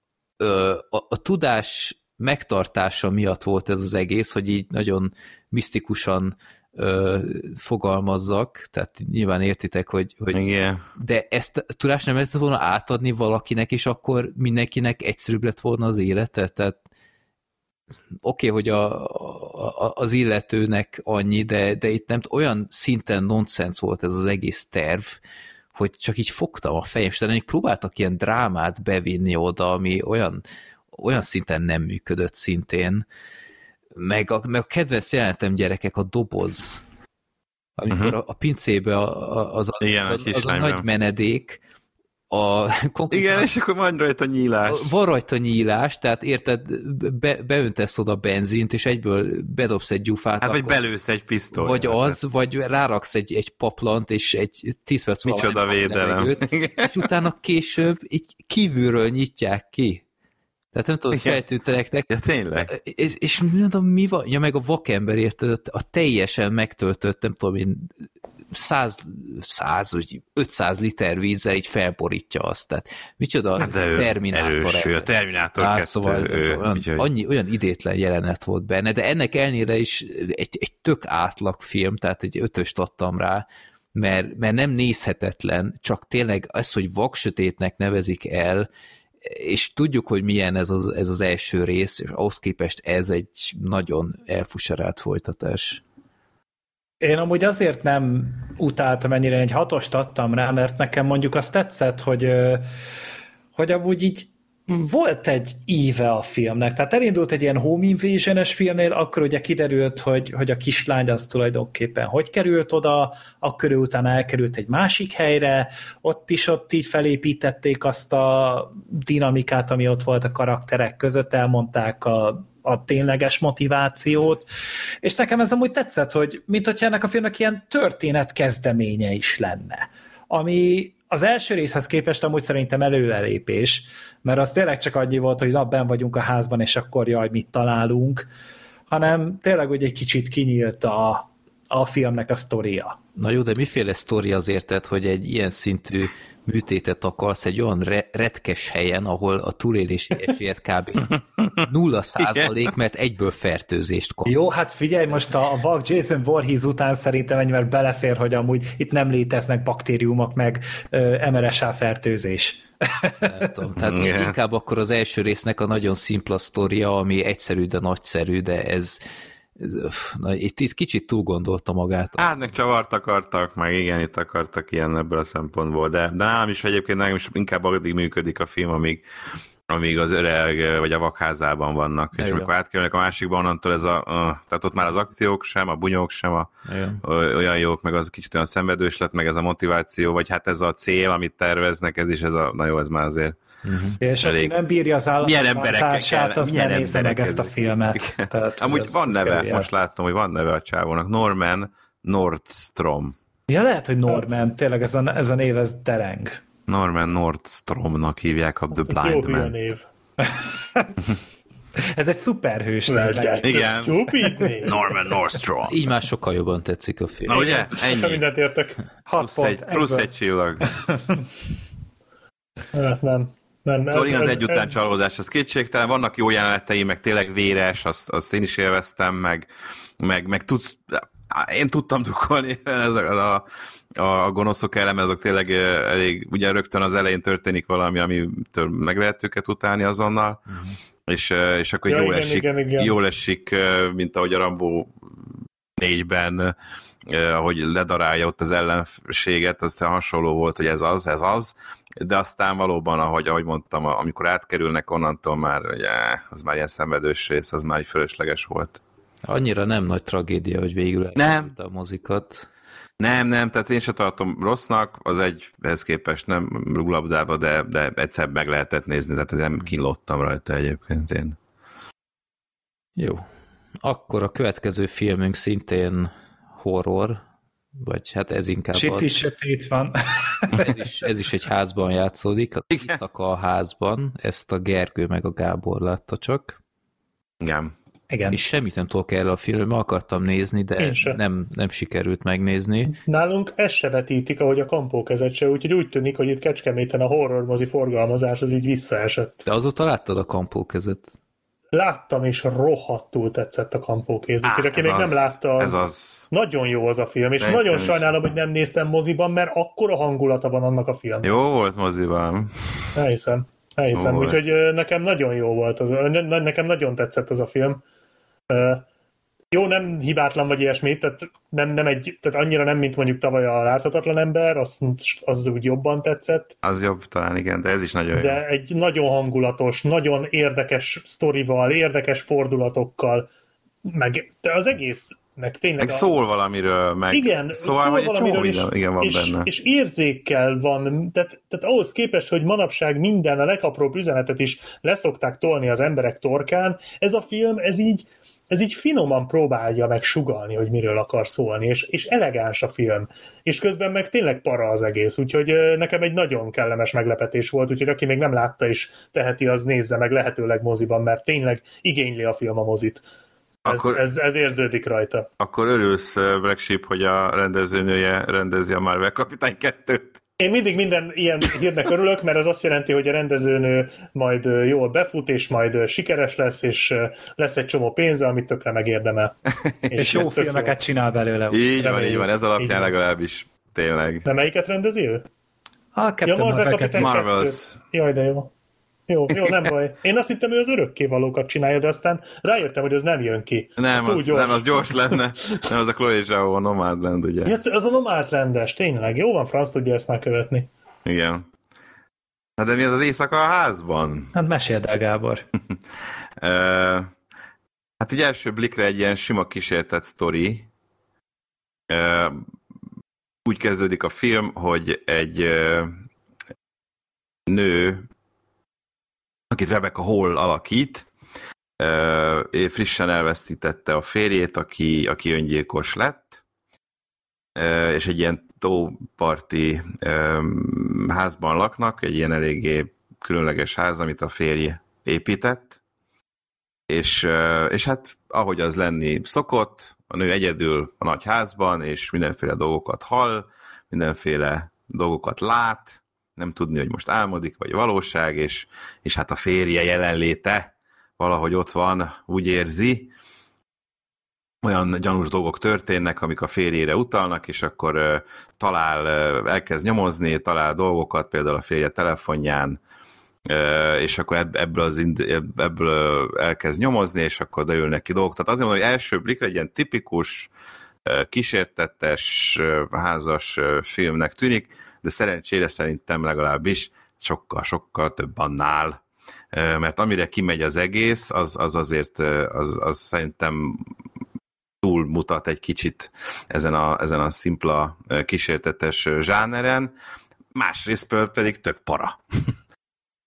ö, a, a tudás megtartása miatt volt ez az egész, hogy így nagyon misztikusan ö, fogalmazzak, tehát nyilván értitek, hogy, hogy Igen. de ezt a tudást nem lehetett volna átadni valakinek, és akkor mindenkinek egyszerűbb lett volna az élete, tehát oké, okay, hogy a, a, az illetőnek annyi, de, de itt nem olyan szinten nonsens volt ez az egész terv, hogy csak így fogtam a fejem, és még próbáltak ilyen drámát bevinni oda, ami olyan olyan szinten nem működött szintén. Meg a, meg a kedvenc jelenetem, gyerekek, a doboz. Amikor uh-huh. a, a pincébe a, a, az, a, Igen, az, az a nagy menedék, a, igen, és akkor van rajta nyílás. Van rajta nyílás, tehát érted, be, beöntesz oda benzint, és egyből bedobsz egy gyufát. Hát, vagy belősz egy pisztolyt. Vagy az, hát. Vagy ráraksz egy, egy paplant, és egy tíz perc múlva micsoda védelem. És utána később így kívülről nyitják ki. Tehát nem tudom, hogy feltűnt nektek. Ja, tényleg. És, és mondom, mi van? Ja, meg a vakember érted, a teljesen megtöltött, nem tudom én, száz, száz vagy ötszáz liter vízzel így felborítja azt. Tehát micsoda hát Terminátor. Erős, a Terminátor Á, kettő. Szóval ő, olyan, úgy, annyi, olyan idétlen jelenet volt benne, de ennek ellenére is egy, egy tök átlag film, tehát egy ötöst adtam rá, mert, mert nem nézhetetlen, csak tényleg ez, hogy vaksötétnek nevezik el, és tudjuk, hogy milyen ez az, ez az első rész, és ahhoz képest ez egy nagyon elfuserált folytatás. Én amúgy azért nem utáltam ennyire, egy hatost adtam rá, mert nekem mondjuk azt tetszett, hogy, hogy amúgy így volt egy íve a filmnek. Tehát elindult egy ilyen home invasion-es filmnél, akkor ugye kiderült, hogy, hogy a kislány az tulajdonképpen hogy került oda, akkor ő utána elkerült egy másik helyre, ott is ott így felépítették azt a dinamikát, ami ott volt a karakterek között, elmondták a, a tényleges motivációt, és nekem ez amúgy tetszett, hogy mint hogyha ennek a filmnek ilyen történet kezdeménye is lenne, ami az első részhez képest amúgy szerintem előrelépés, mert az tényleg csak annyi volt, hogy na, benn vagyunk a házban, és akkor jaj, mit találunk, hanem tényleg úgy egy kicsit kinyílt a, a filmnek a sztoria. Na jó, de miféle sztori azért, tehát, hogy egy ilyen szintű műtétet akarsz egy olyan re- retkes helyen, ahol a túlélési esélyed kb. nulla százalék, mert egyből fertőzést kap. Jó, hát figyelj, most a, a vak Jason Voorhees után szerintem ennyivel belefér, hogy amúgy itt nem léteznek baktériumok, meg ö, em er es á fertőzés. Tudom, tehát yeah. inkább akkor az első résznek a nagyon szimpla sztoria, ami egyszerű, de nagyszerű, de ez Na, itt, itt kicsit túl gondolta magát. Hát meg csavart akartak, meg igen, itt akartak ilyen ebből a szempontból, de, de nálam is egyébként nekem is inkább addig működik a film, amíg, amíg az öreg vagy a vakházában vannak, és amikor átkerülnek a másikba, onnantól ez a, a, tehát ott már az akciók sem, a bunyók sem a, olyan jók, meg az kicsit olyan szenvedős lett, meg ez a motiváció, vagy hát ez a cél, amit terveznek, ez is ez a, na jó, ez már azért Uh-huh. És Elég. aki nem bírja az állattársát, az nem nézze meg ezt a filmet. Tehát, amúgy ez, van ez neve, kerülje. most láttam, hogy van neve a csávónak, Norman Nordstrom. Ja, lehet, hogy Norman, tényleg ez a, ez a név, ez dereng. Norman Nordstromnak hívják a The Ez jó Blind hülye Man. név. Ez egy szuperhős név. Lehet, Igen. Stupid név. Norman Nordstrom. Így már sokkal jobban tetszik a film. Na ugye? Nekem Ennyi. mindent értek. Hat Plusz pont, egy, plusz egyből. egy csillag. Hát nem. nem Szóval ez- igen, az ez- egy után ez- csalódás, az kétségtelen. Vannak jó jelenetei, meg tényleg véres, azt, azt én is élveztem, meg, meg, meg tudsz, én tudtam drukkolni ezek a, a, a gonoszok ellen, mert azok tényleg eh, elég, ugye rögtön az elején történik valami, amitől meg lehet őket utálni azonnal, uh-huh. és, eh, és akkor Ja, jól, igen, esik, igen, igen. jól esik, eh, mint ahogy a Rambo négyben, eh, ahogy ledarálja ott az ellenséget, aztán hasonló volt, hogy ez az, ez az, de aztán valóban, ahogy, ahogy mondtam, amikor átkerülnek onnantól már, ugye, az már ilyen szenvedős rész, az már így fölösleges volt. Annyira nem nagy tragédia, hogy végül Nem. elkerült a mozikat. Nem, nem, tehát én sem tartom rossznak, az egy ehhez képest nem rúglabdába, de, de egyszer meg lehetett nézni, tehát nem kínlottam rajta egyébként én. Jó. Akkor a következő filmünk szintén horror, vagy hát ez inkább Siti az. sötét van. Ez is, ez is egy házban játszódik, az Igen. Itaka a házban, ezt a Gergő meg a Gábor látta csak, Igen. Igen. és semmit nem tudok erről a filmről, meg akartam nézni, de Én sem. nem, nem sikerült megnézni. Nálunk ezt se vetítik, ahogy a kampókezet se, úgyhogy úgy tűnik, hogy itt Kecskeméten a horrormozi forgalmazás az így visszaesett. De azóta láttad a kampókezet? Láttam, és rohadtul tetszett a kampókéz. Úgyhogy aki ez még az, nem látta, az, Ez az. nagyon jó az a film, és Nekem nagyon is. sajnálom, hogy nem néztem moziban, mert akkora hangulata van annak a filmnek. Jó volt moziban. Elhiszem. Elhiszem. Jó volt. Úgyhogy ö, nekem nagyon jó volt, az, ne- ne- nekem nagyon tetszett az a film. Ö, Jó, nem hibátlan vagy ilyesmi, tehát, nem, nem egy, tehát annyira nem, mint mondjuk tavaly a Láthatatlan ember, az, az úgy jobban tetszett, Az jobb talán, igen, de ez is nagyon jó. de egy nagyon hangulatos, nagyon érdekes sztorival, érdekes fordulatokkal, meg de az egésznek tényleg... Meg a, szól valamiről, meg igen, szóval, szól hogy egy csomó valamiről, és, minden, igen, van és, benne. és érzékkel van, tehát, tehát ahhoz képest, hogy manapság minden, a legapróbb üzenetet is leszokták tolni az emberek torkán, ez a film, ez így ez így finoman próbálja meg sugallni, hogy miről akar szólni, és, és elegáns a film. És közben meg tényleg para az egész, úgyhogy ö, nekem egy nagyon kellemes meglepetés volt, úgyhogy aki még nem látta is teheti, az nézze meg lehetőleg moziban, mert tényleg igényli a film a mozit. Ez, Akkor- ez, ez érződik rajta. Akkor örülsz, uh, Black Sheep, hogy a rendezőnője rendezi a Marvel Kapitány kettőt? Én mindig minden ilyen hírnek örülök, mert ez azt jelenti, hogy a rendezőnő majd ö, jól befut, és majd ö, sikeres lesz, és ö, lesz egy csomó pénze, amit tökre megérdemel. És jó ez tök filmeket csinál belőle. Így van, Reméljük. így van, ez Így alapján van. legalábbis tényleg. De melyiket rendezi ő? A Ja, Captain Marvel Marvel Kapitány kettő. Marvels. kettő. Jaj, de jó. Jó, jó, nem baj. Én azt hittem, ő az örökkévalókat csinálja, de aztán rájöttem, hogy az nem jön ki. Nem, túl az, nem, az gyors lenne. Nem, az a Chloe Zhao, a Nomadland, ugye? Ja, az a Nomadlandes, tényleg. Jó van, franc tudja ezt már követni. Igen. Hát de mi az az éjszaka a házban? Hát meséld el, Gábor. Uh, hát ugye első blikre egy ilyen sima kísértett sztori. Uh, úgy kezdődik a film, hogy egy uh, nő, akit Rebecca Hall alakít, uh, frissen elvesztítette a férjét, aki, aki öngyilkos lett, uh, és egy ilyen tóparti um, házban laknak, egy ilyen eléggé különleges ház, amit a férje épített, és, és hát ahogy az lenni szokott, a nő egyedül a nagy házban, és mindenféle dolgokat hall, mindenféle dolgokat lát, nem tudni, hogy most álmodik, vagy valóság, és, és hát a férje jelenléte valahogy ott van, úgy érzi, olyan gyanús dolgok történnek, amik a férjére utalnak, és akkor uh, talál, uh, elkezd nyomozni, talál dolgokat, például a férje telefonján, uh, és akkor ebb, ebből, az ind- ebből uh, elkezd nyomozni, és akkor beülnek ki dolgok. Tehát azért mondom, hogy első blikre egy ilyen tipikus, uh, kísértetes, uh, házas uh, filmnek tűnik, de szerencsére szerintem legalábbis sokkal-sokkal több annál, uh, mert amire kimegy az egész, az, az azért uh, az, az szerintem túlmutat egy kicsit ezen a, ezen a szimpla kísértetes zsáneren, másrészt pedig tök para.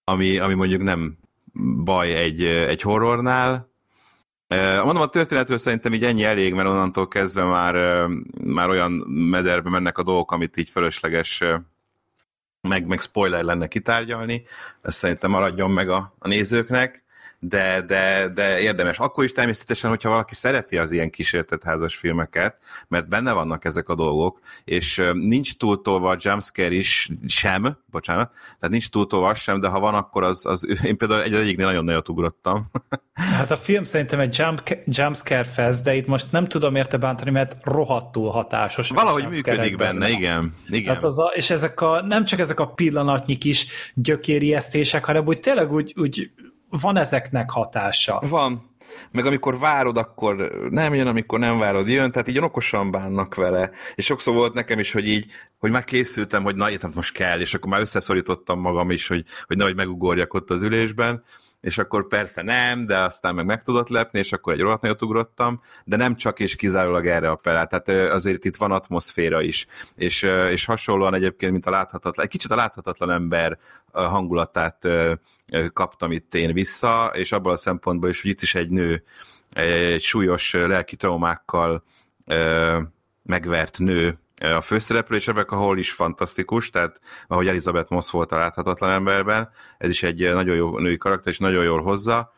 ami, ami mondjuk nem baj egy, egy horrornál. Mondom, a történetről szerintem így ennyi elég, mert onnantól kezdve már, már olyan mederbe mennek a dolgok, amit így fölösleges meg, meg spoiler lenne kitárgyalni. Ezt szerintem maradjon meg a, a nézőknek, de, de, de érdemes. Akkor is természetesen, hogyha valaki szereti az ilyen kísértetházas filmeket, mert benne vannak ezek a dolgok, és nincs túltolva a jumpscare is sem, bocsánat, tehát nincs túltolva az sem, de ha van, akkor az, az én például egy egyiknél nagyon nagyot ugrottam. Hát a film szerintem egy jump, jumpscare fest, de itt most nem tudom érte bántani, mert rohadtul hatásos. Valahogy működik benne, benne, igen. igen. Tehát az a, és ezek a, nem csak ezek a pillanatnyi kis gyökérijesztések, hanem úgy tényleg úgy, úgy van ezeknek hatása. Van. Meg amikor várod, akkor nem jön, amikor nem várod, jön, tehát így okosan bánnak vele. És sokszor volt nekem is, hogy így, hogy már készültem, hogy na, itt most kell, és akkor már összeszorítottam magam is, hogy, hogy nehogy megugorjak ott az ülésben, és akkor persze nem, de aztán meg meg tudott lepni, és akkor egy rohadt nagyot ugrottam, de nem csak és kizárólag erre appellál, tehát azért itt van atmoszféra is, és, és hasonlóan egyébként, mint a láthatatlan, egy kicsit a láthatatlan ember hangulatát kaptam itt én vissza, és abban a szempontból is, hogy itt is egy nő, egy súlyos lelki traumákkal megvert nő a főszereplő, és Rebecca Hall is fantasztikus, tehát ahogy Elizabeth Moss volt a láthatatlan emberben, ez is egy nagyon jó női karakter, és nagyon jól hozza.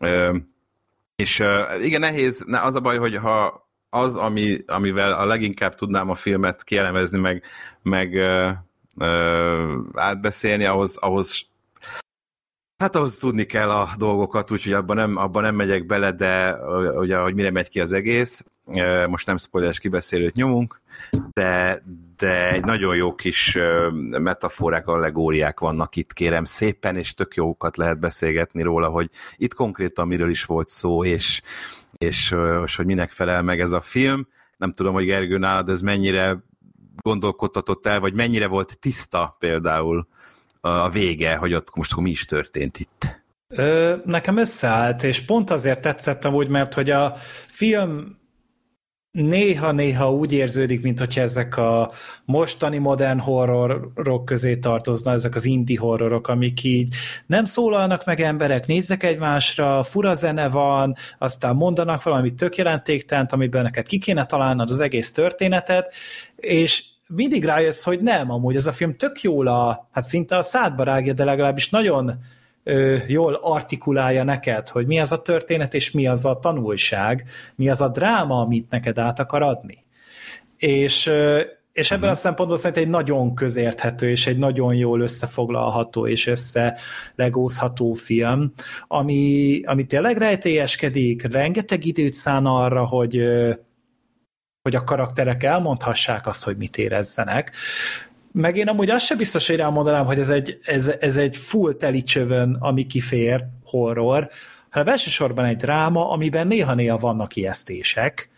És igen, nehéz, az a baj, hogy ha az, ami, amivel a leginkább tudnám a filmet kielemezni, meg, meg ö, ö, átbeszélni, ahhoz, ahhoz hát ahhoz tudni kell a dolgokat, úgyhogy abban nem, abban nem megyek bele, de ugye, hogy mire megy ki az egész, most nem spoileres kibeszélőt nyomunk, de, de egy nagyon jó kis metaforák, allegóriák vannak itt, kérem szépen, és tök jókat lehet beszélgetni róla, hogy itt konkrétan miről is volt szó, és, és, és hogy minek felel meg ez a film. Nem tudom, hogy Gergő, nálad ez mennyire gondolkodtatott el, vagy mennyire volt tiszta például a vége, hogy ott most akkor mi is történt itt? Ö, nekem összeállt, és pont azért tetszettem úgy, mert hogy a film néha-néha úgy érződik, mint hogyha ezek a mostani modern horrorok közé tartozna, ezek az indie horrorok, amik így nem szólalnak meg emberek, nézzek egymásra, fura zene van, aztán mondanak valami tök jelentéktelent, amiből neked ki kéne találnod az egész történetet, és mindig rájössz, hogy nem, amúgy ez a film tök jól a, hát szinte a szádba rágja, de legalábbis nagyon ö, jól artikulálja neked, hogy mi az a történet, és mi az a tanulság, mi az a dráma, amit neked át akar adni. És, ö, és ebben uh-huh. a szempontból szerintem egy nagyon közérthető, és egy nagyon jól összefoglalható, és összelegózható film, ami, ami tényleg rejtélyeskedik, rengeteg időt szán arra, hogy ö, hogy a karakterek elmondhassák azt, hogy mit érezzenek. Meg én amúgy azt sem biztos, hogy elmondanám, hogy ez egy, ez, ez egy full teli csövön, ami kifér horror, hanem elsősorban egy dráma, amiben néha-néha vannak ijesztések,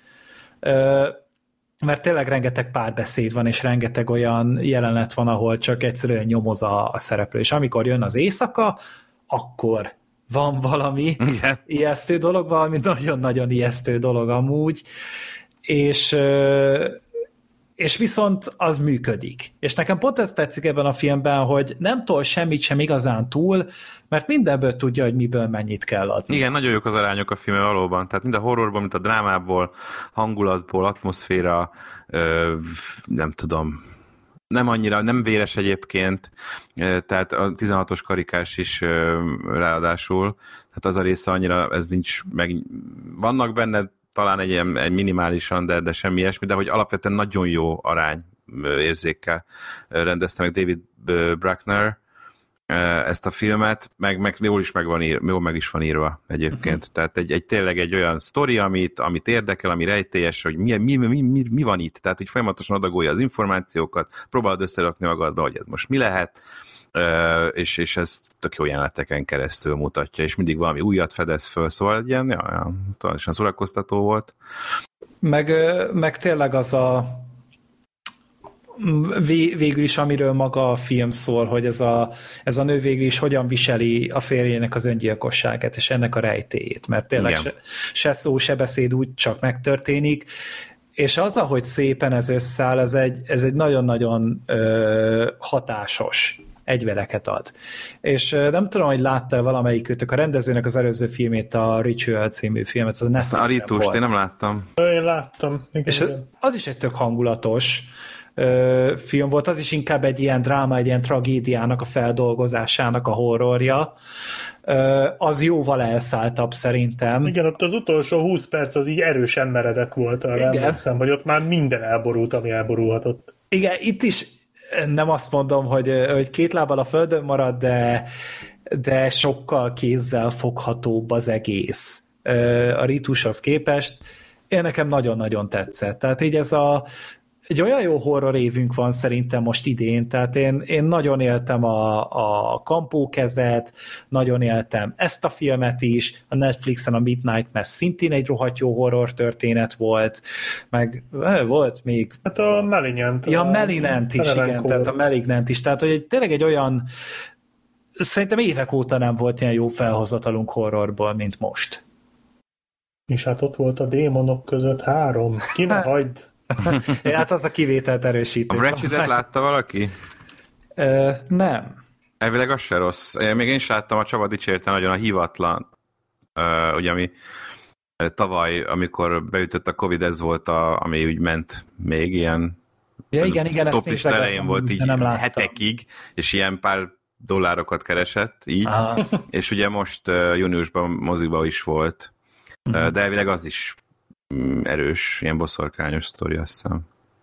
mert tényleg rengeteg párbeszéd van, és rengeteg olyan jelenet van, ahol csak egyszerűen nyomoz a, a szereplő, és amikor jön az éjszaka, akkor van valami Igen. ijesztő dolog, valami nagyon-nagyon ijesztő dolog amúgy, és, és viszont az működik. És nekem pont ez tetszik ebben a filmben, hogy nem tol semmit sem igazán túl, mert mindenből tudja, hogy miből mennyit kell adni. Igen, nagyon jók az arányok a filmben valóban. Tehát mind a horrorból, mint a drámából, hangulatból, atmoszféra, nem tudom, nem annyira, nem véres egyébként, tehát a tizenhatos karikás is ráadásul, tehát az a része annyira, ez nincs meg, vannak benne talán egy, ilyen, egy minimálisan, de, de semmi ilyesmi, de hogy alapvetően nagyon jó arány érzékkel rendezte meg David Bruckner ezt a filmet, meg, meg jól is meg, van ír, jól meg is van írva egyébként. Uh-huh. Tehát egy, egy, tényleg egy olyan sztori, amit, amit érdekel, ami rejtélyes, hogy mi, mi, mi, mi, mi van itt. Tehát, hogy folyamatosan adagolja az információkat, próbálod összerakni magadba, hogy ez most mi lehet, és, és ez tök jó jeleneteken keresztül mutatja, és mindig valami újat fedez föl, szóval egy ilyen, ja, ja, továbbisen szórakoztató volt. Meg, meg tényleg az a végül is, amiről maga a film szól, hogy ez a, ez a nő végül is hogyan viseli a férjének az öngyilkosságát, és ennek a rejtélyét, mert tényleg se, se szó, se beszéd úgy csak megtörténik, és az, ahogy szépen ez összeáll, ez egy, ez egy nagyon-nagyon ö, hatásos egyvereket ad. És nem tudom, hogy látta valamelyikőtök a rendezőnek az előző filmét, a Ritual című filmet, az a Netflixen a Ritust volt. Én nem láttam. Én láttam. Igen, és igen. az is egy tök hangulatos ö, film volt, az is inkább egy ilyen dráma, egy ilyen tragédiának a feldolgozásának a horrorja. Ö, az jóval elszálltabb szerintem. Igen, ott az utolsó húsz perc az így erősen meredek volt. Arra emlékszem, hogy ott már minden elborult, ami elborulhatott. Igen, itt is nem azt mondom, hogy, hogy két lábbal a földön marad, de, de sokkal kézzel foghatóbb az egész a Ritushoz képest. Én nekem nagyon-nagyon tetszett. Tehát így ez a egy olyan jó horror évünk van szerintem most idén, tehát én, én nagyon éltem a, a Kampókezet, nagyon éltem ezt a filmet is, a Netflixen a Midnight Mass szintén egy rohadt jó horror történet volt, meg volt még... Hát a Malignant. Ja, a Malignant is, igen, tehát a Malignant is, tehát hogy tényleg egy olyan, szerintem évek óta nem volt ilyen jó felhozatalunk horrorból, mint most. És hát ott volt a démonok között három. Ki ne hagyd? Hát az a kivételt erősítő. A Ratchetet látta valaki? Ö, nem. Elvileg az se rossz. Én még én is láttam, a Csaba dicsérte nagyon a Hívatlan, uh, ugye ami uh, tavaly, amikor beütött a Covid, ez volt, a, ami úgy ment még ilyen ja, igen, igen, top list elején volt így hetekig, és ilyen pár dollárokat keresett, így, aha. És ugye most uh, júniusban moziba is volt, uh, de elvileg az is erős, ilyen boszorkányos sztori, azt hiszem.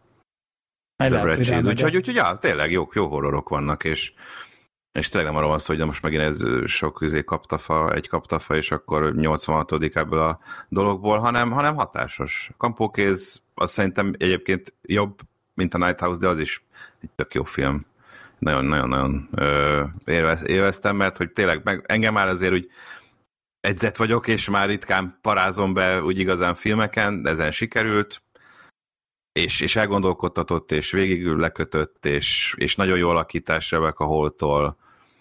Úgyhogy, úgyhogy, úgyhogy ja, tényleg jó, jó horrorok vannak, és, és tényleg nem arról van szó, hogy most megint ez sok üzé kaptafa, egy kaptafa, és akkor nyolcvanhatodik ebből a dologból, hanem, hanem hatásos. Kampókéz, az szerintem egyébként jobb, mint a Night House, de az is egy tök jó film. Nagyon-nagyon élveztem, mert hogy tényleg meg, engem már azért úgy edzett vagyok, és már ritkán parázom be úgy igazán filmeken, de ezen sikerült, és, és elgondolkodtatott, és végigül lekötött, és, és nagyon jó alakítás Rebecca Hall-tól,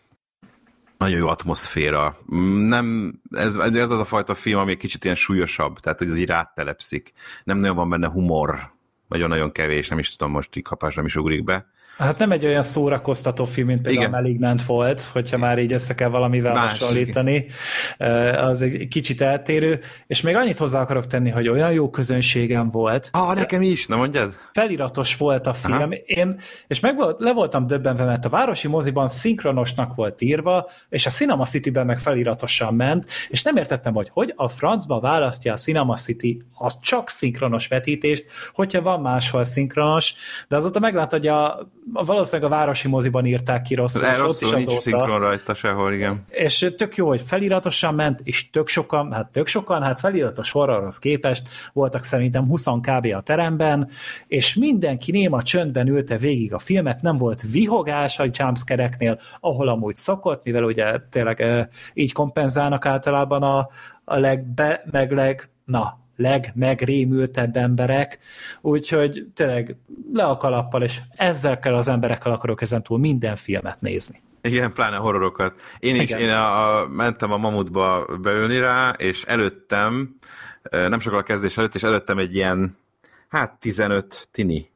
nagyon jó atmoszféra. Nem, ez, ez az a fajta film, ami kicsit ilyen súlyosabb, tehát hogy az így ráttelepszik. Nem nagyon van benne humor, nagyon-nagyon kevés, nem is tudom, most így kapás nem is ugrik be. Hát nem egy olyan szórakoztató film, mint például igen. A Malignant volt, hogyha már így össze kell valamivel hasonlítani. Az egy kicsit eltérő, és még annyit hozzá akarok tenni, hogy olyan jó közönségem volt. Ah, nekem is, na mondjad. Feliratos volt a film, aha. Én, és meg volt, le voltam döbbenve, mert a városi moziban szinkronosnak volt írva, és a Cinema City-ben meg feliratosan ment, és nem értettem, hogy hogy a francba választja a Cinema City az csak szinkronos vetítést, hogyha van máshol szinkronos, de azóta meglátod, hogy a valószínűleg a városi moziban írták ki rosszul. Ez rosszul, nincs azóta. Szinkron rajta sehol, igen. És tök jó, hogy feliratosan ment, és tök sokan, hát tök sokan, hát feliratos horrorhoz képest voltak szerintem húsz kb. A teremben, és mindenki néma csöndben ülte végig a filmet, nem volt vihogás a jumpscare-eknél, ahol amúgy szokott, mivel ugye tényleg e, így kompenzálnak általában a, a legbe, meg leg, na, legmegrémültebb emberek, úgyhogy tényleg le a kalappal, és ezzel kell az emberekkel akarok ezentúl minden filmet nézni. Igen, pláne horrorokat. Én is, igen. én a, a, mentem a Mamutba beülni rá, és előttem, nem sokkal a kezdés előtt, és előttem egy ilyen, hát tizenöt tini.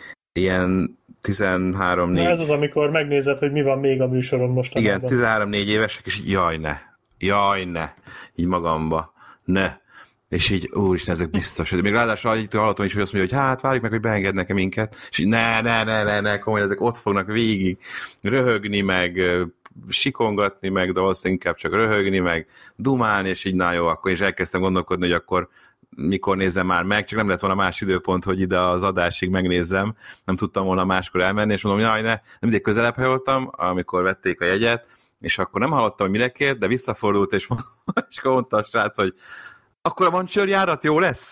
Ilyen tizenhárom négy. Ez az, amikor megnézed, hogy mi van még a műsoron mostanában. Igen, tizenhárom négy évesek, és így jaj ne, jaj ne, így magamba, ne. És így, úristen, ezek biztos. De még ráadásul így hallottam is, hogy azt mondja, hogy hát várjuk meg, hogy beengednek-e minket. És így ne, ne, ne, ne, ne, komolyan, ezek ott fognak végig röhögni, meg sikongatni, meg, de valószínűleg inkább csak röhögni, meg dumálni, és így na jó, akkor is elkezdtem gondolkodni, hogy akkor mikor nézem már meg, csak nem lett volna más időpont, hogy ide az adásig megnézzem, nem tudtam volna máskor elmenni, és mondom, jaj, ne, nem mindig közelebb hajoltam, amikor vették a jegyet, és akkor nem hallottam, hogy mire kért, de visszafordult, és, és mondta a srác, hogy akkor a mancsőrjárat jó lesz?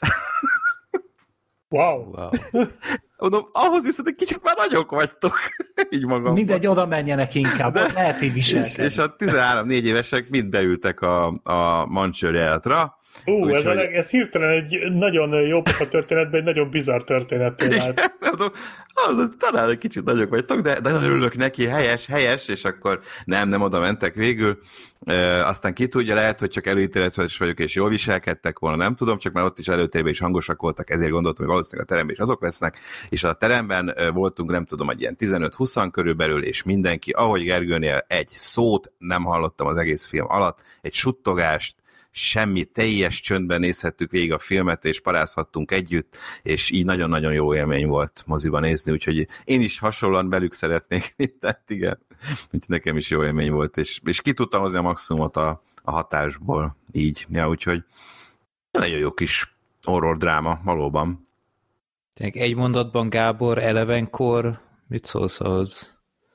Wow. wow. Mondom, ahhoz viszont egy kicsit már nagyok vagytok. Így magam. Mindegy, oda menjenek inkább, lehet így viselkedni. És, és a tizenhárom négy évesek mind beültek a, a mancsőrjáratra, Ú, Úgy, ez, hogy... leg, ez hirtelen egy nagyon jó pofa történetben egy nagyon bizarr történetté vált. Az, talán egy kicsit nagyok vagytok, de, de nagyon örülök neki, helyes, helyes, és akkor nem, nem oda mentek végül. E, aztán ki tudja, lehet, hogy csak előítéletes vagyok, és jól viselkedtek volna, nem tudom, csak már ott is előtérben is hangosak voltak, ezért gondoltam, hogy valószínűleg a teremben is azok lesznek, és a teremben voltunk, nem tudom, egy ilyen tizenöt-húsz körülbelül, és mindenki, ahogy Gergőnél, egy szót nem hallottam az egész film alatt, egy suttogást, semmi, teljes csöndben nézhettük végig a filmet, és parázhattunk együtt, és így nagyon-nagyon jó élmény volt moziban nézni, úgyhogy én is hasonlóan belük szeretnék mindent, igen. Úgyhogy nekem is jó élmény volt, és, és ki tudtam hozni a maximumot a, a hatásból, így. Ja, úgyhogy nagyon jó kis horror dráma, valóban. Egy mondatban, Gábor, elevenkor mit szólsz ahhoz?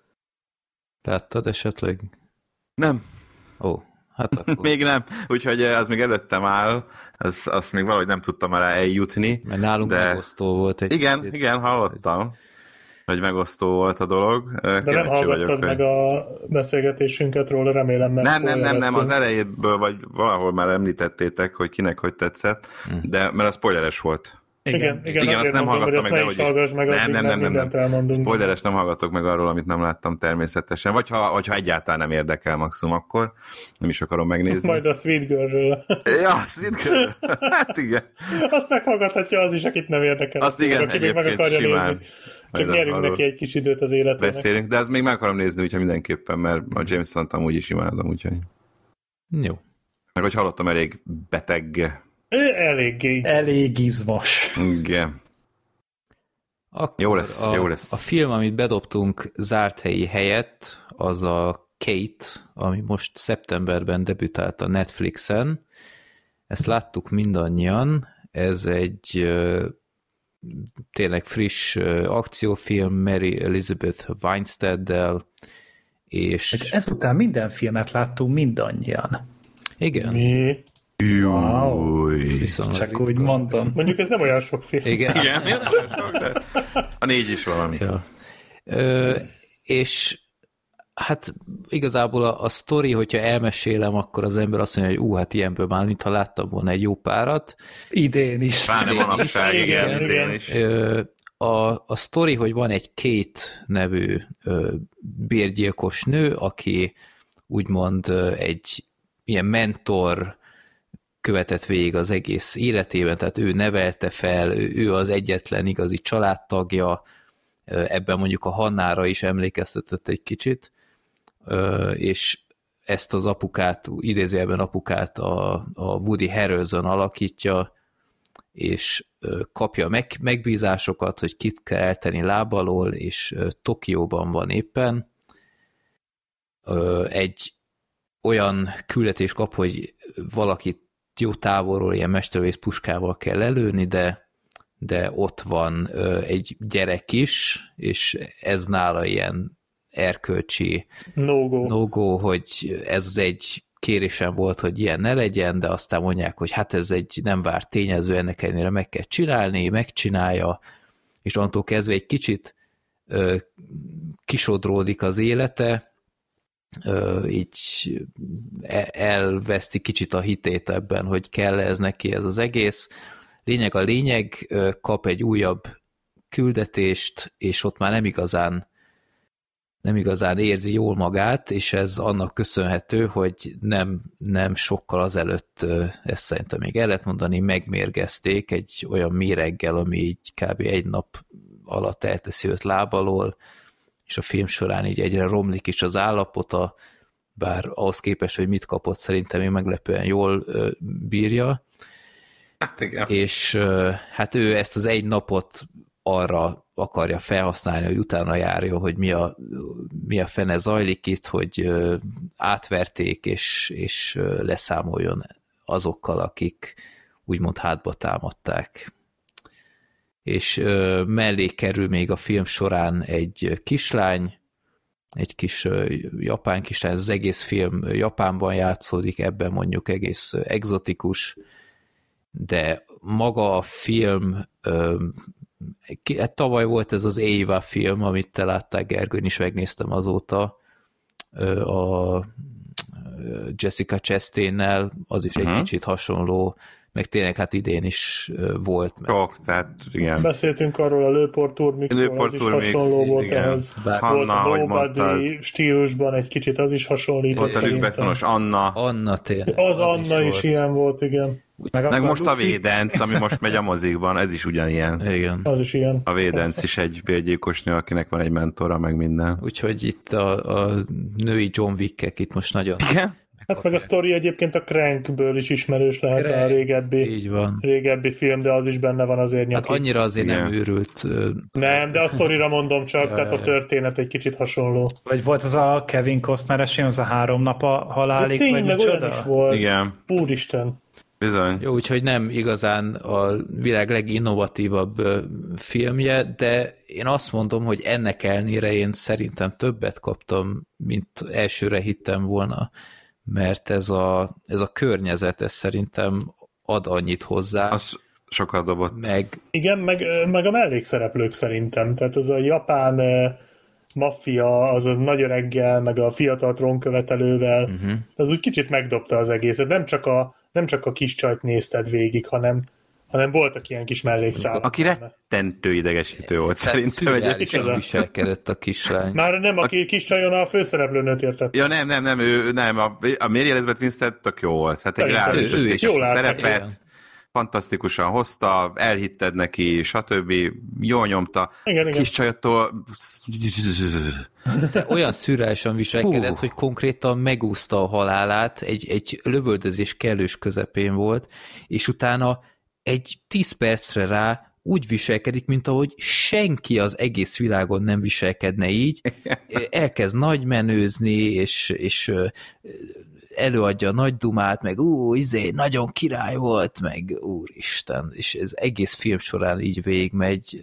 Láttad esetleg? Nem. Ó, hát akkor... Még nem, úgyhogy az még előttem áll, az, azt még valahogy nem tudtam rá eljutni. Mert nálunk de... megosztó volt. Egy igen, kicsit. igen, hallottam, hogy megosztó volt a dolog. De Kíváncsi nem hallgattad vagyok, meg hogy... a beszélgetésünket róla, remélem, mert nem, nem, nem, nem, az elejéből, vagy valahol már említettétek, hogy kinek hogy tetszett, hm. de mert az spoileres volt. Igen, igen, igen, igen azt nem mondom, hallgattam meg, de hogy is. Meg, nem, nem, nem, nem, nem. Elmondunk. Spoileres nem hallgatok meg arról, amit nem láttam természetesen, vagy ha, hogyha egyáltalán nem érdekel maximum, akkor nem is akarom megnézni. Majd a Sweet Girl-ről. Ja, Sweet Girl. Hát igen. Azt meghallgathatja az is, akit nem érdekel. Azt igen, aki még meg akarja simán. Nézni. Csak nyerjünk neki egy kis időt az életének. Beszélünk, de azt még meg akarom nézni, úgyhogy mindenképpen, mert a James Wan-t amúgy is imádom, úgyhogy. Jó. Meg hogy hallottam, elég beteg. Eléggé. Elég izmos. Igen. Akkor jó lesz, a, jó lesz. A film, amit bedobtunk zárt helyi helyett, az a Kate, ami most szeptemberben debütált a Netflixen. Ezt láttuk mindannyian. Ez egy uh, tényleg friss uh, akciófilm Mary Elizabeth Winstead-del, és... Hát ezután minden filmet láttunk mindannyian. Igen. Mi? Wow. Viszont csak úgy mondtam. Mondjuk ez nem olyan sok film. Igen. Igen, nem olyan sok, de a négy is valami. Ja. Ö, és hát igazából a, a sztori, hogyha elmesélem, akkor az ember azt mondja, hogy ú, hát ilyenből már, mintha láttam volna egy jó párat. Idén is. Pláne manapság, igen, igen, idén is. Ö, a, a sztori, hogy van egy Kate nevű ö, bérgyilkos nő, aki úgymond ö, egy ilyen mentor követett végig az egész életében, tehát ő nevelte fel, ő az egyetlen igazi családtagja, ebben mondjuk a Hannára is emlékeztetett egy kicsit, és ezt az apukát, idézőjelben apukát a, a Woody Harrelson alakítja, és kapja meg, megbízásokat, hogy kit kell eltenni lábalól, és Tokióban van éppen. Egy olyan küldetés kap, hogy valakit jó távolról ilyen mesterlövész puskával kell lelőni, de, de ott van ö, egy gyerek is, és ez nála ilyen erkölcsi no-go, no-go, hogy ez egy kérésem volt, hogy ilyen ne legyen, de aztán mondják, hogy hát ez egy nem várt tényező, ennek ellenére meg kell csinálni, megcsinálja, és onnantól kezdve egy kicsit ö, kisodródik az élete, Ö, így elveszti kicsit a hitét ebben, hogy kell ez neki ez az egész. Lényeg a lényeg, kap egy újabb küldetést, és ott már nem igazán nem igazán érzi jól magát, és ez annak köszönhető, hogy nem, nem sokkal azelőtt, ezt szerintem még el lehet mondani, megmérgezték egy olyan méreggel, ami így kb. Egy nap alatt elteszi őt lábalól, és a film során így egyre romlik is az állapota, bár ahhoz képest, hogy mit kapott, szerintem még meglepően jól ö, bírja. Hát igen. És ö, hát ő ezt az egy napot arra akarja felhasználni, hogy utána járjon, hogy mi a, mi a fene zajlik itt, hogy ö, átverték, és, és ö, leszámoljon azokkal, akik úgymond hátba támadták. És ö, mellé kerül még a film során egy kislány, egy kis ö, japán kislány, az egész film Japánban játszódik, ebben mondjuk egész egzotikus, de maga a film, ö, hát tavaly volt ez az Éva film, amit te láttál, Gergőn, is megnéztem azóta, ö, a Jessica Chastain-nel, az is uh-huh. egy kicsit hasonló, meg tényleg hát idén is volt. Sok, tehát igen. Beszéltünk arról a Lőport Turmixról, az is hasonló volt igen. ehhez. Bár Hanna, volt a Nobody stílusban egy kicsit, az is hasonlít. Volt a Luke Bessonos Anna. Anna tényleg. Az, az Anna is, is ilyen volt, igen. Meg, meg most Lucy... a Védenc, ami most megy a mozikban, ez is ugyanilyen. Igen. Az is ilyen. A Védenc is egy bérgyilkosnő, akinek van egy mentora, meg minden. Úgyhogy itt a, a női John Wick-ek itt most nagyon... Igen. Hát meg a sztori egyébként a Crankből is ismerős lehet Crank. a régebbi, Így van. régebbi film, de az is benne van azért nyaki. Hát annyira azért igen. nem őrült. Nem, de a sztorira mondom csak, ja, tehát a történet egy kicsit hasonló. Vagy volt az a Kevin Costner-es film, az a Három nap a halálig, de tényleg vagy olyan is volt. Igen. Úristen. Bizony. Jó, úgyhogy nem igazán a világ leginnovatívabb filmje, de én azt mondom, hogy ennek ellenére én szerintem többet kaptam, mint elsőre hittem volna, mert ez a, ez a környezet, ez szerintem ad annyit hozzá. Az sokat dobott. Meg... Igen, meg, meg a mellékszereplők szerintem, tehát az a japán maffia, az a nagy öreggel, meg a fiatal trónkövetelővel, uh-huh. az úgy kicsit megdobta az egészet. Nem csak a, nem csak a kis csajt nézted végig, hanem, hanem voltak ilyen kis mellékszálak. Aki rettentő idegesítő volt szerintem. Szürreálisan viselkedett a kislány. Már nem, aki a kis csajon a főszereplőnőt értett. Ja nem, nem, nem, ő, nem a, a Mary Elizabeth Winstead tök jó volt. Hát egy reális szerepet, fantasztikusan hozta, elhitted neki, stb. Jól nyomta. Igen, kis csajottól... De olyan szürreálisan viselkedett, uh. hogy konkrétan megúszta a halálát, egy, egy lövöldözés kellős közepén volt, és utána egy tíz percre rá úgy viselkedik, mint ahogy senki az egész világon nem viselkedne így. Elkezd nagymenőzni, és, és előadja a nagy dumát, meg ú, izé, nagyon király volt, meg úristen, és ez egész film során így végigmegy.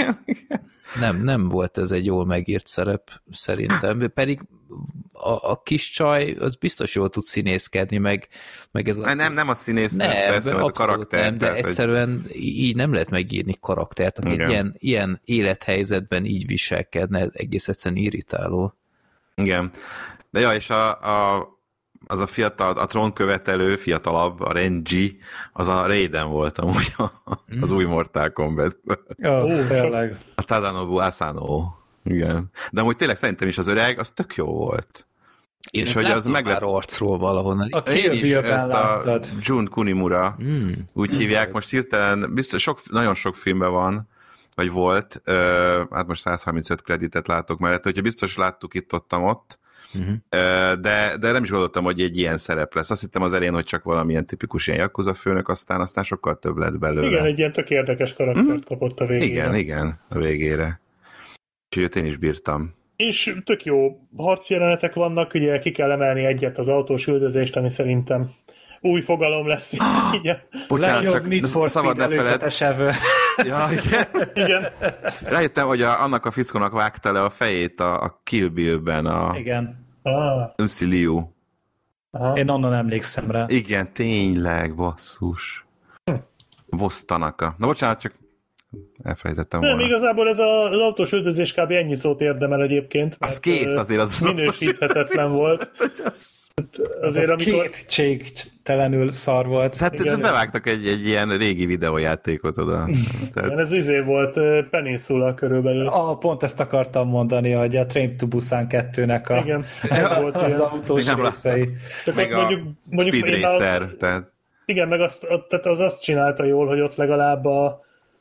Nem, nem volt ez egy jól megírt szerep, szerintem, pedig a, a kis csaj, az biztos jól tud színészkedni, meg, meg ez a... Nem, nem a színész, nem, persze, ez a karakter. Nem, de tehát, egyszerűen hogy... így nem lehet megírni karaktert, aki ilyen, ilyen élethelyzetben így viselkedne, ez egész egyszerűen irritáló. Igen. De ja, és a, a az a fiatal, a trónkövetelő, fiatalabb, a Renji, az a Raiden volt amúgy a, az új Mortal Kombatben. Ja, ó, tényleg. A Tadanobu Asano. Igen. De amúgy tényleg szerintem is az öreg, az tök jó volt. Én és hogy az meglep... már arcról valahonnan. A Én is ezt a Jun Kunimura, mm. úgy hívják, most hirtelen, biztos sok, nagyon sok filmben van, vagy volt, uh, hát most száz harmincöt kreditet látok mellett, hogyha biztos láttuk itt-ott-ott, Uh-huh. De, de nem is gondoltam, hogy egy ilyen szerep lesz. Azt hittem az elején, hogy csak valamilyen tipikus ilyen Yakuza főnök, aztán aztán sokkal több lett belőle. Igen, egy ilyen tök érdekes karaktert uh-huh. kapott a végére. Igen, igen, a végére. Úgyhogy én is bírtam. És tök jó harci jelenetek vannak, ugye ki kell emelni egyet az autós üldözést, ami szerintem új fogalom lesz. Ah, bocsánat, csak Need for Speed előzetes ever. Ja, igen. igen. Rájöttem, hogy a, annak a fickónak vágta le a fejét a, a Kill Bill-ben a igen. Lucy Liu. Aha. Én onnan emlékszem rá. Igen, tényleg, basszus. Hm. Boss Tanaka. Na bocsánat, csak elfelejtettem Nem, volna. igazából ez a, az autós üldözés kb. Ennyi szót érdemel egyébként. Az kész azért az minősíthetetlen volt. Azért, az amikor... kétségtelenül szar volt. Hát igen, bevágtak egy, egy ilyen régi videójátékot oda. Tehát... Igen, ez izé volt Peninsula körülbelül. Ah, pont ezt akartam mondani, hogy a Train to Busan kettőnek a, igen, ez volt az ilyen. autós részei. Meg a mondjuk, mondjuk Speed Racer. A... Tehát... Igen, meg azt, tehát az azt csinálta jól, hogy ott legalább a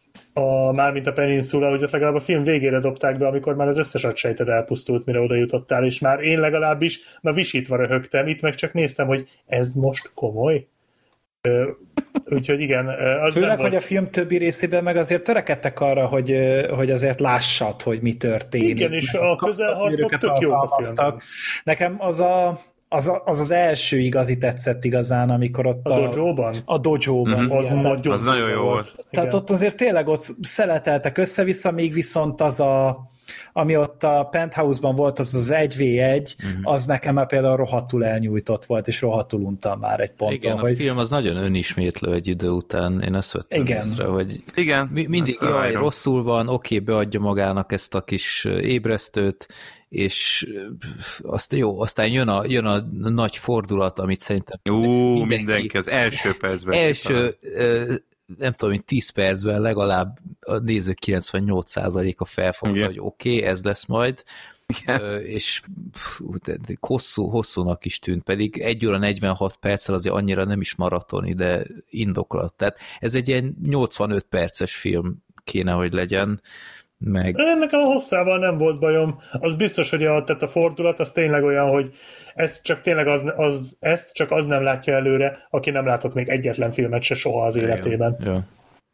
A, mármint a Peninsula, hogy ott legalább a film végére dobták be, amikor már az összes agysejted elpusztult, mire oda jutottál, és már én legalábbis már visítva röhögtem, itt meg csak néztem, hogy ez most komoly? Ö, úgyhogy igen. Az Főleg, hogy a film többi részében meg azért törekedtek arra, hogy, hogy azért lássad, hogy mi történik. Igen, és a közelharcok tök jók a filmben. Nekem az a Az, az az első igazi tetszett igazán, amikor ott a... A dojo-ban? A dojo-ban. Mm-hmm. Az, tehát, az nagyon jó volt. Tehát igen. Ott azért tényleg ott szeleteltek össze-vissza, még viszont az a ami ott a Penthouse-ban volt, az az egy vé egy, uh-huh. az nekem már például rohadtul elnyújtott volt, és rohadtul untam már egy ponton. Igen, hogy... a film az nagyon önismétlő egy idő után, én ezt vettem Igen. észre, hogy Igen, mi, mindig jaj, rosszul van, oké, beadja magának ezt a kis ébresztőt, és azt jó, aztán jön a, jön a nagy fordulat, amit szerintem Ú, mindenki, mindenki az első percben. Első, nem tudom, hogy tíz percben legalább a nézők kilencvennyolc százaléka felfogta, Igen. hogy oké, okay, ez lesz majd, Igen. és hosszú, hosszúnak is tűnt, pedig egy óra negyvenhat perccel azért annyira nem is maratoni, de indoklat. Tehát ez egy ilyen nyolcvanöt perces film kéne, hogy legyen, meg... Nekem a hosszával nem volt bajom. Az biztos, hogy a, tehát a fordulat az tényleg olyan, hogy ezt csak tényleg az, az, ezt csak az nem látja előre, aki nem látott még egyetlen filmet se soha az életében. Ja.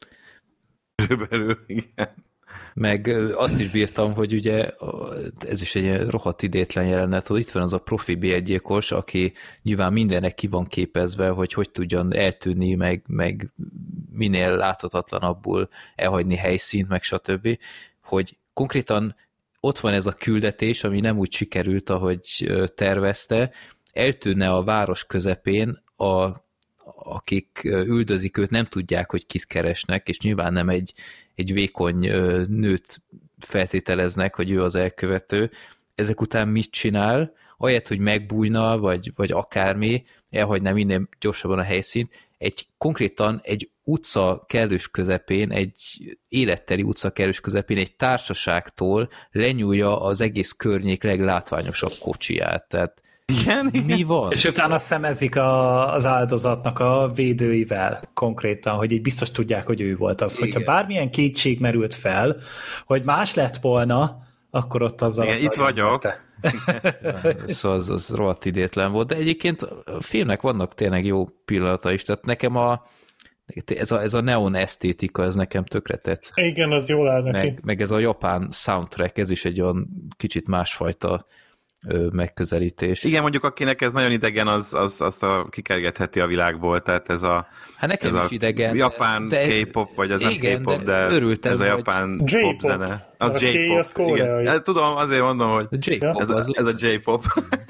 Körülbelül, igen. Meg azt is bírtam, hogy ugye ez is egy rohadt idétlen jelenet, hogy itt van az a profi bérgyilkos, aki nyilván mindennek ki van képezve, hogy hogy tudjon eltűnni, meg, meg minél láthatatlanabbul elhagyni helyszínt, meg stb., hogy konkrétan ott van ez a küldetés, ami nem úgy sikerült, ahogy tervezte, eltűnne a város közepén, a, akik üldözik őt, nem tudják, hogy kit keresnek, és nyilván nem egy, egy vékony nőt feltételeznek, hogy ő az elkövető. Ezek után mit csinál? Ahelyett, hogy megbújna, vagy, vagy akármi, elhagyná minden gyorsabban a helyszínt, egy konkrétan egy utca kellős közepén, egy életteli utca kellős közepén egy társaságtól lenyúlja az egész környék leglátványosabb kocsiját. Tehát igen, mi igen. van? És utána szemezik a, az áldozatnak a védőivel konkrétan, hogy így biztos tudják, hogy ő volt az. Igen. Hogyha bármilyen kétség merült fel, hogy más lett volna, akkor ott azzal... Igen, itt vagyok. Szóval az, az rohadt idétlen volt, de egyébként a filmnek vannak tényleg jó pillanata is, tehát nekem a ez a, ez a neon esztétika, ez nekem tökre tetsz. Igen, az jól áll neki. Meg, meg ez a japán soundtrack, ez is egy olyan kicsit másfajta ö, megközelítés. Igen, mondjuk akinek ez nagyon idegen, az, az azt a, kikergetheti a világból, tehát ez a, hát nekem ez is a idegen, japán de, K-pop, vagy ez igen, nem K-pop, de, de örültem, ez a japán pop zene. Az a J-pop. K az koreai. Igen. Tudom, azért mondom, hogy J-pop ez, az a, ez a J-pop.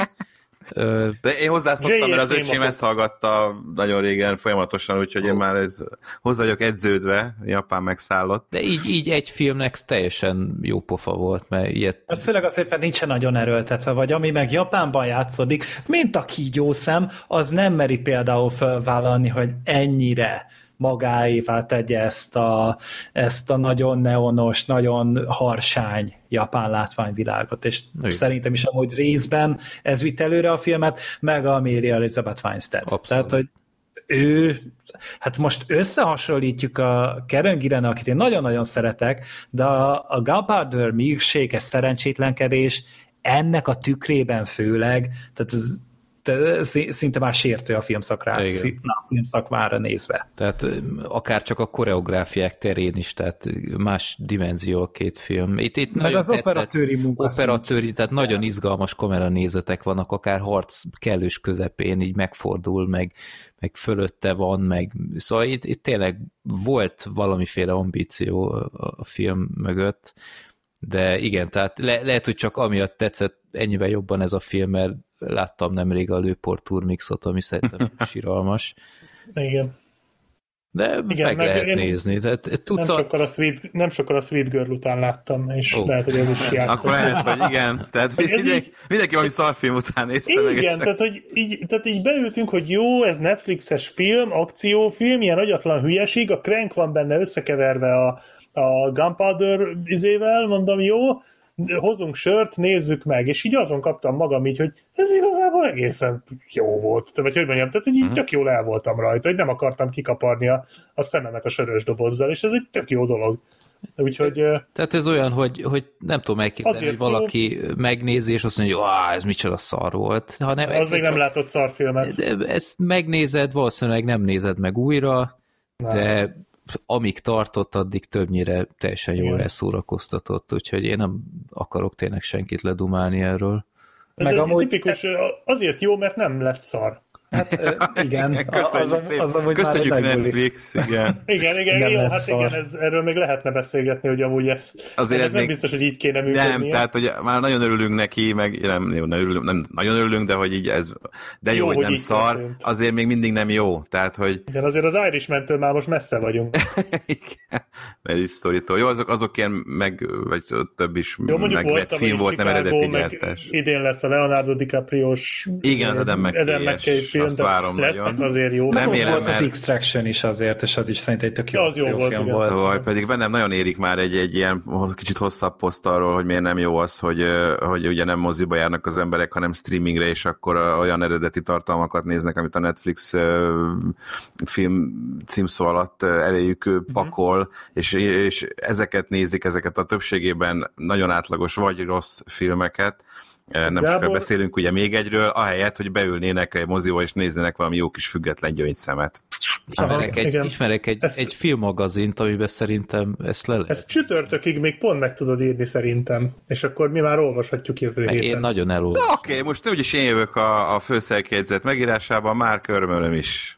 De én hozzászoktam, mert az öcsém ezt hallgatta nagyon régen folyamatosan, úgyhogy én már ez, hozzá vagyok edződve, Japán megszállott. De így, így egy filmnek teljesen jó pofa volt, mert ilyet... Hát főleg azért, mert nincsen nagyon erőltetve, vagy ami meg Japánban játszódik, mint a kígyószem, az nem meri például felvállalni, hogy ennyire magáévá tegye ezt a, ezt a nagyon neonos, nagyon harsány japán látványvilágot, és igen. Szerintem is amúgy részben ez vitt előre a filmet, meg a Mary Elizabeth Winstead. Abszolút. Tehát, hogy ő, hát most összehasonlítjuk a Karen Gillan, akit én nagyon-nagyon szeretek, de a, a Gunpowder milkshake, szerencsétlenkedés ennek a tükrében főleg, tehát ez szinte már sértő a filmszakmára, a filmszakmára nézve. Tehát akár csak a koreográfiák terén is, tehát más dimenzió a két film. Itt, itt meg az operatőri munka. Operatőri, tehát nagyon izgalmas kameranézetek vannak, akár harc kellős közepén így megfordul, meg, meg fölötte van, meg szóval itt, itt tényleg volt valamiféle ambíció a, a film mögött, de igen, tehát le, lehet, hogy csak amiatt tetszett ennyivel jobban ez a film, mert láttam nemrég a Lőport Turmixot, ami szerintem siralmas. Igen. De igen, meg, meg lehet nézni. Tehát, tucat... nem, sokkal a Sweet, nem sokkal a Sweet Girl után láttam, és oh. lehet, hogy ez is játszott. Akkor lehet, hogy igen. Tehát mindenki, így... mindenki valami szarfilm után nézte igen, meg. Igen, tehát, hogy így, tehát így beültünk, hogy jó, ez Netflixes film, akciófilm, ilyen agyatlan hülyeség, a Crank van benne összekeverve a, a Gunpowder izével, mondom, jó, hozunk sört, nézzük meg, és így azon kaptam magam így, hogy ez igazából egészen jó volt, vagy hogy mondjam, tehát hogy így uh-huh. tök jól el voltam rajta, hogy nem akartam kikaparni a, a szememet a sörös dobozzal, és ez egy tök jó dolog. Úgyhogy... Tehát ez olyan, hogy, hogy nem tudom elképzelni, hogy valaki jó. megnézi, és azt mondja, hogy ez micsoda szar volt. Hanem az még nem csak... látott szarfilmet. Ezt megnézed, valószínűleg nem nézed meg újra, nem. De amíg tartott, addig többnyire teljesen jól igen. elszórakoztatott, úgyhogy én nem akarok tényleg senkit ledumálni erről. Ez meg egy amúgy... tipikus, azért jó, mert nem lett szar. Hát igen, Köszönjük az, szépen. az, az Köszönjük már Netflix, igen. Igen, igen, Nem jó, lesz hát szar. igen, ez, erről még lehetne beszélgetni, hogy amúgy ez, Azért ez ez nem még- biztos, hogy így kéne működnie. Nem, tehát, hogy már nagyon örülünk neki, meg nem, jó, nem, örülünk, nem nagyon örülünk, de hogy így ez, de jó, Jó, hogy hogy nem így szar, történt. azért még mindig nem jó, tehát, hogy Igen, azért az Irishman-től már most messze vagyunk. igen, mert is sztorítól. Jó, azok, azok ilyen meg, vagy több is Jó, mondjuk megvett volt, film volt, nem eredeti meg gyártás. idén lesz a Leonardo DiCaprio-s Igen, az Adam McKay-es, Adam McKay film, azt de várom lesznek nagyon. azért jó. Nem ott Remélem, volt az mert- Extraction is azért, és az is szerintem egy tök jó Az jó volt, akciófilm igen. volt. Vaj, pedig bennem nagyon érik már egy, egy ilyen kicsit hosszabb poszt arról, hogy miért nem jó az, hogy, hogy ugye nem moziba járnak az emberek, hanem streamingre, és akkor olyan eredeti tartalmakat néznek, amit a Netflix film címszó alatt eléjük pakol, uh-huh. és, és ezeket nézik, ezeket a többségében nagyon átlagos vagy rossz filmeket, nem Gábor... sokkal beszélünk ugye még egyről, ahelyett, hogy beülnének egy moziba és néznének valami jó kis független gyöngyszemet. Ismerek, egy, igen. ismerek egy, Ezt- egy filmmagazint, amiben szerintem ezt le lehet. Ezt csütörtökig még pont meg tudod írni szerintem, és akkor mi már olvashatjuk jövő Meg héten. én nagyon Na elolvasom. oké, okay, most úgyis én jövök a, a főszerkejegyzet megírásában, már körmölöm is.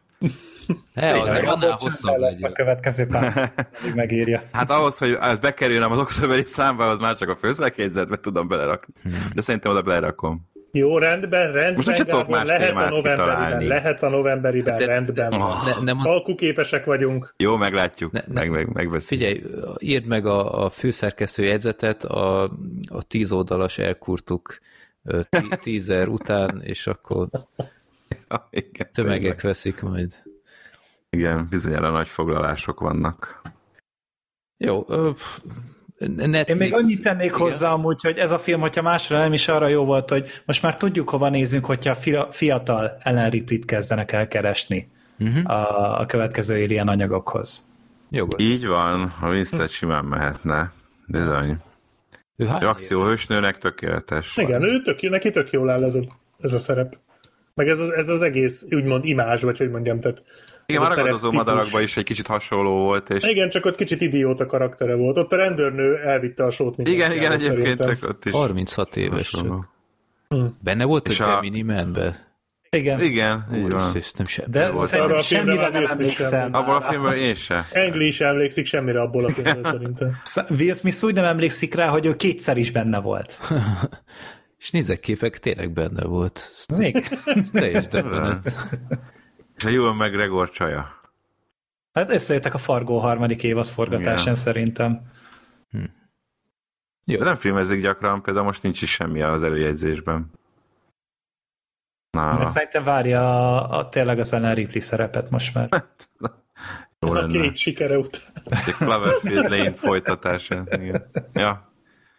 He, az Ez annál a hosszabb lesz a legyen. következő pár, amíg megírja. Hát ahhoz, hogy ez bekerülnem az októberi számba, az már csak a főszerkejegyzetbe tudom belerakni. De szerintem oda belerakom. Jó, rendben, rendben, Most nem tudok Gábor, más lehet a témát novemberiben, kitalálni. lehet a novemberiben, De- rendben. Ne, nem az, Alkuképesek vagyunk. Jó, meglátjuk, Ne- ne- meg, meg, megbeszéljük. figyelj, írd meg a, a főszerkesztő jegyzetet a, a tíz oldalas elkurtuk ö, tí- tízer után, és akkor Ja, igen, tömegek tényleg. veszik majd. Igen, bizonyára nagy foglalások vannak. Jó, ö, Netflix. Én még annyit tennék igen. hozzá amúgy, hogy ez a film, hogyha másra nem is arra jó volt, hogy most már tudjuk, hova nézünk, hogyha fia- fiatal Ellen Ripley-t kezdenek el keresni Uh-huh. a, a következő ilyen anyagokhoz. Jogos. Így van, a Winston simán mehetne. Bizony. Ő hány Egy akcióhősnőnek tökéletes. Igen, ő tök, neki tök jól áll ez a, ez a szerep. Meg ez az, ez az egész, úgymond imázs, vagy hogy mondjam, tehát Igen, ez a a ragadozó szereptípus. madarakban is egy kicsit hasonló volt, és Igen, csak ott kicsit idióta karaktere volt. Ott a rendőrnő elvitte a sót mindenki. igen, igen, egyébként csak ott is harminchat éves hasonló. csak. Benne volt a És a- Gemini Man-be? Igen, Igen, így van. Úristen, nem sem. de volt. szerintem Arra a filmre semmire már nem Will Smith sem. emlékszem. Abból a filmről én se. Engli is emlékszik semmire abból a filmről szerintem. Will Smith úgy nem emlékszik rá, hogy ő kétszer is benne volt. És nézekképek tényleg benne volt. Ezt, Még? ezt teljes döbbenet. És a Ewan McGregor csaja. Hát összejöttek a Fargo harmadik évad forgatásán Igen. szerintem. Jó. De nem filmezik gyakran, például most nincs is semmi az előjegyzésben. Nála. De szerintem várja a, a, tényleg az Ellen Ripley szerepet most már. Jó A lenne. két sikere után. Egy Cloverfield Lane folytatása. Igen. Ja.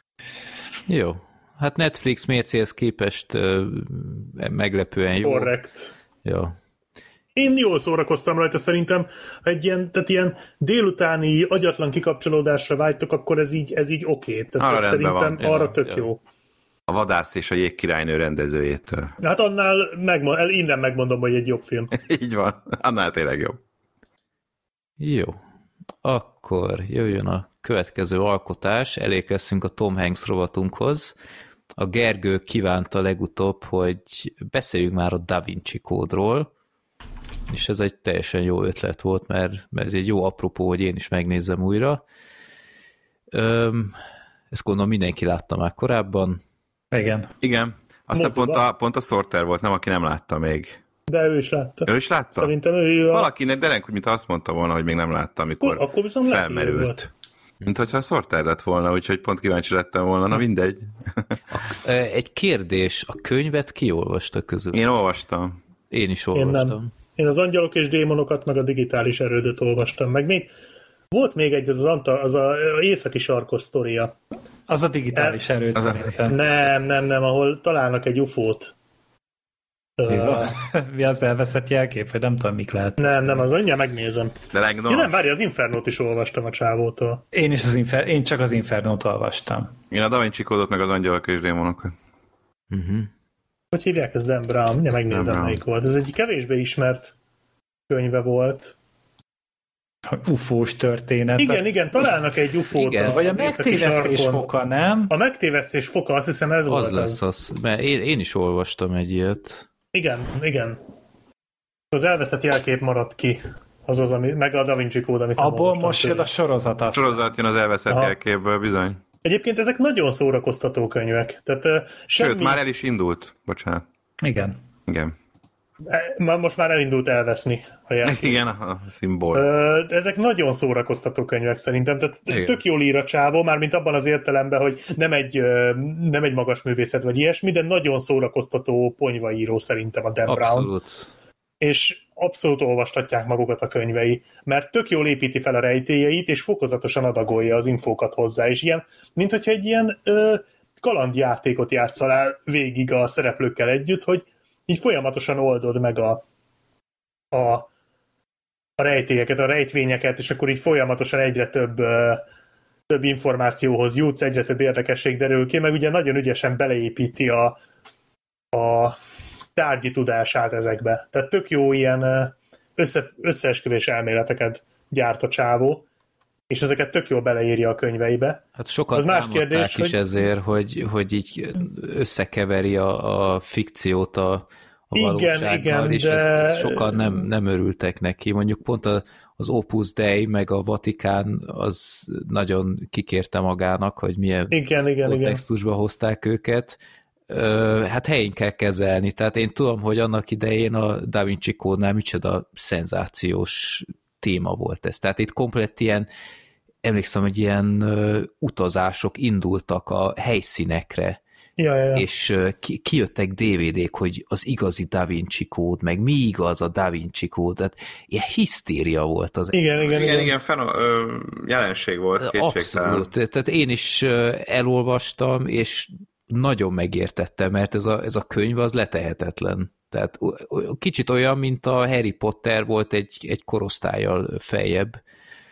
Jó. Hát Netflix mércéhez képest uh, meglepően jó. Korrekt. Ja. Én jól szórakoztam rajta, szerintem, ha egy ilyen, tehát ilyen délutáni agyatlan kikapcsolódásra vágytok, akkor ez így, ez így oké. Tehát Arra ez rendben szerintem van. arra Ja, tök ja. jó. A vadász és a jégkirálynő rendezőjétől. Hát annál megmond, el, innen megmondom, hogy egy jobb film. Így van. Annál tényleg jobb. Jó. Akkor jöjjön a következő alkotás, elérkeztünk a Tom Hanks rovatunkhoz. A Gergő kívánta legutóbb, hogy beszéljünk már a Da Vinci kódról, és ez egy teljesen jó ötlet volt, mert, mert ez egy jó apropó, hogy én is megnézzem újra. Öm, ezt gondolom mindenki látta már korábban. Igen. Igen. Aztán Moziba. pont a, pont a Sorter volt, nem aki nem látta még. De ő is látta. Ő is látta? Szerintem ő a... Valakinek, de nem, mint azt mondta volna, hogy még nem látta, amikor Akkor, akkor viszont lehet, hogy jó felmerült. volt. Mint hogyha a Sorter lett volna, úgyhogy pont kíváncsi lettem volna. Na mindegy. Ö, Egy kérdés, a könyvet ki olvasta közül? Én olvastam. Én is Én olvastam. nem. Én az Angyalok és Démonokat, meg a Digitális Erődöt olvastam. Meg még volt még egy, az az, Anta, az a, a északi sarkos sztoria. Az a digitális erőt Az a- szerintem. Nem, nem, nem, ahol találnak egy ufót. Mi Uh, van? Mi az elveszett jelkép, vagy nem tudom, mik lehet. nem, nem, az mindjárt megnézem. De legnos. Ja, nem, várj, az Infernót is olvastam a csávótól. Én is az Infer- én csak az Infernót olvastam. Én a Da Vinci kódot, meg az Angyalok és Démonokat. Uh-huh. Hogy hívják, ez Dan Brown? Mindjárt megnézem, Dan Brown. melyik volt. Ez egy kevésbé ismert könyve volt. Ufós történet. Igen, igen, találnak egy ufót. Igen, Vagy a az északi megtévesztés sarkon. foka, nem? A megtévesztés foka, azt hiszem ez volt Az lesz az. az, mert én, én is olvastam egy ilyet. Igen, igen. Az elveszett jelkép maradt ki. Az az, ami, meg a Da Vinci Code, amit abból most jön a sorozat. A sorozat jön az elveszett Aha. jelképből, bizony. Egyébként ezek nagyon szórakoztató könyvek. Tehát, uh, semmi... Sőt, már el is indult. Bocsánat. Igen. Igen. Most már elindult elveszni a jelkép. Igen, a szimbol. Uh, ezek nagyon szórakoztató könyvek szerintem. Tehát Igen. tök jól ír a csávó, mármint abban az értelemben, hogy nem egy, uh, nem egy magas művészet vagy ilyesmi, de nagyon szórakoztató ponyvaíró szerintem a Dan Abszolút. Brown. És abszolút olvastatják magukat a könyvei, mert tök jól építi fel a rejtélyeit, és fokozatosan adagolja az infókat hozzá, és ilyen, mint hogyha egy ilyen ö, kalandjátékot játszol el végig a szereplőkkel együtt, hogy így folyamatosan oldod meg a, a, a rejtélyeket, a rejtvényeket, és akkor így folyamatosan egyre több, ö, több információhoz jutsz, egyre több érdekesség derül ki, meg ugye nagyon ügyesen beleépíti a, a tárgyi tudását ezekbe. Tehát tök jó ilyen össze, összeesküvés elméleteket gyárt a csávó, és ezeket tök jól beleírja a könyveibe. Hát sokat az más kérdés, is hogy... ezért, hogy, hogy így összekeveri a, a fikciót a, a igen, valósággal, igen, és de... ezt, ezt sokan nem, nem örültek neki. Mondjuk pont a, az Opus Dei meg a Vatikán az nagyon kikérte magának, hogy milyen igen, igen, kontextusba igen. hozták őket. Hát helyén kell kezelni. Tehát én tudom, hogy annak idején a Da Vinci Code-nál micsoda szenzációs téma volt ez. Tehát itt komplett ilyen, emlékszem, hogy ilyen uh, utazások indultak a helyszínekre, ja, ja, ja. és uh, ki, kijöttek dé vé dé-k, hogy az igazi Da Vinci Code, meg mi igaz a Da Vinci Code, tehát ilyen hisztéria volt az. Igen, igen, igen, igen feno- ö, jelenség volt, kétségtelen. Abszolút. Tehát én is uh, elolvastam, és nagyon megértettem, mert ez a, ez a könyv az letehetetlen. Tehát kicsit olyan, mint a Harry Potter volt egy, egy korosztállyal feljebb,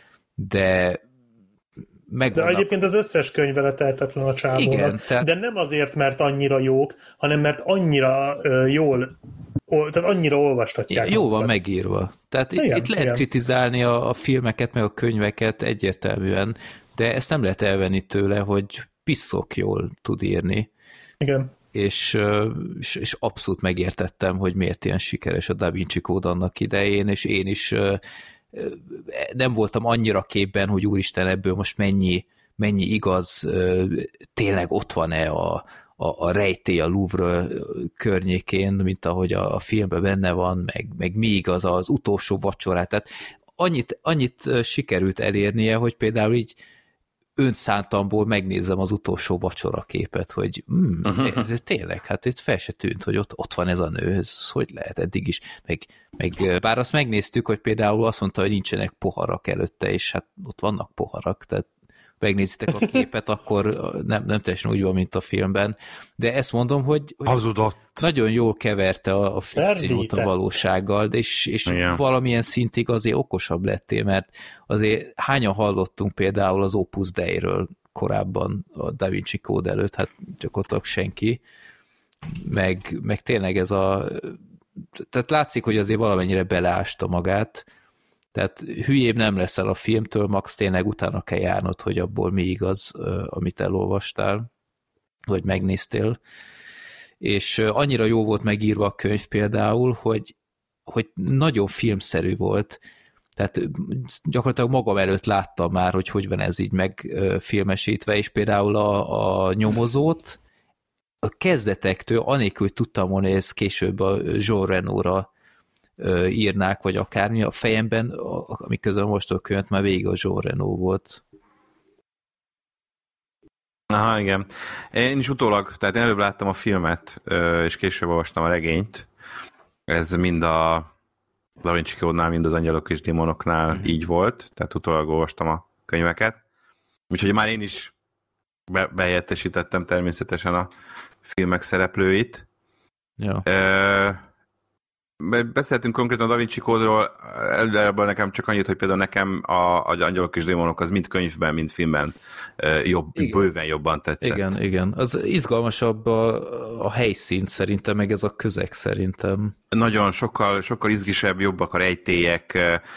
de megvannak... De egyébként az összes könyve letehetetlen a csávónak. Igen, tehát... De nem azért, mert annyira jók, hanem mert annyira uh, jól, o, tehát annyira olvastatják. Jó van megírva. Tehát igen, itt, itt lehet igen. kritizálni a, a filmeket, meg a könyveket egyértelműen, de ezt nem lehet elvenni tőle, hogy piszok jól tud írni. Igen. És, és, és abszolút megértettem, hogy miért ilyen sikeres a Da Vinci Code annak idején, és én is nem voltam annyira képben, hogy úristen, ebből most mennyi, mennyi igaz, tényleg ott van-e a, a, a rejtély a Louvre környékén, mint ahogy a, a filmben benne van, meg, meg mi igaz az utolsó vacsorát. Tehát annyit, annyit sikerült elérnie, hogy például így önszántamból megnézem az utolsó vacsora képet, hogy mm, uh-huh. ez tényleg, hát itt fel se tűnt, hogy ott, ott van ez a nő, ez hogy lehet eddig is, meg, meg bár azt megnéztük, hogy például azt mondta, hogy nincsenek poharak előtte, és hát ott vannak poharak, tehát megnézitek a képet, akkor nem, nem teljesen úgy van, mint a filmben, de ezt mondom, hogy, hogy nagyon jól keverte a, a fikciót a valósággal, és, és valamilyen szintig azért okosabb lettél, mert azért hányan hallottunk például az Opus Dei-ről korábban a Da Vinci Code előtt, hát gyakorlatilag senki, meg, meg tényleg ez a tehát látszik, hogy azért valamennyire beleásta magát, tehát hülyébb nem leszel a filmtől, max tényleg utána kell járnod, hogy abból mi igaz, amit elolvastál, vagy megnéztél. És annyira jó volt megírva a könyv például, hogy, hogy nagyon filmszerű volt, tehát gyakorlatilag magam előtt láttam már, hogy hogy van ez így megfilmesítve, és például a, a nyomozót a kezdetektől, anélkül, hogy tudtam volna, hogy ez később a Jean Reno-ra írnák, vagy akármi, a fejemben, amiközben most a könyvet, már végig a Jean Reno volt. Aha, igen. Én is utólag, tehát én előbb láttam a filmet, és később olvastam a regényt. Ez mind a Da Vinci Code-nál, mind az Angyalok és Démonoknál mm. így volt, tehát utólag olvastam a könyveket. Úgyhogy már én is be, behelyettesítettem természetesen a filmek szereplőit. Ja. E- Beszéltünk konkrétan a Da Vinci Code-ról, előbb nekem csak annyit, hogy például nekem a, a Angyalok és Démonok az mind könyvben, mind filmben jobb, bőven jobban tetszett. Igen, igen. Az izgalmasabb a, a helyszín szerintem, meg ez a közeg szerintem. Nagyon, sokkal, sokkal izgisebb, jobbak a rejtélyek,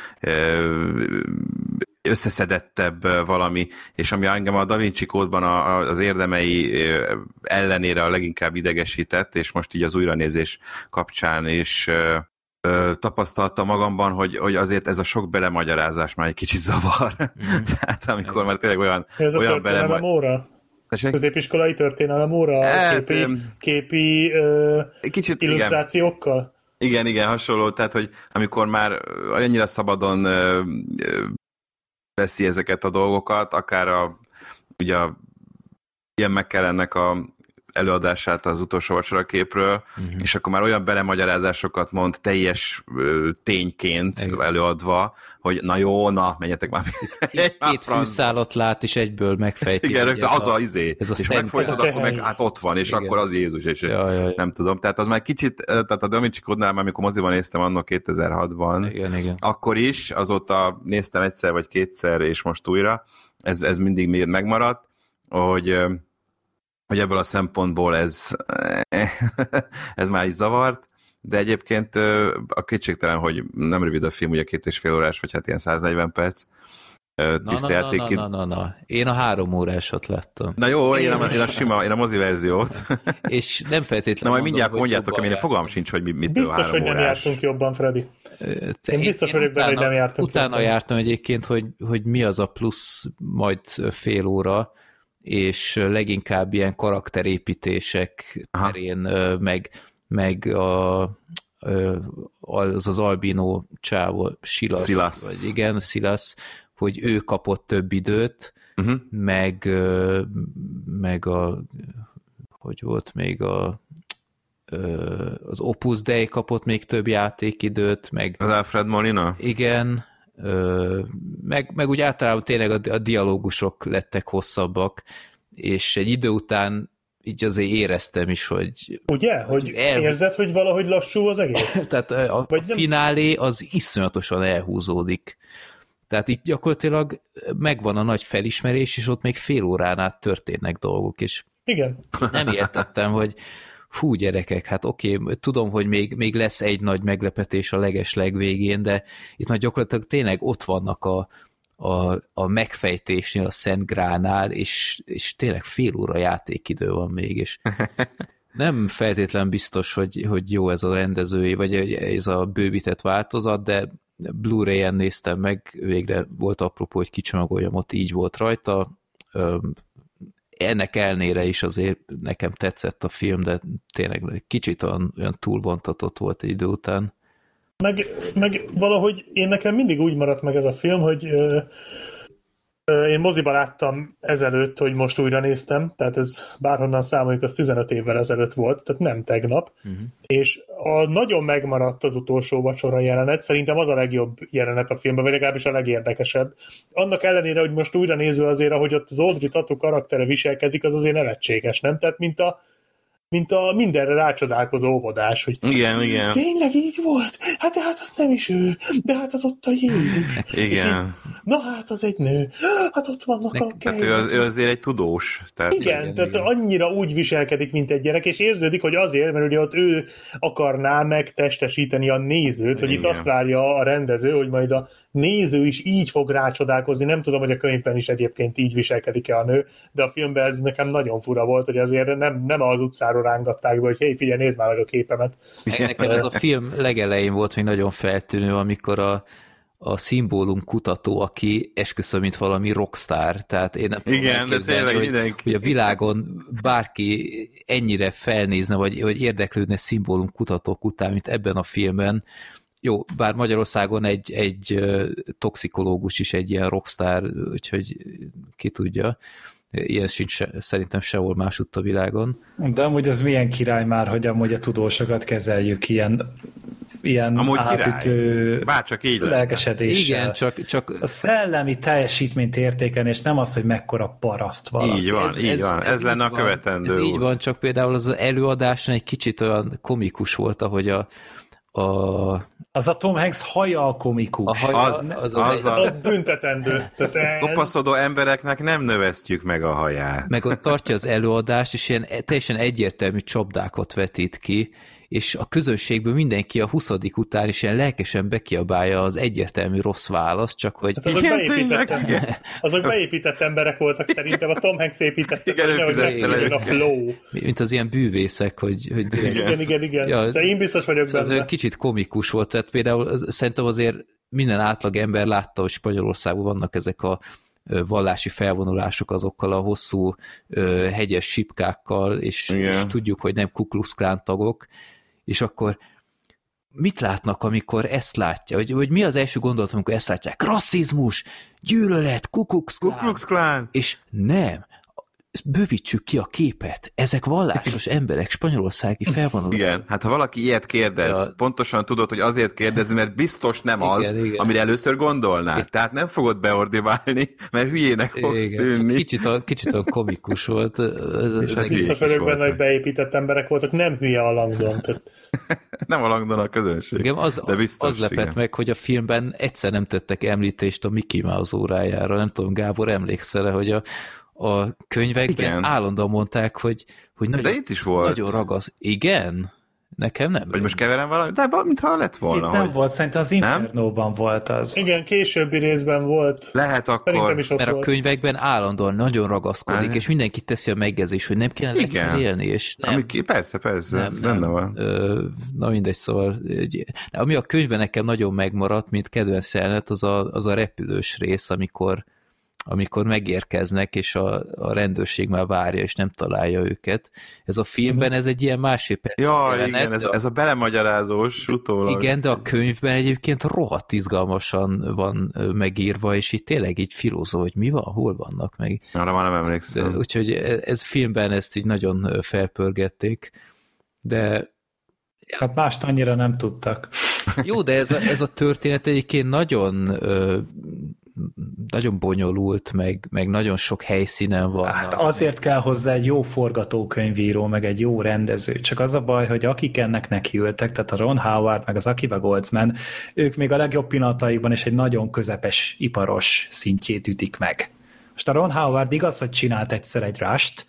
összeszedettebb valami, és ami engem a Da Vinci Code-ban az érdemei ellenére a leginkább idegesített, és most így az újranézés kapcsán is ö, tapasztaltam magamban, hogy, hogy azért ez a sok belemagyarázás már egy kicsit zavar. Mm. Tehát amikor már tényleg olyan, ez olyan a történelem belema... óra? Középiskolai történelem óra? Hát, képi, képi ö, kicsit, illusztrációkkal? Igen. igen, igen, hasonló. Tehát, hogy amikor már annyira szabadon ö, ö, veszi ezeket a dolgokat, akár a, ugye a ilyen McKellennek a előadását az utolsó vacsoraképről, uh-huh. és akkor már olyan belemagyarázásokat mond teljes ö, tényként igen. előadva, hogy na jó, na, menjetek már. Két, két fűszálat lát, és egyből megfejti. Igen, rögtön az a, a izé. Ez a és megfordítod, akkor meg hát ott van, és igen. akkor az Jézus, és ja, ja, ja. nem tudom. Tehát az már kicsit, tehát a Da Vinci Code-nál, amikor moziban néztem annak kétezer-hatban, igen, igen. akkor is, azóta néztem egyszer vagy kétszer, és most újra, ez, ez mindig még megmaradt, hogy hogy ebből a szempontból ez, ez már is zavart, de egyébként a kétségtelen, hogy nem rövid a film, ugye két és fél órás, vagy hát ilyen száznegyven perc. Tisztelték na, na, na, na, na, na. Én a három órásot láttam. Na jó, én a, én a sima, én a mozi verziót. És nem feltétlenül. Na majd mindjárt mondjátok, amire fogalmam sincs, hogy mit mitől biztos, három hogy nem órás. jártunk jobban, Freddy. Én biztos én vagyok benne, hogy nem jártunk Utána jobban. jártam egyébként, hogy, hogy mi az a plusz majd fél óra, és leginkább ilyen karakterépítések terén, meg, meg a, az az albino csávó, Silas, Silas. vagy igen, Silas, hogy ő kapott több időt, uh-huh. meg, meg a, hogy volt még a az Opus Dei kapott még több játékidőt, meg... Az Alfred Molina? Igen, meg, meg úgy általában tényleg a, a dialógusok lettek hosszabbak, és egy idő után így azért éreztem is, hogy... Ugye? Hogy el... érzed, hogy valahogy lassú az egész? Tehát a, a nem... finálé az iszonyatosan elhúzódik. Tehát itt gyakorlatilag megvan a nagy felismerés, és ott még fél órán át történnek dolgok, és igen. Nem értettem, hogy fú, gyerekek, hát oké, okay, tudom, hogy még, még lesz egy nagy meglepetés a leges legvégén, de itt már gyakorlatilag tényleg ott vannak a, a, a megfejtésnél, a Szent Grálnál, és, és tényleg fél óra játékidő van még, és nem feltétlen biztos, hogy, hogy jó ez a rendezői, vagy ez a bővített változat, de Blu-ray-en néztem meg, végre volt apropó, hogy kicsomagoljam, ott így volt rajta. Ennek elnére is azért nekem tetszett a film, de tényleg kicsit olyan, olyan túlvontatott volt egy idő után. Meg, meg valahogy én nekem mindig úgy maradt meg ez a film, hogy ö, ö, én moziba láttam ezelőtt, hogy most újra néztem, tehát ez bárhonnan számoljuk, az tizenöt évvel ezelőtt volt, tehát nem tegnap, uh-huh. és a, nagyon megmaradt az utolsó vacsora jelenet, szerintem az a legjobb jelenet a filmben, vagy legalábbis a legérdekesebb. Annak ellenére, hogy most újra nézve azért, ahogy ott az Audrey Tautou karaktere viselkedik, az azért nevetséges, nem? Tehát mint a mint a mindenre rácsodálkozó óvodás, hogy igen, igen. Tényleg így volt? Hát de hát az nem is ő, de hát az ott a Jézus. Igen. Így, na hát az egy nő, hát ott vannak a Tehát ő, az, ő azért egy tudós. Tehát igen, igen, tehát igen. Annyira úgy viselkedik, mint egy gyerek, és érződik, hogy azért, mert ugye ott ő akarná megtestesíteni a nézőt, hogy igen. Itt azt várja a rendező, hogy majd a néző is így fog rácsodálkozni. Nem tudom, hogy a könyvben is egyébként így viselkedik-e a nő, de a filmben ez nekem nagyon fura volt, hogy azért nem, nem az utcáról rángatták be, hogy hé, figyelj, nézd már meg a képemet. Nekem ez a film legelején volt még nagyon feltűnő, amikor a, a szimbólum kutató, aki esküszöm, mint valami rockstar, tehát én nem igen, de tényleg hogy, mindenki. hogy a világon bárki ennyire felnézne, vagy, vagy érdeklődne szimbólum kutatók után, mint ebben a filmben. Jó, bár Magyarországon egy, egy toxikológus is egy ilyen rockstar, úgyhogy ki tudja. Ilyen sincs szerintem sehol másutt a világon. De amúgy ez milyen király már, hogy amúgy a tudósokat kezeljük ilyen, ilyen amúgy átütő bárcsak így lelkesedéssel. Igen, csak, csak... A szellemi teljesítményt értéken, és nem az, hogy mekkora paraszt valaki. Így van, ez, így ez, van. Ez, ez lenne a követendő. Ez így van, csak például az előadáson egy kicsit olyan komikus volt, ahogy a A... Az a Tom Hanks haja a komikus. A haja, az, az, az, a, az, a... az büntetendő. Kopaszodó embereknek nem növesztjük meg a haját. Meg ott tartja az előadást, és ilyen teljesen egyértelmű csapdákat vetít ki, és a közönségből mindenki a huszadik után is ilyen lelkesen bekiabálja az egyértelmű rossz választ, csak hogy... Hát azok, beépített, azok beépített emberek voltak szerintem, a Tom Hanks épített, igen, hogy megszűnjön a flow. Mint az ilyen bűvészek, hogy... hogy igen, igen, igen. igen. Ja, szóval én biztos vagyok szóval benne. Ez kicsit komikus volt, tehát például szerintem azért minden átlag ember látta, hogy Spanyolországban vannak ezek a vallási felvonulások azokkal a hosszú hegyes sipkákkal, és, és tudjuk, hogy nem Ku Klux Klan tagok, és akkor mit látnak, amikor ezt látja? Hogy, hogy mi az első gondolat, amikor ezt látják? Rasszizmus, gyűlölet, Ku Klux Klan. Ku Klux Klan. És nem. Bővítsük ki a képet. Ezek vallásos emberek, spanyolországi felvonulók. Igen, hát ha valaki ilyet kérdez, ja. pontosan tudod, hogy azért kérdezi, mert biztos nem igen, az, igen. amire először gondolnál. Igen. Tehát nem fogod beordiválni, mert hülyének fogsz tűnni. Kicsit a, kicsit a komikus volt. És hát visszafölök benne, hogy beépített emberek voltak, nem hülye a Langdon. Nem a Langdon a közönség. Igen, az, de biztos, az lepett igen. meg, hogy a filmben egyszer nem tettek említést a Mickey Mouse órájára. Nem tudom, Gábor, emlékszel-e, hogy a a könyvekben igen. állandóan mondták, hogy, hogy nagyon, de itt is volt. Nagyon ragasz. Igen? Nekem nem. Vagy most keverem valami? De mintha lett volna. Itt nem hogy... volt, szerintem az Infernóban volt az. Igen, későbbi részben volt. Lehet akkor. Is mert volt. A könyvekben állandóan nagyon ragaszkodik, ah, és mindenki teszi a megjegyzést, hogy nem kéne le élni, és nem. Ami, persze, persze, nem, ez nem. benne van. Ö, na mindegy, szóval ami a könyvben nekem nagyon megmaradt, mint kedvenc jelenet, az a, az a repülős rész, amikor amikor megérkeznek, és a, a rendőrség már várja, és nem találja őket. Ez a filmben, ez egy ilyen másképp. Ja, jelenet, igen, ez, a, ez a belemagyarázós utólag. Igen, de a könyvben egyébként rohadt izgalmasan van megírva, és itt tényleg így filózó, hogy mi van, hol vannak meg. Arra már nem emlékszem. De, úgyhogy ez filmben ezt így nagyon felpörgették, de... Hát mást annyira nem tudtak. Jó, de ez a, ez a történet egyébként nagyon... nagyon bonyolult, meg, meg nagyon sok helyszínen van. Hát azért kell hozzá egy jó forgatókönyvíró, meg egy jó rendező. Csak az a baj, hogy akik ennek nekiültek, tehát a Ron Howard, meg az Akiva Goldsman, ők még a legjobb pillanataikban is egy nagyon közepes, iparos szintjét ütik meg. Most a Ron Howard igaz, hogy csinált egyszer egy Rush-t,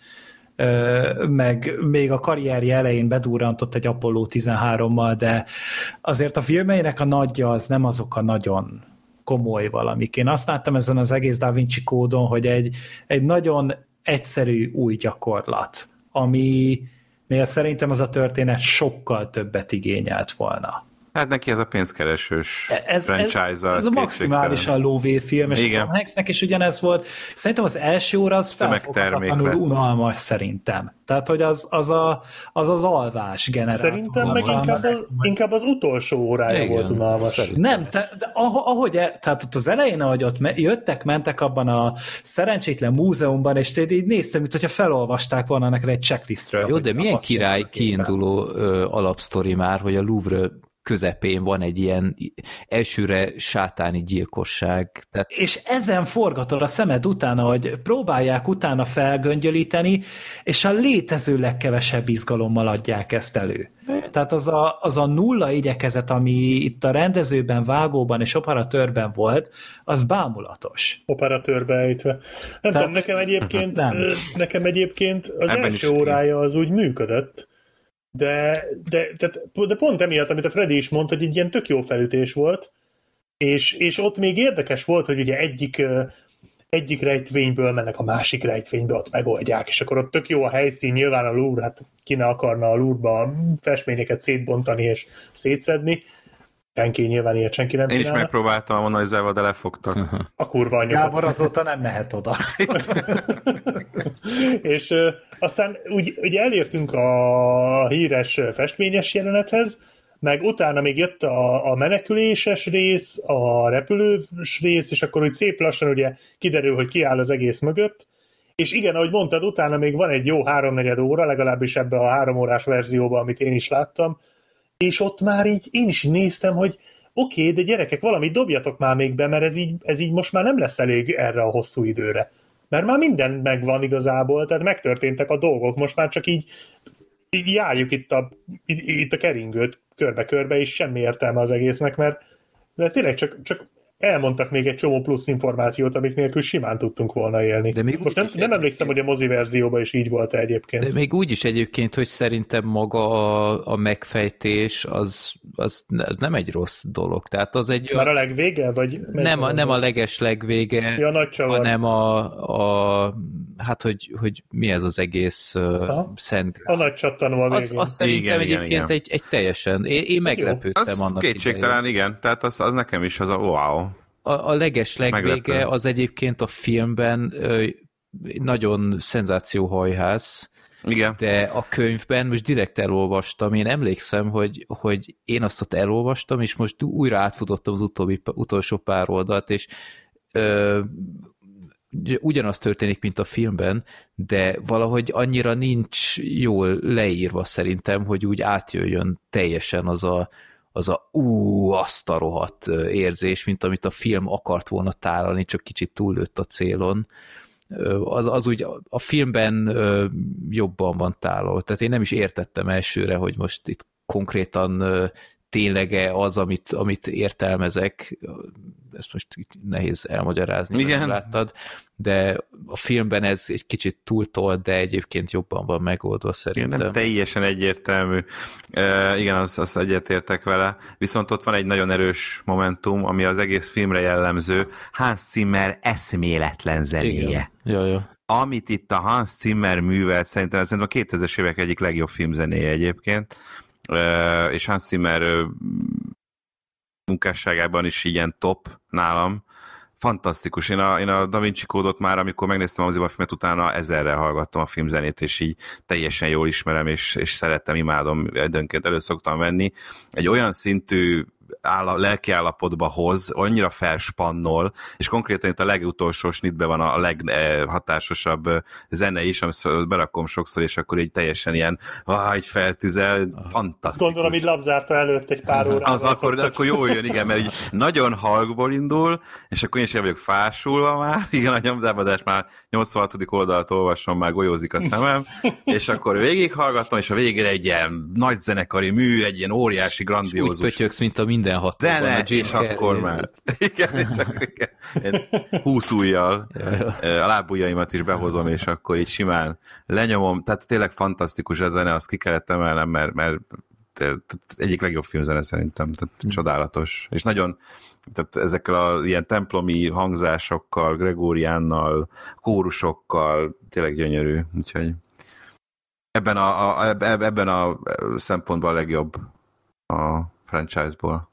meg még a karrierje elején bedurrantott egy Apollo tizenhárommal, de azért a filmeinek a nagyja az nem azok a nagyon komoly valamik. Én azt láttam ezen az egész Da Vinci kódon, hogy egy, egy nagyon egyszerű új gyakorlat, aminél szerintem az a történet sokkal többet igényelt volna. Hát neki ez a pénzkeresős ez, franchise-a. Ez, ez a maximálisan lóvé film, és Tom Hanksnek is ugyanez volt. Szerintem az első óra az felfoghatatlanul unalmas szerintem. Tehát, hogy az az, a, az, az alvás generátor. Szerintem meg inkább az, inkább az utolsó órája igen, volt unalmas. Szerintem. Nem, te, de ahogy, e, tehát ott az elején, ahogy ott jöttek, mentek abban a szerencsétlen múzeumban, és így néztem, mint hogyha felolvasták volna neked egy checklistről. Jó, de milyen király kiinduló ö, alapsztori már, hogy a Louvre közepén van egy ilyen elsőre sátáni gyilkosság. Tehát... És ezen forgatod a szemed utána, hogy próbálják utána felgöngyölíteni, és a létező legkevesebb izgalommal adják ezt elő. Tehát az a, az a nulla igyekezet, ami itt a rendezőben, vágóban és operatőrben volt, az bámulatos. Operatőrbe ejtve. Nem Tehát, tudom, nekem egyébként, nem. nekem egyébként az Ebben első órája az úgy működött, De, de, de, de pont emiatt, amit a Freddy is mondta, hogy egy ilyen tök jó felütés volt, és, és ott még érdekes volt, hogy ugye egyik, egyik rejtvényből mennek a másik rejtvénybe, ott megoldják, és akkor ott tök jó a helyszín, nyilván a Louvre, hát ki ne akarna a Louvre-ba festményeket szétbontani és szétszedni, senki nyilván ilyet senki nem Én csinálna. is megpróbáltam a Mona Lisával, de lefogtak. Uh-huh. A kurva anyag. Gábor azóta nem mehet oda. És uh, aztán úgy, ugye elértünk a híres festményes jelenethez, meg utána még jött a, a meneküléses rész, a repülős rész, és akkor úgy szép lassan ugye kiderül, hogy ki áll az egész mögött. És igen, ahogy mondtad, utána még van egy jó háromnegyed óra, legalábbis ebbe a három órás verzióban, amit én is láttam, és ott már így én is néztem, hogy oké, okay, de gyerekek, valamit dobjatok már még be, mert ez így, ez így most már nem lesz elég erre a hosszú időre. Mert már minden megvan igazából, tehát megtörténtek a dolgok, most már csak így, így járjuk itt a, itt a keringőt körbe-körbe, és semmi értelme az egésznek, mert, mert tényleg csak, csak elmondtak még egy csomó plusz információt, amik nélkül simán tudtunk volna élni. De még most nem, nem emlékszem, hogy a mozi verzióban is így volt egyébként. De még úgy is egyébként, hogy szerintem maga a, a megfejtés az, az nem egy rossz dolog. Tehát az egy... Már a legvége? Vagy nem, a, nem a leges legvége, ja, nagy hanem a, a hát, hogy, hogy mi ez az egész uh, szent... A nagy csattanó a végén. Az, az szerintem igen, egyébként igen, egy, egy teljesen... Én, én meglepődtem az annak kétségtelen, idején. Igen. Tehát az, az nekem is az a wow. A, a leges legvége az egyébként a filmben ö, nagyon szenzációhajház, igen. De a könyvben most direkt elolvastam, én emlékszem, hogy, hogy én azt ott elolvastam, és most újra átfutottam az utóbbi, utolsó pár oldalt, és ö, ugyanaz történik, mint a filmben, de valahogy annyira nincs jól leírva szerintem, hogy úgy átjöjjön teljesen az a az a ú, azt a rohadt érzés, mint amit a film akart volna tálalni, csak kicsit túllőtt a célon. Az, az úgy a filmben jobban van tálalva. Tehát én nem is értettem elsőre, hogy most itt konkrétan tényleg az, amit, amit értelmezek, ezt most nehéz elmagyarázni, igen. Nem láttad, de a filmben ez egy kicsit túltolt, de egyébként jobban van megoldva szerintem. Igen, nem teljesen egyértelmű. E, igen, az, az egyetértek vele, viszont ott van egy nagyon erős momentum, ami az egész filmre jellemző, Hans Zimmer eszméletlen zenéje. Ja, ja. Amit itt a Hans Zimmer művelt, szerintem, szerintem a kétezres évek egyik legjobb filmzenéje egyébként, e, és Hans Zimmer munkásságában is ilyen top nálam. Fantasztikus. Én a, én a Da Vinci Kódot már, amikor megnéztem a moziban a filmet, utána ezerrel hallgattam a filmzenét, és így teljesen jól ismerem, és, és szeretem, imádom, időnként elő szoktam venni. Egy olyan szintű áll, lelkiállapotba hoz, annyira felspannol, és konkrétan itt a legutolsó snitben van a leghatásosabb zene is, amit berakom sokszor, és akkor így teljesen ilyen, ah, így feltüzel, fantasztikus. Gondolom, így lapzárta előtt egy pár órával. Az akkor, akkor jól jön, igen, mert így nagyon halkból indul, és akkor én is el vagyok fásulva már, igen, a nyomzábadás már nyolcvanhatodik oldalt olvasom, már golyózik a szemem, és akkor végighallgatom, és a végére egy ilyen nagy zenekari mű, egy ilyen óriási, grandiózus. Úgy pötyöksz, mint a minden hatóban. Zene, és akkor már. Igen, és akkor igen. Húsz ujjal a lábujjaimat is behozom, és akkor így simán lenyomom. Tehát tényleg fantasztikus a zene, azt ki kellett emelnem, mert, mert egyik legjobb filmzene szerintem, tehát hmm. csodálatos. És nagyon, tehát ezekkel a ilyen templomi hangzásokkal, Gregóriánnal, kórusokkal tényleg gyönyörű. Úgyhogy ebben a, a, ebben a szempontban a legjobb a franchise-ból.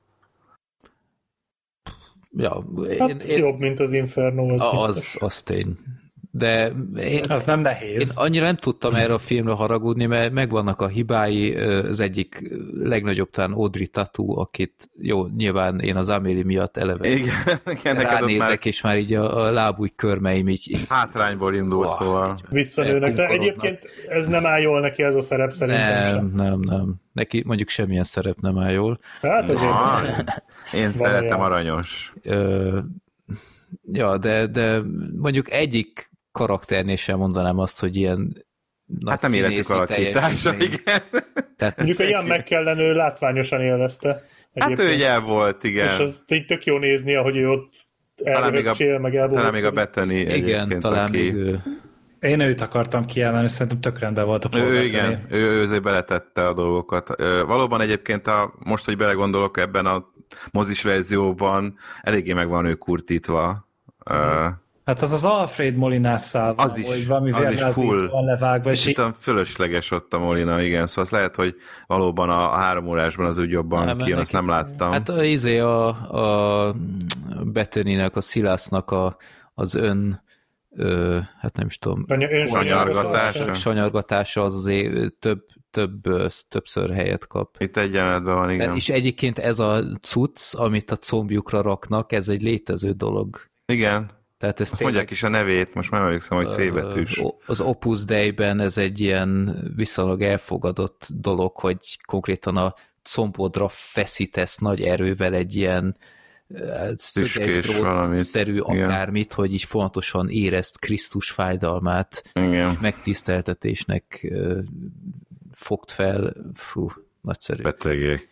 Ja, én, hát én, jobb, mint az Inferno. Az, az, az tény. De én, az nem nehéz. Én annyira nem tudtam erre a filmre haragudni, mert megvannak a hibái, az egyik legnagyobb talán Audrey Tautou, akit jó, nyilván én az Amélie miatt eleve igen, igen, ránézek, már... és már így a, a lábúj körmeim így... így hátrányból indul, wow, szóval. Visszanőnek, de egyébként ez nem áll jól neki ez a szerep szerintem nem, sem. Nem, nem. Neki mondjuk semmilyen szerep nem áll jól. Hát azért... Na, én szeretem olyan. Aranyos. Ö, ja, de, de mondjuk egyik karakternél sem mondanám azt, hogy ilyen hát nem életük alakítása, igen. Tehát mondjuk a Ian McKellen ő látványosan élvezte. Hát ő ugye volt, igen. És az így tök jó nézni, ahogy ő ott elröpcsél, meg elbúzkodik. Talán még a Bethany igen, talán aki... még ő. Én őt akartam kiemelni, szerintem tök rendben volt a ő, ő igen, ő, ő azért beletette a dolgokat. Valóban egyébként a, most, hogy belegondolok ebben a mozis verzióban, eléggé meg van ő kurtítva. Mm. Hát az az Alfred Molinás-szál van, hogy valami vérlázít van levágva. Kicsit így... fölösleges ott a Molina, igen, szóval azt lehet, hogy valóban a, a három órásban az úgy jobban nem, kijön, azt nem láttam. Hát a, izé a, a Bethany-nek, a Silasnak a, az ön Ö, hát nem is tudom, sanyargatása. sanyargatása az azért több, több, többször helyet kap. Itt egy jelenetben van, igen. És egyébként ez a cucc, amit a combjukra raknak, ez egy létező dolog. Igen. Tehát ez tényleg... mondják is a nevét, most már emlékszem, hogy C betűs. Az Opus Dei-ben ez egy ilyen viszonylag elfogadott dolog, hogy konkrétan a combodra feszítesz nagy erővel egy ilyen szögesdrótszerű akármit, igen. Hogy így fontosan érezd Krisztus fájdalmát, igen. És megtiszteltetésnek uh, fogd fel. Fú, nagyszerű. Betegek.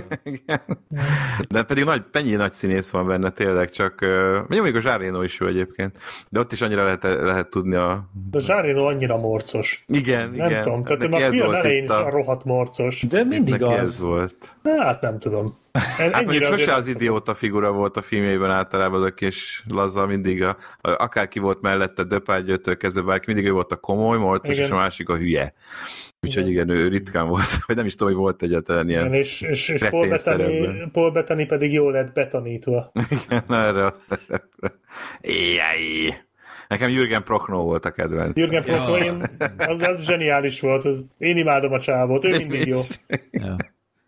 De pedig nagy, ennyi nagy színész van benne tényleg, csak uh, még a Jean Reno is jó egyébként, de ott is annyira lehet, lehet tudni a... De Jean Reno annyira morcos. Igen, nem igen. tudom, tehát Neki a film elején is a... a rohadt morcos. De mindig az. Ez volt. Hát nem tudom. Hát mondjuk sose az idióta figura volt a filmjeiben általában, az a kis laza, mindig a, a, akárki volt mellette, Depardieu-től kezdve bárki, mindig ő volt a komoly, morcos, és a másik a hülye. Úgyhogy igen, ő ritkán volt, vagy nem is tudom, hogy volt egyáltalán ilyen igen, és, és, és Paul, Bettany, Paul Bettany pedig jól lett betanítva. Igen, erre a Éjjjj! Nekem Jürgen Prochnow volt a kedvenc. Jürgen Prochnow, én, az, az zseniális volt, az, én imádom a csávót, ő mindig jó. Ja.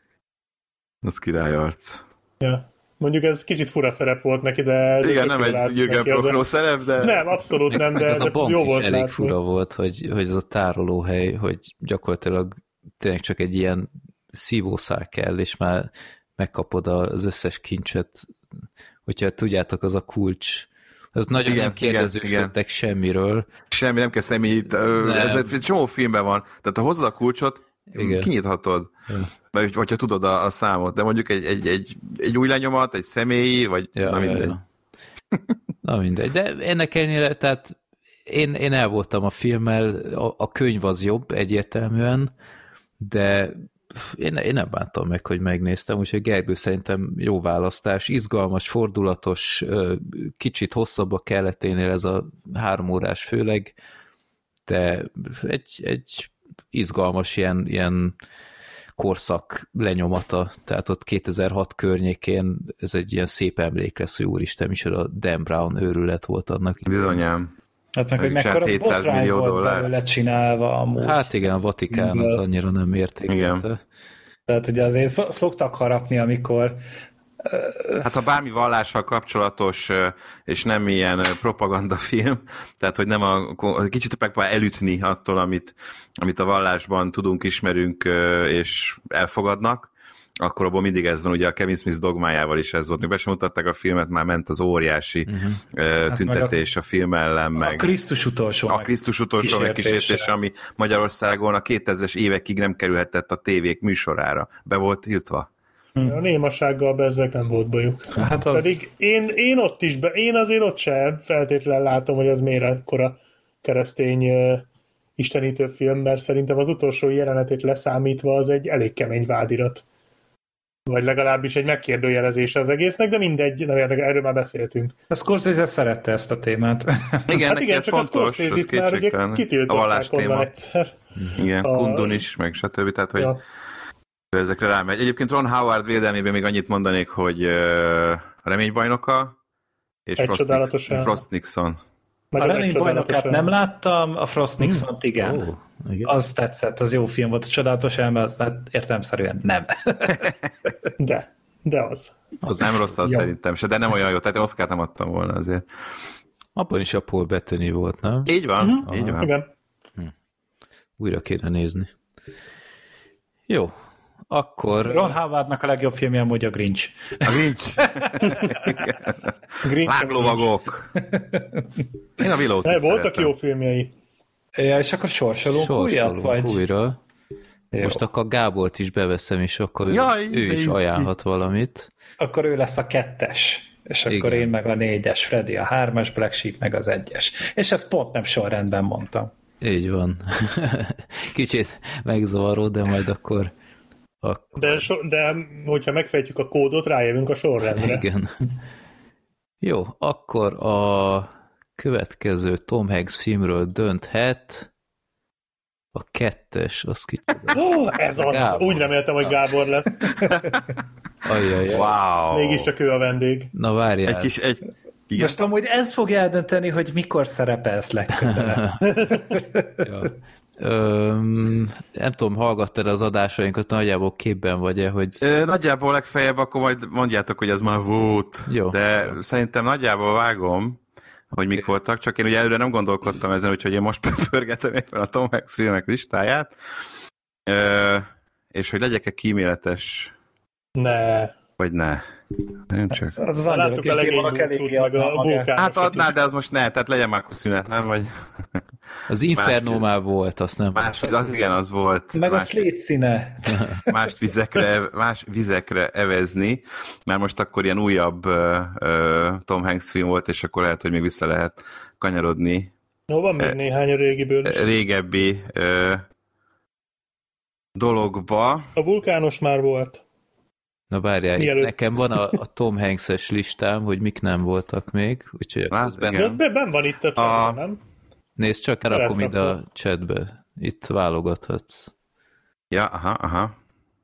Az királyarc. Ja. Mondjuk ez kicsit fura szerep volt neki, de... Igen, nem egy Jürgen Prochnow szerep, de... Nem, abszolút nem, de, ez a bank jó is volt elég látni. fura volt, hogy, hogy ez a tárolóhely, hogy gyakorlatilag tényleg csak egy ilyen szívószál kell, és már megkapod az összes kincset, hogyha tudjátok, az a kulcs. Az nagyon igen, nem kérdezősködtek semmiről. Semmi, nem kell személyt. Ez egy csomó filmben van. Tehát ha hozod a kulcsot, igen. kinyithatod. Ja. Vagy, vagy ha tudod a, a számot, de mondjuk egy, egy, egy, egy új lenyomat, egy személyi, vagy ja, na mindegy. Ja, ja. Na mindegy. De ennek ennyire, tehát én, én el voltam a filmmel, a, a könyv az jobb egyértelműen, de én, én nem bántam meg, hogy megnéztem, úgyhogy Gergő szerintem jó választás, izgalmas, fordulatos, kicsit hosszabb a kelleténél ez a három órás főleg, de egy, egy izgalmas ilyen, ilyen korszak lenyomata, tehát ott kétezer-hat környékén ez egy ilyen szép emlék lesz, hogy úristen, is a Dan Brown őrület volt annak. Bizonyám. Hát meg, hogy mekkora botrány volt belőle csinálva amúgy. Hát igen, a Vatikán az annyira nem értékelte. Tehát ugye azért szoktak harapni, amikor... Hát ha bármi vallással kapcsolatos, és nem ilyen propagandafilm, tehát hogy nem a, kicsit megpróbál elütni attól, amit, amit a vallásban tudunk, ismerünk, és elfogadnak, akkor abból mindig ez van, ugye a Kevin Smith dogmájával is ez volt. Még be sem mutatták a filmet, már ment az óriási uh-huh. tüntetés hát a, a film ellen. Meg a Krisztus utolsó. A Krisztus utolsó megkísértés, ami Magyarországon a kétezres évekig nem kerülhetett a tévék műsorára. Be volt tiltva. Hmm. A némasággal bezzek nem volt bajuk. Hát az... Pedig én, én ott is, be, én azért ott sem feltétlenül látom, hogy az miért ekkora keresztény uh, istenítő film, mert szerintem az utolsó jelenetét leszámítva az egy elég kemény vádirat. Vagy legalábbis egy megkérdőjelezése az egésznek, de mindegy, nem érdekel, erről már beszéltünk. A Scorsese szerette ezt a témát. Igen, hát igen, ez csak fontos, a Scorsese-t már ugye kitiltották onnan egyszer. Igen, a... Kundun is, meg stb. Tehát, hogy ja. ezekre rámegy. Egyébként Ron Howard védelmében még annyit mondanék, hogy uh, a reménybajnoka és Frost, Nixon, Frost Nixon. Meg a reménybajnokát nem láttam, a Frost Nixont igen. Oh, igen. Az tetszett, az jó film volt. A csodálatos elme, az hát értelemszerűen nem. De, de az. Az nem rossz az szerintem se, de nem olyan jó. Tehát én Oscart nem adtam volna azért. Abban is a Paul Bettany volt, nem? Így van, uh-huh. így van. Igen. Hm. Újra kéne nézni. Jó. Akkor... Ron Howardnak a legjobb filmje amúgy a Grinch. A Grinch. Grinch Lánglovagok. Én a Willow-t is voltak szeretem. Jó filmjei. Ja, és akkor sorsolunk, sorsolunk újat, vagy? újra. Jó. Most akkor Gábort is beveszem, és akkor Jaj, ő, ő is ajánlhat valamit. Akkor ő lesz a kettes. És igen. Akkor én meg a négyes, Freddy a hármas, Black Sheep meg az egyes. És ezt pont nem sorrendben mondtam. Így van. Kicsit megzavaró, de majd akkor... akkor... De, so, de hogyha megfejtjük a kódot, rájövünk a sorrendre. Igen. Jó, akkor a következő Tom Hanks filmről dönthet a kettes, az kicsit. Oh, ez az! Gábor. Úgy reméltem, hogy Gábor lesz. Ajjaj. Wow. Mégiscsak ő a vendég. Na várjál. Egy kis, egy... Igen. Most amúgy ez fogja eldönteni, hogy mikor szerepelsz legközelebb. Ja. Öm, nem tudom, hallgattad az adásainkat, nagyjából képben vagy-e, hogy... Ö, nagyjából legfeljebb, akkor majd mondjátok, hogy ez már volt. Jó. De jó. Szerintem nagyjából vágom, hogy mik voltak, csak én ugye előre nem gondolkodtam ezen, úgyhogy én most pörgetem éppen a Tom Hanks filmek listáját, Ö, és hogy legyek-e kíméletes? Ne. Vagy ne. Nem csak. Az az angyalok Láttuk és a démonok legény eléggé meg a adnak magát. vulkán. Hát adnád, de az most ne, tehát legyen már szünet, nem? Vagy Az Inferno már volt, azt nem. más, az igen, az volt. Meg a más, Slate színe. más vizekre, más vizekre evezni, mert most akkor ilyen újabb uh, uh, Tom Hanks film volt, és akkor lehet, hogy még vissza lehet kanyarodni. No, van még néhány a régiből is. Régebbi uh, dologba. A vulkános már volt. Na várjál, Mielőtt. nekem van a, a Tom Hanks-es listám, hogy mik nem voltak még, úgyhogy Lát, az benne, De ez be- benn van itt a csatban, nem? nézd csak, rakom ide a chatbe, itt válogathatsz. Ja, aha, aha.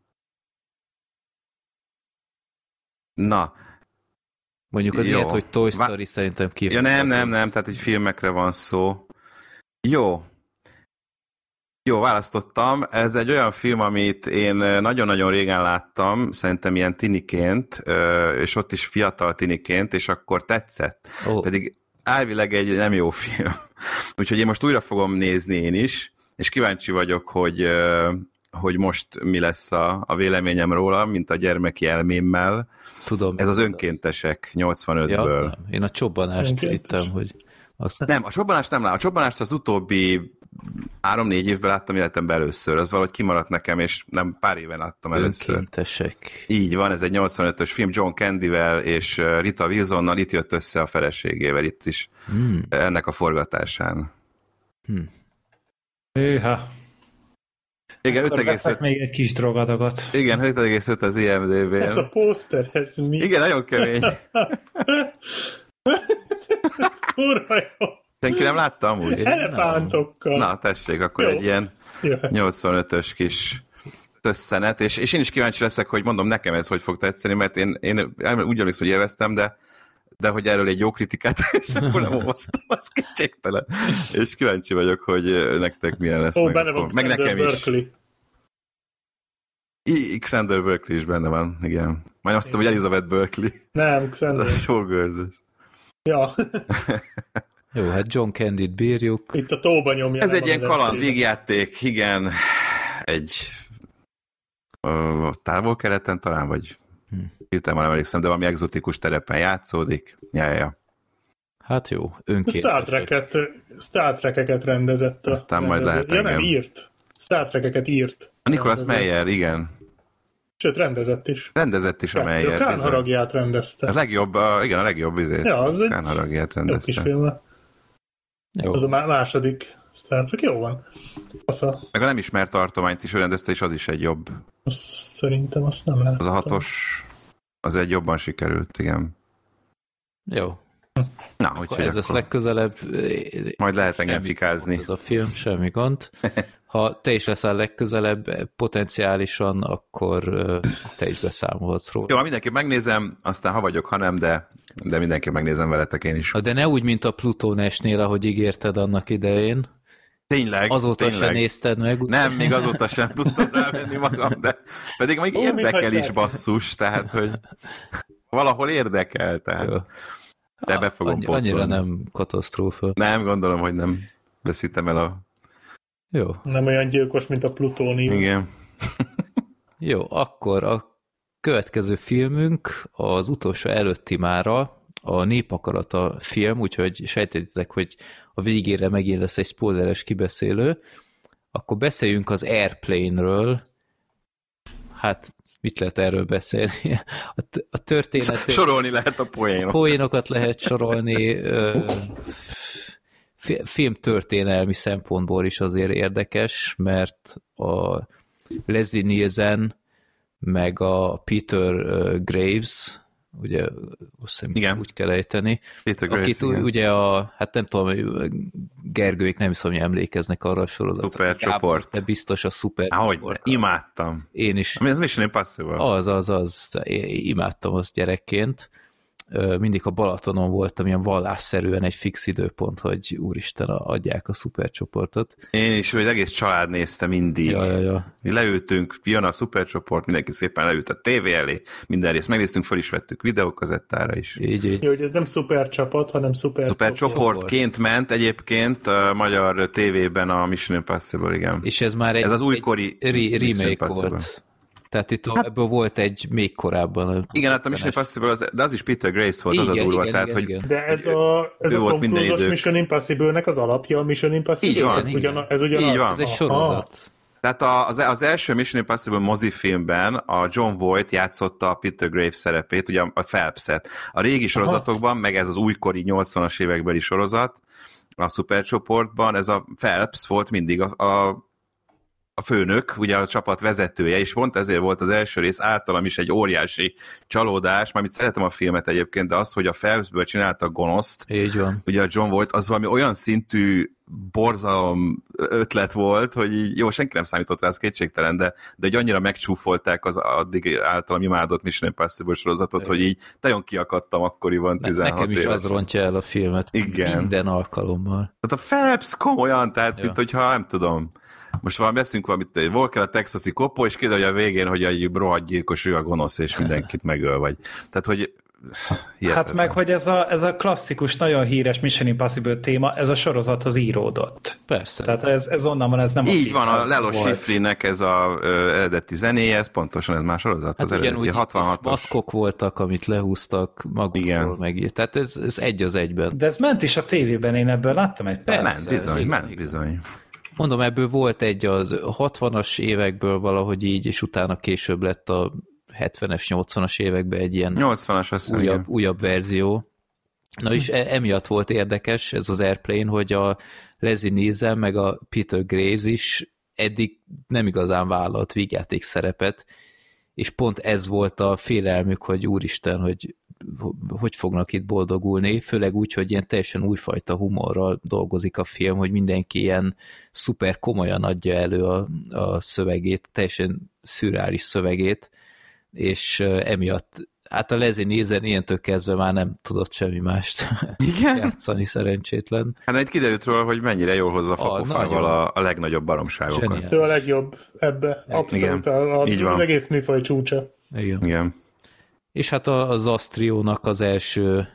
Na. Mondjuk az Jó. ilyet, hogy Toy Vá- Story szerintem ki. Ja, nem, nem, nem, tehát egy filmekre van szó. Jó. Jó, választottam. Ez egy olyan film, amit én nagyon-nagyon régen láttam, szerintem ilyen tiniként, és ott is fiatal tiniként, és akkor tetszett. Oh. Pedig elvileg egy nem jó film. Úgyhogy én most újra fogom nézni én is, és kíváncsi vagyok, hogy, hogy most mi lesz a, a véleményem róla, mint a gyermeki elmémmel. Tudom. Ez az Önkéntesek nyolcvanötből. Ja, én a csobbanást Önkéntes. hittem, hogy azt... Nem, a csobbanást nem láttam. A csobbanást az utóbbi három-négy évben láttam életemben először. Az valahogy kimaradt nekem, és nem pár éven láttam először. Önkéntesek. Így van, ez egy nyolcvanötös film John Candyvel és Rita Wilsonnal, itt jött össze a feleségével itt is Hmm. ennek a forgatásán. Hmm. Hűha. Igen, Akkor öt egész veszek öt. még egy kis drogadagot. Igen, öt egész öt az I M D B-n. Ez a pószter, ez mi? Igen, nagyon kemény. Ez kurva jó. Senki nem látta amúgy? Elefántokkal. Na, tessék, akkor Jó. egy ilyen Jó. nyolcvanötös kis összenet, és, és én is kíváncsi leszek, hogy mondom, nekem ez hogy fog tetszeni, mert én, én úgy emlékszem, hogy élveztem, de, de hogy erről egy jó kritikát, és akkor nem olvastam, az kétségtelen. És kíváncsi vagyok, hogy nektek milyen lesz. Ó, meg, benne akkor, van meg Xander nekem is. Berkeley. I- Xander Berkeley is benne van, igen. Majd azt hiszem, hogy Elizabeth Berkeley. Nem, A Xander. showgirls. Ja, Jó, hát John Candy-t bírjuk. itt a tóba nyomja. Ez nem egy a ilyen kaland rendszerében. végjáték, igen. Egy ö, távol-keleten talán, vagy Hm. hirtelen már nem emlékszem, de valami egzotikus terepen játszódik. Ja, ja, ja. Hát jó, Star önkéntesek. Trek-et, Star Trek-eket rendezett. a Aztán majd rendező. lehet Ja, nem, engem. írt. Star Trek-eket írt. A Nicholas Rendezett. Meyer, igen. Sőt, rendezett is. Rendezett is a Kettő. Meyer. Kán bizony. haragját rendezte. A legjobb, a, igen, a legjobb izét. Ja, az egy Kán haragját Jó kis rendezte. film. Jó. Az a má- második Star Trek. Jó van. Fasza. Meg a nem ismert tartományt is ő rendezte, és az is egy jobb. Azt szerintem azt nem lehet. Az a hatos, az egy jobban sikerült, igen. Jó. Na, Akkor úgyhogy ez lesz akkor legközelebb. majd lehet engem Semmi fikázni. gond, ez a film, semmi gond. Ha te is leszel legközelebb potenciálisan, akkor ö, te is beszámolhatsz róla. Jó, mindenki megnézem, aztán ha vagyok, ha nem, de, de mindenki megnézem veletek én is. Na, de ne úgy, mint a Plutónesnél, ahogy ígérted annak idején. Tényleg, Azóta tényleg. se nézted meg. Nem, még azóta sem tudtam rávenni magam, de pedig még Ó, mit érdekel is hagyták? basszus, tehát, hogy valahol érdekel, tehát. Jó. De be fogom Annyi, pótolni. annyira nem katasztrófa. Nem, gondolom, hogy nem veszítem el a... Jó. Nem olyan gyilkos, mint a plutónium. Igen. Jó, akkor a következő filmünk az utolsó előtti mára a Népakarata film, úgyhogy sejtetitek, hogy a végére megint lesz egy spoileres kibeszélő. Akkor beszéljünk az Airplane-ről. Hát, mit lehet erről beszélni? A, t- a történet... Sorolni lehet a poénot. Poénokat lehet sorolni, ö, fi- filmtörténelmi szempontból is azért érdekes, mert a Leslie Nielsen meg a Peter ö, Graves, ugye azt hiszem Igen. úgy kell ejteni, Peter Grace, akit igen. ugye a, hát nem tudom, Gergőik nem hiszem, hogy emlékeznek arra a sorozatra. Szupercsoport. De biztos a szuper. Ahogy, imádtam. Én is. Ami az Mission Impossible. Az, az, az. Én imádtam azt gyerekként. Ö, Mindig a Balatonon voltam ilyen vallásszerűen egy fix időpont, hogy úristen, adják a szupercsoportot. Én is, hogy egész család nézte mindig. Ja, ja, ja. Mi leültünk, jön a szupercsoport, mindenki szépen leült a tévé elé, minden részt megnéztünk, fel is vettük videókazettára is. Így, így. Jó, hogy ez nem szuper csapat, hanem szuper, Szupercsoportként ment egyébként a magyar tévében a Mission Impossible, igen. És ez már egy, Ez az újkori egy re- Mission remake Impossible. volt. Tehát itt hát, ebből volt egy még korábban. Igen, hát a Mission Impossible, az, de az is Peter Grace volt, igen, az a durva. Igen, tehát, igen, hogy igen. De ez a, ez a Tom Cruise-os Mission Impossible-nek az alapja a Mission Impossible? Így van. Ugyan, ez ugyanaz? Így van. Ez egy sorozat. Ah. Tehát az, az első Mission Impossible mozifilmben a John Voight játszotta a Peter Graves szerepét, ugye a Phelps-et. A régi sorozatokban, aha, meg ez az újkori nyolcvanas évekbeli sorozat, a szupercsoportban, ez a Phelps volt mindig a, a a főnök, ugye a csapat vezetője, és pont ezért volt az első rész általam is egy óriási csalódás, mármint szeretem a filmet egyébként, de az, hogy a Phelpsből csináltak gonoszt, így van. Ugye a John Voight, az valami olyan szintű borzalom ötlet volt, hogy így, jó, senki nem számított rá, az kétségtelen, de, de hogy annyira megcsúfolták az addig általam imádott Mission Impossible sorozatot, é. hogy így nagyon kiakadtam akkoriban tizenhat Nekem is éves. az rontja el a filmet. Igen. Minden alkalommal. Tehát a Phelps komolyan, tehát ja. mint hogyha nem tudom, most valami beszünk valamit, volt kell a texasi kopó, és kiderül, hogy a végén, hogy egy rohadt gyilkos, ő a gonosz, és mindenkit megöl, vagy. Tehát, hogy hihetetlen. Hát meg, hogy ez a, ez a klasszikus, nagyon híres Mission Impossible téma, ez a sorozathoz íródott. Persze. Tehát ez, ez onnan van, ez nem így a van, a Lelo Schifrinnek ez az eredeti zenéje, ez pontosan, ez már sorozat, hát az eredeti hatvanhatos. Maszkok voltak, amit lehúztak magukról meg. Tehát ez, ez egy az egyben. De ez ment is a tévében, én ebből láttam egy pár. Ment, bizony, ment, bizony. Mondom, ebből volt egy az hatvanas évekből valahogy így, és utána később lett a hetvenes, nyolcvanas években egy ilyen nyolcvanas újabb, újabb verzió. Na és emiatt volt érdekes ez az Airplane, hogy a Leslie Nielsen meg a Peter Graves is eddig nem igazán vállalt vígjáték szerepet, és pont ez volt a félelmük, hogy úristen, hogy hogy fognak itt boldogulni, főleg úgy, hogy ilyen teljesen újfajta humorral dolgozik a film, hogy mindenki ilyen szuper komolyan adja elő a, a szövegét, teljesen szürreális szövegét, és emiatt, hát a Leslie Nielsen ilyentől kezdve már nem tudott semmi mást igen? játszani, szerencsétlen. Hát itt kiderült róla, hogy mennyire jól hozza fakofával a, a legnagyobb baromságokat. Ő a legjobb ebbe, abszolút a, a, az egész műfaj csúcsa. Igen. Igen. És hát a Zastriónak az első,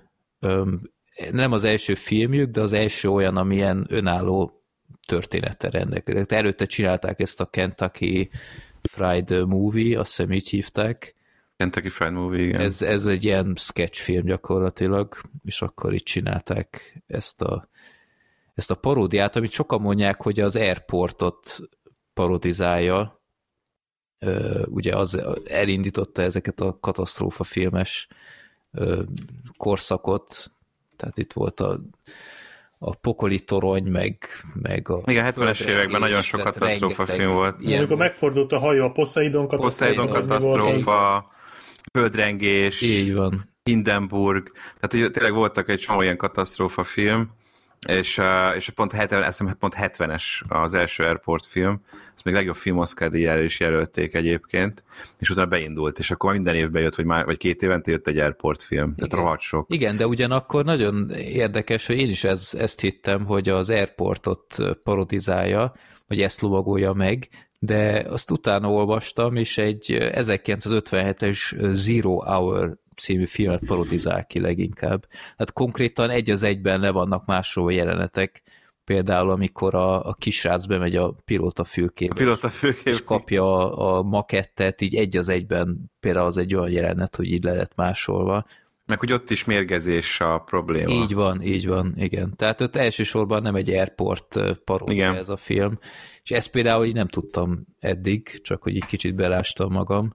nem az első filmjük, de az első olyan, amilyen önálló történettel rendelkezik. Előtte csinálták ezt a Kentucky Fried Movie, azt hiszem így hívták. Kentucky Fried Movie, igen. Ez, ez egy ilyen sketchfilm gyakorlatilag, és akkor itt csinálták ezt a, ezt a paródiát, amit sokan mondják, hogy az Airportot parodizálja. Uh, ugye az elindította ezeket a katasztrófa filmes uh, korszakot, tehát itt volt a, a pokoli torony, meg, meg a... Igen, hetvenes években nagyon sok katasztrófa film volt. Amikor megfordult a hajó, a Poseidon katasztrófa. Poseidon katasztrófa, földrengés, így van. Hindenburg, tehát hogy tényleg voltak egy csomó ilyen katasztrófa film, és, és pont, hetven, pont hetvenes az első Airport film, ezt még legjobb film Oscar-díjára is jelölték egyébként, és utána beindult, és akkor minden évben jött, vagy, már, vagy két évente jött egy Airport film, tehát rohadt sok. Igen, de ugyanakkor nagyon érdekes, hogy én is ez, ezt hittem, hogy az Airportot parodizálja, vagy ezt lovagolja meg, de azt utána olvastam, és egy ezerkilencszázötvenhetes Zero Hour című filmet parodizál ki leginkább. Hát konkrétan egy az egyben le vannak másolva jelenetek, például amikor a, a kisrác bemegy a pilótafülkébe, a pilótafülkébe. és kapja a, a makettet, így egy az egyben, például az egy olyan jelenet, hogy így le lett másolva. Meg hogy ott is mérgezés a probléma. Így van, így van, igen. Tehát ott elsősorban nem egy Airport paródia ez a film, és ezt például így nem tudtam eddig, csak hogy így kicsit belástam magam.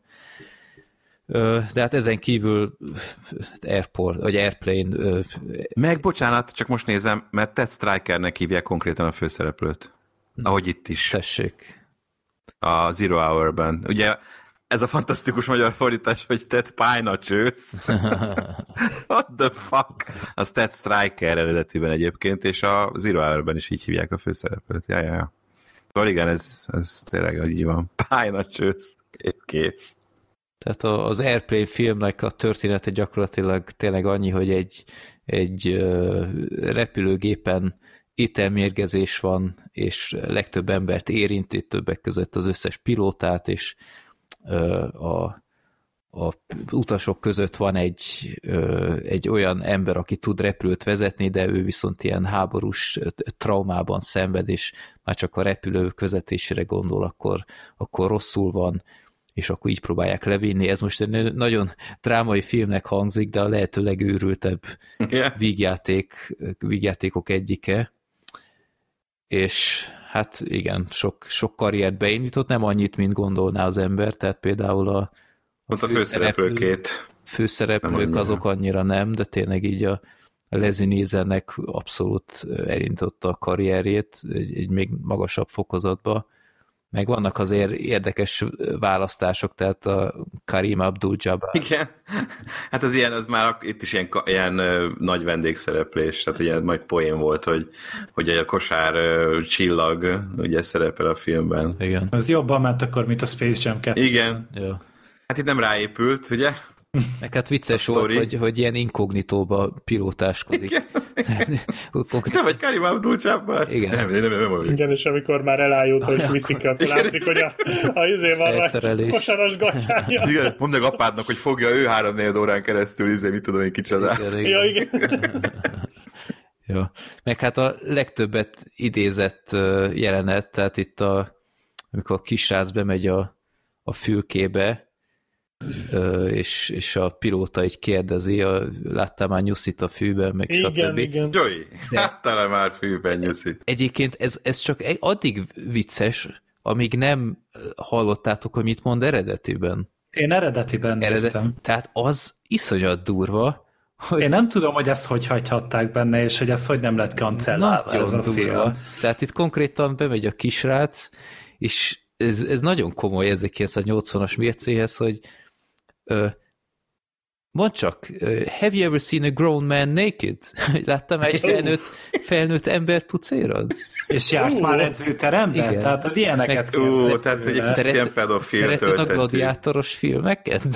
De hát ezen kívül Airport, vagy Airplane... Meg bocsánat, csak most nézem, mert Ted Strikernek hívják konkrétan a főszereplőt. Ahogy itt is. Tessék. A Zero Hour-ben. Ugye ez a fantasztikus magyar fordítás, hogy Ted Pájna csősz. What the fuck? Az Ted Striker eredetiben egyébként, és a Zero Hour-ben is így hívják a főszereplőt. Ja, ja, ja. Szóval igen, ez, ez tényleg így van. Pájna csősz. Kész. Tehát az Airplane filmnek a története gyakorlatilag tényleg annyi, hogy egy, egy repülőgépen ételmérgezés van, és legtöbb embert érint, itt többek között az összes pilótát, és a, a utasok között van egy, egy olyan ember, aki tud repülőt vezetni, de ő viszont ilyen háborús traumában szenved, és már csak a repülő vezetésére gondol, akkor, akkor rosszul van, és akkor így próbálják levinni. Ez most egy nagyon drámai filmnek hangzik, de a lehető legőrültebb yeah. vígjáték, vígjátékok egyike. És hát igen, sok, sok karriert beindított, nem annyit, mint gondolná az ember, tehát például a, a, a főszereplőkét. Főszereplők azok annyira nem, de tényleg így a Leslie Nielsennek abszolút elindította a karrierjét egy, egy még magasabb fokozatba. Meg vannak azért érdekes választások, tehát a Karim Abdul-Jabbar. Igen, hát az ilyen, az már itt is ilyen, ilyen uh, nagy vendégszereplés, tehát ugye majd poén volt, hogy, hogy a kosár uh, csillag ugye szerepel a filmben. Igen. Az jobban ment akkor, mint a Space Jam kettő. Igen. Ja. Hát itt nem ráépült, ugye? Meg hát vicces volt, hogy, hogy ilyen inkognitóba pilótáskodik. Igen. Konkrét... Te vagy Karim Abdul-Jabbar? Igen. Nem, nem, nem, nem, nem. Igen, és amikor már elájult, hogy viszik, akkor látszik, hogy a, a izé van a kosaras gatyája. Igen, mondd meg apádnak, hogy fogja ő három-négy órán keresztül, izé, mit tudom én kicsodát. Igen, igen. Ja, igen. Ja. Meg hát a legtöbbet idézett jelenet, tehát itt a, amikor a kisrác bemegy a, a fülkébe, és, és a pilóta így kérdezi, a, láttál már nyuszit a fűben, meg igen, stb. Igen. Joey, láttál már fűben nyuszit? Egyébként ez, ez csak addig vicces, amíg nem hallottátok, hogy mit mond eredetiben. Én eredetiben Eredet... néztem. Tehát az iszonyat durva, hogy... Én nem tudom, hogy ezt hogy hagyhatták benne, és hogy ez hogy nem lett kancellálva ez a durva. film. Tehát itt konkrétan bemegy a kisrác, és ez, ez nagyon komoly ezerkilencszáznyolcvanas mércéhez, hogy Uh, mondd csak, uh, have you ever seen a grown man naked? Láttam egy felnőtt, felnőtt ember pucérod? És jársz uh, már edzőteremben? Igen. Tehát, hogy ilyeneket kell uh, szesztőle. Tehát, hogy egy Szeret, ilyen pedofil szereted a gladiátoros filmeket?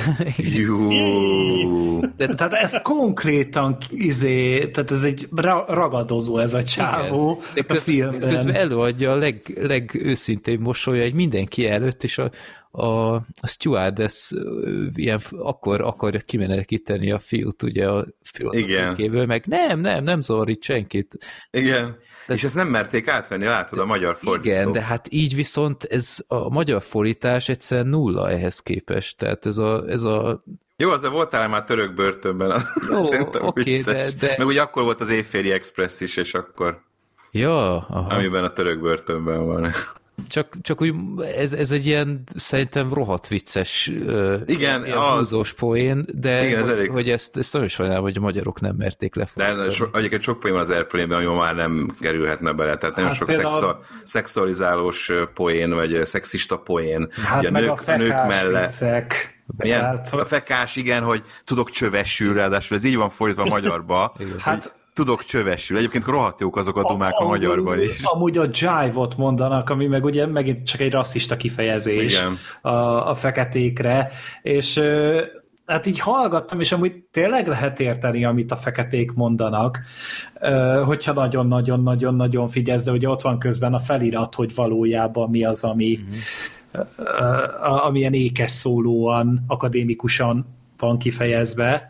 Jú. De, tehát ez konkrétan izé, tehát ez egy ragadozó ez a csávó de a filmben. Közben előadja a leg, legőszintébb mosolya egy mindenki előtt, és a a, a stewardess ilyen, akkor akarja kimenekíteni a fiút, ugye a filmkéből, meg nem, nem, nem zorít senkit. Igen, de, és ezt nem merték átvenni, látod, a magyar fordító. Igen, de hát így viszont ez a magyar fordítás egyszerűen nulla ehhez képest, tehát ez a, ez a jó, azért voltál már török börtönben. Jó, oké, okay, de, de... Meg ugye akkor volt az Éjféli Express is, és akkor ja, aha. Amiben a török börtönben van. Csak, csak úgy, ez, ez egy ilyen szerintem rohadt vicces igen, ilyen az... húzós poén, de igen, hogy, hogy ezt, ezt nagyon sajnálom, hogy a magyarok nem merték lefordítani. De so, egyébként sok poén van az Airplane-ben, ami már nem kerülhetne bele, tehát nagyon hát sok például... szexual, szexualizálós poén, vagy szexista poén. Hát ugye, meg nők, a fekás nők mellett. viccek. Milyen? Hát, a fekás, igen, hogy tudok csövesül, ráadásul ez így van fordítva a magyarba. Hát tudok csövesül. Egyébként rohadt jók azok a dumák a, a, a magyarban is. Amúgy a jive-ot mondanak, ami meg ugye megint csak egy rasszista kifejezés a, a feketékre, és hát így hallgattam, és amúgy tényleg lehet érteni, amit a feketék mondanak, hogyha nagyon-nagyon-nagyon-nagyon figyelsz, de ugye ott van közben a felirat, hogy valójában mi az, ami mm-hmm. amilyen ékes szólóan, akadémikusan van kifejezve,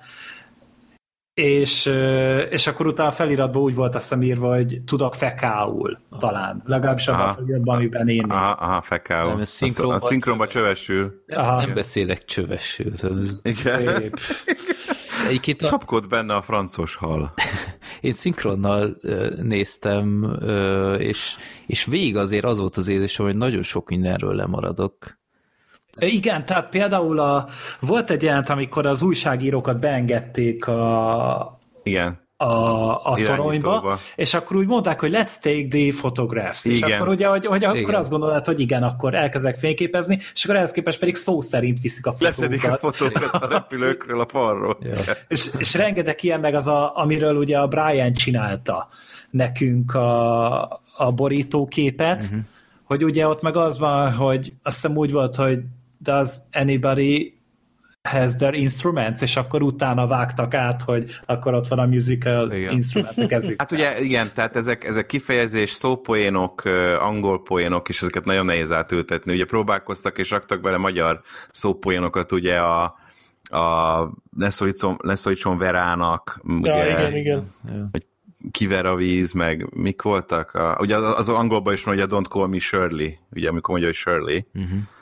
És, és akkor utána a feliratban úgy volt azt írva, hogy tudok fekául, talán. Legalábbis abban a feliratban, amiben én nézem. Aha, aha, fekául. Nem, szinkronba, a szinkronba csövesül. Nem, nem beszélek csövesül. Szép. A... Csapkod benne a francos hal. Én szinkronnal néztem, és, és végig azért az volt az érzésem, hogy nagyon sok mindenről lemaradok. Igen, tehát például a, volt egy jelent, amikor az újságírókat beengedték a, igen. a, a toronyba, és akkor úgy mondták, hogy let's take the photographs. Igen. És akkor ugye, hogy, hogy akkor igen. azt gondolod, hogy igen, akkor elkezdek fényképezni, és akkor ehhez képest pedig szó szerint viszik a fotókat. Leszedik a fotókat a repülőkről, a falról. Ja. és, és rengeteg ilyen meg az, a, amiről ugye a Brian csinálta nekünk a, a borítóképet, uh-huh. hogy ugye ott meg az van, hogy azt hiszem úgy volt, hogy does anybody has their instruments, és akkor utána vágtak át, hogy akkor ott van a musical igen. instrumentek ezük. Hát ugye igen, tehát ezek, ezek kifejezés, szópoénok, angol poénok, és ezeket nagyon nehéz átültetni. Ugye próbálkoztak, és raktak bele magyar szópoénokat, ugye a, a ne szólítson, ne szólítson Verának, ja, ugye, igen, igen. hogy kiver a víz, meg mik voltak? A, ugye az angolban is van, hogy a Don't Call Me Shirley, ugye amikor mondja, hogy Shirley, uh-huh.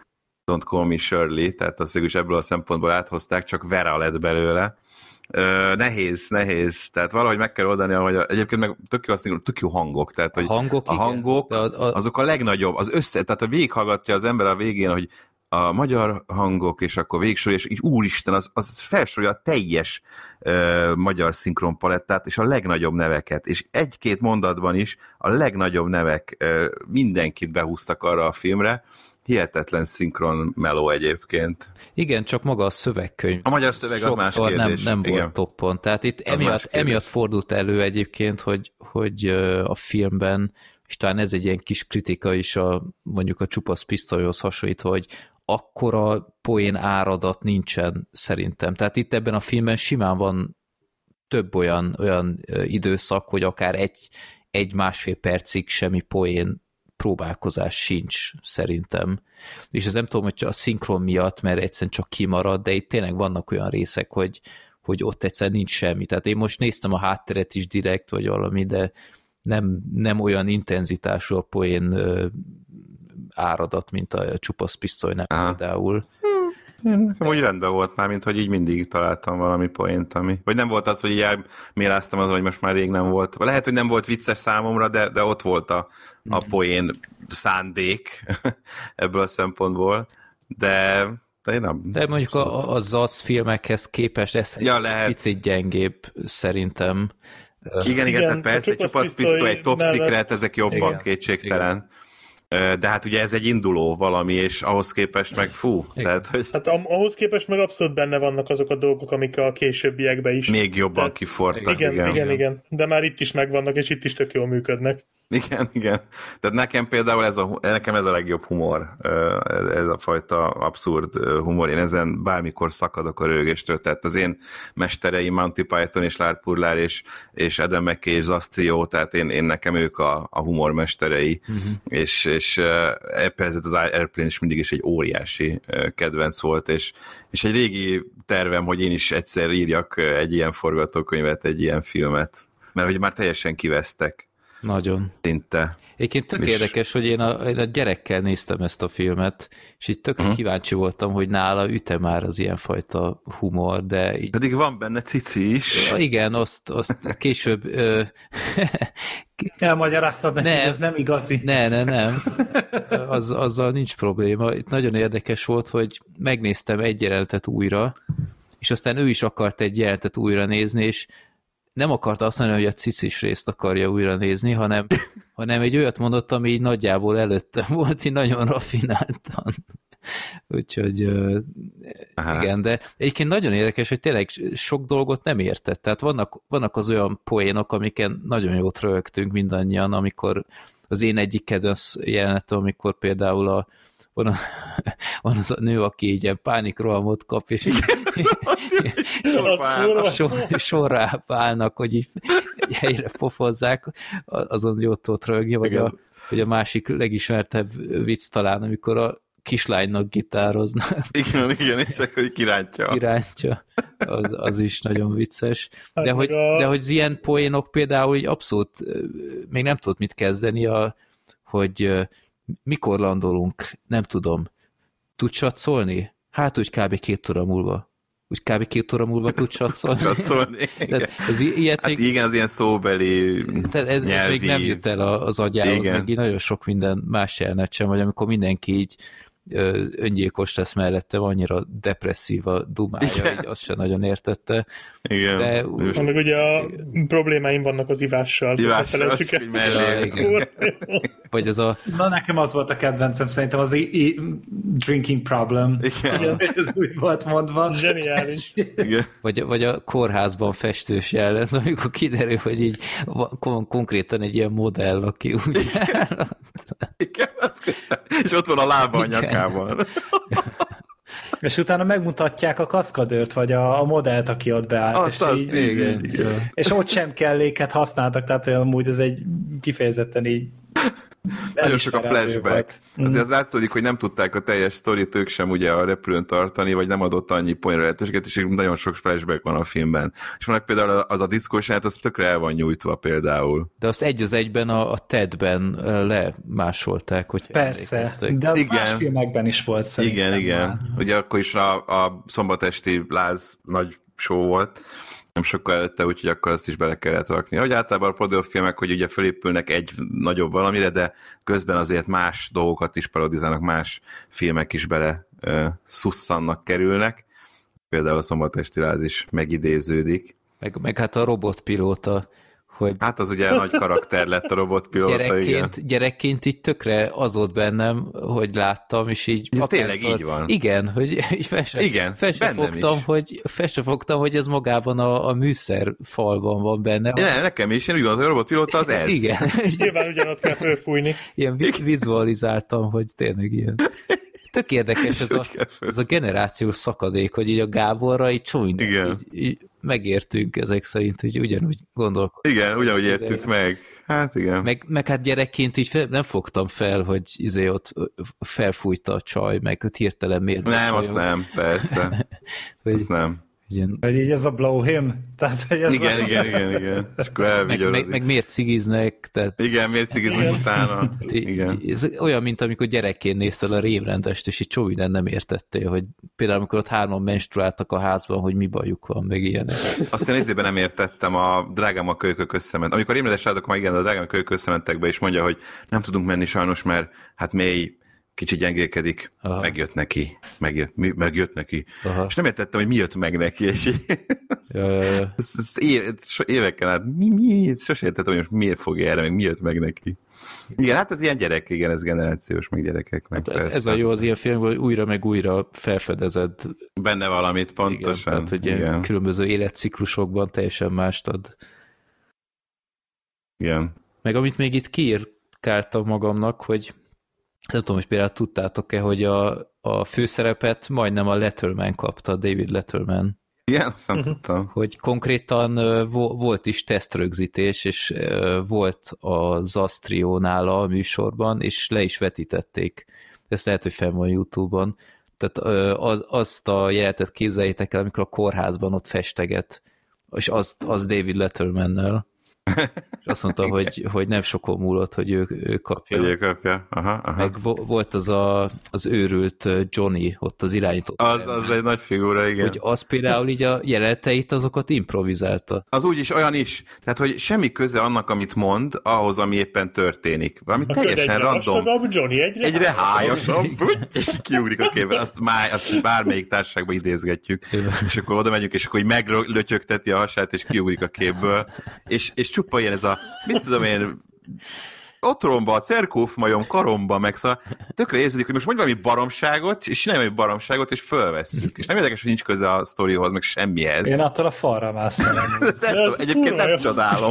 Don't Call Me Shirley, tehát az végül is ebből a szempontból áthozták, csak Vera lett belőle. Uh, nehéz, nehéz. Tehát valahogy meg kell oldani, ahogy a, egyébként meg tök jó, azt mondom, tök jó hangok. Tehát, hogy a hangok, a hangok a, a... azok a legnagyobb, az össze, tehát a végighallgatja az ember a végén, hogy a magyar hangok, és akkor végsorolja, és így úristen, az, az felsorolja a teljes uh, magyar szinkronpalettát, és a legnagyobb neveket, és egy-két mondatban is a legnagyobb nevek uh, mindenkit behúztak arra a filmre. Hihetetlen szinkron meló egyébként. Igen, csak maga a szövegkönyv. A magyar szöveg az más nem, kérdés. nem Igen. volt toppon. Tehát itt emiatt, emiatt fordult elő egyébként, hogy, hogy a filmben, és talán ez egy ilyen kis kritika is a, mondjuk a Csupasz pisztolyhoz hasonlítva, hogy akkora poén áradat nincsen szerintem. Tehát itt ebben a filmben simán van több olyan, olyan időszak, hogy akár egy, egy másfél percig semmi poén próbálkozás sincs, szerintem. És ez nem tudom, hogy csak a szinkron miatt, mert egyszerűen csak kimarad, de itt tényleg vannak olyan részek, hogy, hogy ott egyszerűen nincs semmi. Tehát én most néztem a hátteret is direkt, vagy valami, de nem, nem olyan intenzitású a poén ö, áradat, mint a Csupasz pisztolynál például. Nekem úgy rendben volt már, mint hogy így mindig találtam valami poént, ami... Vagy nem volt az, hogy így elméláztam azon, hogy most már rég nem volt. Lehet, hogy nem volt vicces számomra, de, de ott volt a, a poén szándék ebből a szempontból, de... De, én nem, de mondjuk a, a Zasz filmekhez képest ez ja, egy picit gyengébb szerintem. Igen, igen, igen, tehát persze, egy Csupasz pisztoly, egy Top Secret, ezek jobban, igen, kétségtelen. Igen. De hát ugye ez egy induló valami, és ahhoz képest meg fú. Tehát, hogy... Hát ahhoz képest meg abszolút benne vannak azok a dolgok, amik a későbbiekben is. Még jobban tehát, kifortak. Igen, igen, igen, igen. De már itt is megvannak, és itt is tök jól működnek. Igen, igen. Tehát nekem például ez a, nekem ez a legjobb humor, ez, ez a fajta abszurd humor. Én ezen bármikor szakadok a rögéstől. Tehát az én mestereim Monty Python és Lárpurlár és, és Adam McKay és Zasztrió, tehát én, én nekem ők a, a humor mesterei. Uh-huh. És, és persze az Airplane is mindig is egy óriási kedvenc volt, és, és egy régi tervem, hogy én is egyszer írjak egy ilyen forgatókönyvet, egy ilyen filmet. Mert hogy már teljesen kivesztek. Nagyon. Szinte. Egyébként tök és... érdekes, hogy én a, én a gyerekkel néztem ezt a filmet, és így tök uh-huh. kíváncsi voltam, hogy nála üte már az ilyenfajta humor, de... Így... Pedig van benne cici is. Ja, igen, azt, azt később... Ö... Elmagyaráztad neki, hogy ez nem igazi. Ne, ne, nem. Az, azzal nincs probléma. Itt nagyon érdekes volt, hogy megnéztem egy jelenetet újra, és aztán ő is akart egy jelenetet újra nézni, és nem akarta azt mondani, hogy a cicis részt akarja újra nézni, hanem, hanem egy olyat mondott, ami így nagyjából előtte volt, így nagyon raffináltan. Úgyhogy Aha. igen, de egyébként nagyon érdekes, hogy tényleg sok dolgot nem értett. Tehát vannak, vannak az olyan poénok, amiken nagyon jót röhögtünk mindannyian, amikor az én egyik kedvenc jelenetem, amikor például a Van, a, van az a nő, aki így ilyen pánikrohamot kap, és így sor, sorrá válnak, hogy így egy helyre pofozzák, azon jót ott rögni, vagy a, vagy a másik legismertebb vicc talán, amikor a kislánynak gitároznak. Igen, igen, és akkor így kirántja. Kirántja. Az, az is nagyon vicces. De hogy, de hogy ilyen poénok például így abszolút még nem tudott mit kezdeni, a, hogy mikor landolunk? Nem tudom. Tud satszolni? Hát úgy kb. két óra múlva. Úgy kb. két óra múlva tud satszolni. satszolni. ez ilyet hát még, igen, az ilyen szóbeli tehát ez, ez még nem jut el az agyához, meg nagyon sok minden más jelenet sem, vagy amikor mindenki így öngyilkos lesz mellette, annyira depresszív a dumája, így azt sem nagyon értette. Igen. De, meg ugye a problémáim vannak az ivással. Ivással, hogy mellé. Ja, vagy ez a... Na, nekem az volt a kedvencem, szerintem az i- i- drinking problem. Igen. Igen. Ez úgy volt mondva. Zseniális. Igen. Vagy, vagy a kórházban festős jelenet, amikor kiderül, hogy így van konkrétan egy ilyen modell, aki úgy áll. Igen, az és ott van a lába a nyakában. És utána megmutatják a kaszkadőrt, vagy a, a modellt, aki ott beállt. Azt, és, azt, így, igen, igen. és ott sem kelléket használtak, tehát hogy amúgy ez egy kifejezetten így nagyon sok a flashback. Azért az látszódik, hogy nem tudták a teljes sztorit ők sem ugye a repülőn tartani, vagy nem adott annyi poénra lehetőséget, és nagyon sok flashback van a filmben. És vannak például az a diszkósát, az tökre el van nyújtva például. De azt egy az egyben a, a Tedben lemásolták, hogy persze, de az igen. más filmekben is volt szerintem. Igen, igen. Már. Ugye akkor is a, a szombatesti láz nagy show volt, nem sokkal előtte, úgyhogy akkor azt is bele kellett rakni. Hogy általában a parodifilmek, hogy ugye felépülnek egy nagyobb valamire, de közben azért más dolgokat is parodizálnak, más filmek is bele uh, szusszannak, kerülnek. Például a szombatesti láz is megidéződik. Meg, meg hát a robotpilóta, hogy hát az ugye nagy karakter lett a robotpilóta, gyerekként, igen. Gyerekként így tökre az volt bennem, hogy láttam, és így... Ez tényleg így van. Igen, hogy így fel sem, igen, fel sem fogtam, hogy, fel sem fogtam, hogy ez magában a, a műszer falban van benne. Ne, nekem is, én úgy gondolom, hogy a robotpilóta az ez. Igen. Nyilván ugyanott kell fölfújni. Ilyen vizualizáltam, hogy tényleg ilyen. Tök érdekes ez a, ez a generációs szakadék, hogy így a Gáborra így csomó így, így megértünk ezek szerint, hogy ugyanúgy gondolkodunk. Igen, ugyanúgy értük meg. Hát igen. Meg, meg hát gyerekként így fel, nem fogtam fel, hogy izé ott felfújta a csaj, meg hogy hirtelen miért. Nem, azt nem, persze. hogy, azt nem. Ilyen... Hogy így ez a blow him? Tehát, hogy ez igen, a... igen, igen, igen. És akkor meg, meg, meg miért cigiznek? Tehát... Igen, miért cigiznek utána? Igen. Ez olyan, mint amikor gyerekként néztél a Rémrendest, és így csomó minden nem értettél, hogy például amikor ott hárman menstruáltak a házban, hogy mi bajuk van, meg ilyenek. Azt én ezében nem értettem, a drágám a kölykök összement. Amikor Rémrendes álltak, már igen, a drágám a kölykök összementek be, és mondja, hogy nem tudunk menni sajnos, mert hát mély kicsit gyengélkedik, aha. megjött neki, megjött, mi, megjött neki. Aha. És nem értettem, hogy mi jött meg neki, és ja, ja, ja. ezt, ezt éve, éveken át, mi, mi, sosem értettem, hogy most miért fogja erre, meg mi jött meg neki. Igen, hát ez ilyen gyerek, igen, ez generációs, meg gyerekek, meg hát ez, ez a jó az ilyen film, hogy újra meg újra felfedezed. Benne valamit, pontosan. Igen, tehát, hogy ilyen különböző életciklusokban teljesen mást ad. Igen. Meg amit még itt kiírkáltam magamnak, hogy nem tudom, hogy például tudtátok-e, hogy a, a főszerepet majdnem a Letterman kapta, David Letterman. Igen, azt nem uh-huh. tudtam. Hogy konkrétan uh, volt is tesztrögzítés, és uh, volt a Zastrio nála a műsorban, és le is vetítették. Ezt lehet, hogy fenn van YouTube-on. Tehát uh, az, azt a jelenetet képzeljétek el, amikor a kórházban ott festeget, és az, az David Lettermannel. Azt mondta, hogy, hogy nem sokon múlott, hogy ő, ő kapja. Hogy ő kapja. Aha, aha. Meg vo- volt az a, az őrült Johnny, ott az irányító. Az, az egy nagy figura, igen. Hogy az például így a jeleneteit, azokat improvizálta. Az úgy is, olyan is. Tehát, hogy semmi köze annak, amit mond, ahhoz, ami éppen történik. Valami teljesen random. Johnny, egyre, egyre hájasabb, és kiugrik a képben. Azt, má, azt bármelyik társaságban idézgetjük. És akkor oda megyünk, és akkor így meglötyögteti a hasát, és kiugrik a képből. És, és csupa ilyen ez a, mit tudom én, otromba, a cerkófmajom, karomba, meg szóval tökre érződik, hogy most mondj valami baromságot, és csinálj valami baromságot, és fölvesszük. És nem érdekes, hogy nincs köze a sztorihoz, meg semmihez. Én attól a falra másztam. Egyébként nem csodálom.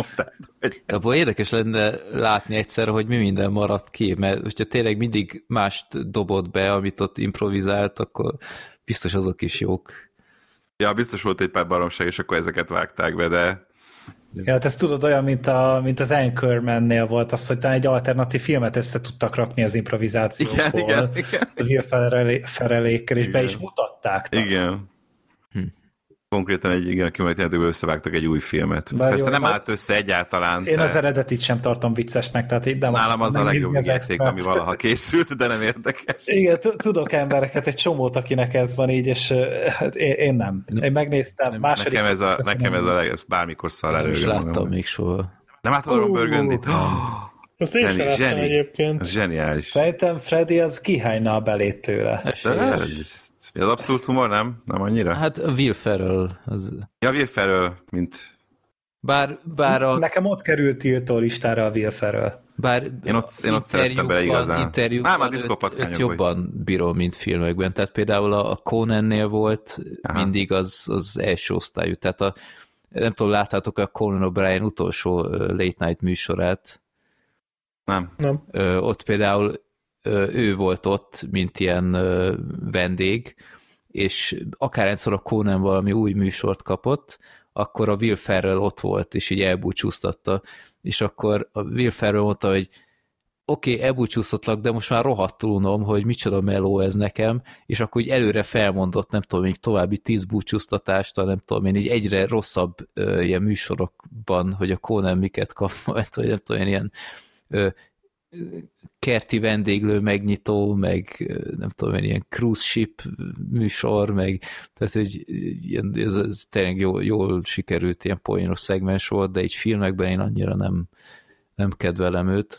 Abban érdekes lenne látni egyszer, hogy mi minden maradt ki, mert hogyha tényleg mindig mást dobott be, amit ott improvizált, akkor biztos azok is jók. Ja, biztos volt egy pár baromság, és akkor ezeket vágták be, de ja, hát ezt tudod olyan, mint, a, mint az Anchorman-nél volt az, hogy talán egy alternatív filmet össze tudtak rakni az improvizációból. Igen, igen, igen. A Will Ferrellékkel, és igen. Be is mutatták. Talán. Igen. Hm. Konkrétan egy igen, kimenetetből összevágtak egy új filmet. Bár Persze jó, nem állt össze egyáltalán. Én de... az eredetit sem tartom viccesnek, tehát így nem nálam az a legjobb játék, ami valaha készült, de nem érdekes. Igen, tudok embereket, egy csomót, akinek ez van így, és hát én, én nem. Én megnéztem. Második nekem ez a, nekem ez a legjobb, bármikor szar előre. Nem láttam még soha. Nem látod a Burgundyt? Azt én sem láttam egyébként. Ez zseniális. Szerintem Freddy az kihányna a belét tőle. Az abszolút humor, nem? Nem annyira? Hát a Will Ferrell. Az... Ja, Will Ferrell, mint... Bár, bár a... Nekem ott került tiltó listára a Will Ferrell. Bár én ott, én ott szerettem bele igazán. Interjúkban öt, öt jobban bírom, mint filmekben. Tehát például a Conannél volt aha. mindig az, az első osztályú. Tehát a, nem tudom, láttátok a Conan O'Brien utolsó late night műsorát? Nem. nem. Ö, ott például ő volt ott, mint ilyen vendég, és akárhányszor a Conan valami új műsort kapott, akkor a Will Ferrell ott volt, és így elbúcsúztatta, és akkor a Will Ferrell mondta, hogy oké, okay, elbúcsúztatlak, de most már rohadtul unom, hogy micsoda meló ez nekem, és akkor így előre felmondott, nem tudom, még további tíz búcsúztatást, nem tudom én, így egyre rosszabb ö, ilyen műsorokban, hogy a Conan miket kap, vagy nem tudom én, ilyen ö, kerti vendéglő megnyitó, meg nem tudom én, ilyen cruise ship műsor, meg tehát, hogy ilyen, ez, ez tényleg jól, jól sikerült ilyen poénos szegmens volt, de így filmekben én annyira nem, nem kedvelem őt.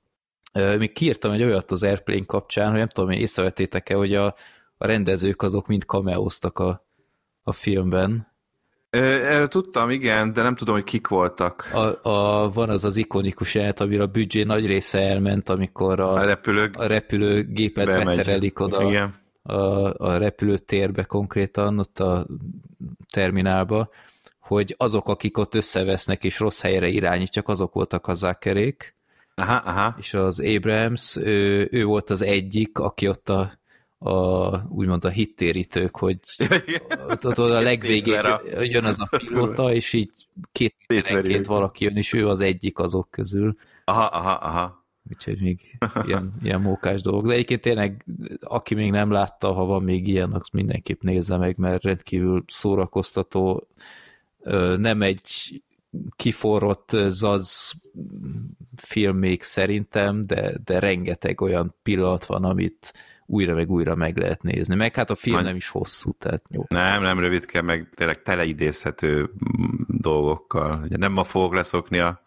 Még kiírtam egy olyat az Airplane kapcsán, hogy nem tudom, hogy észrevettétek-e, hogy a, a rendezők azok mind cameóztak a, a filmben. Erről tudtam, igen, de nem tudom, hogy kik voltak. A, a, van az az ikonikus jelenet, amire a büdzsé nagy része elment, amikor a, a, repülő, a repülőgépet beterelik oda igen. a, a repülőtérbe konkrétan, ott a terminálba, hogy azok, akik ott összevesznek és rossz helyre irányítják, azok voltak a Zuckerék. Aha, aha. És az Abrams, ő, ő volt az egyik, aki ott a, a úgymond a hittérítők, hogy ott, ott a legvégén jön az a pilóta, és így két méterenként valaki jön, és ő az egyik azok közül. Aha, aha, aha. Úgyhogy még ilyen, ilyen mókás dolgok. De egyébként tényleg, aki még nem látta, ha van még ilyen, az mindenképp nézze meg, mert rendkívül szórakoztató. Nem egy kiforrott zaz film még szerintem, de, de rengeteg olyan pillanat van, amit újra meg újra meg lehet nézni. Meg hát a film Nagy... nem is hosszú, tehát jó. Nem, nem rövidke, meg tényleg teleidézhető dolgokkal. Ugye nem ma fogok leszokni a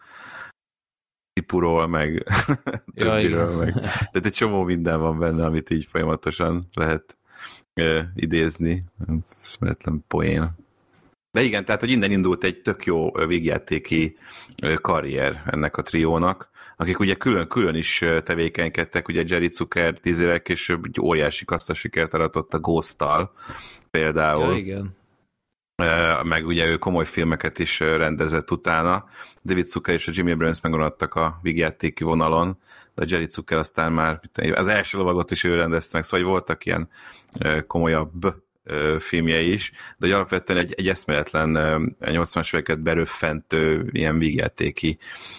Tipuról, meg többiről, ja, meg. De egy csomó minden van benne, amit így folyamatosan lehet ö, idézni. Eszméletlen poén. De igen, tehát, hogy innen indult egy tök jó végjátéki karrier ennek a triónak, akik ugye külön-külön is tevékenykedtek, ugye Jerry Zucker tíz évvel később egy óriási kasszasikert aratott a Ghost-tal például. Ja, igen. Meg ugye ő komoly filmeket is rendezett utána. David Zucker és a Jimmy Abrams megmaradtak a vígjátéki vonalon, de a Jerry Zucker aztán már az első lovagot is ő rendezte meg, szóval voltak ilyen komolyabb filmjei is, de hogy alapvetően egy, egy eszméletlen nyolcvanas éveket beröffentő ilyen vígjátéki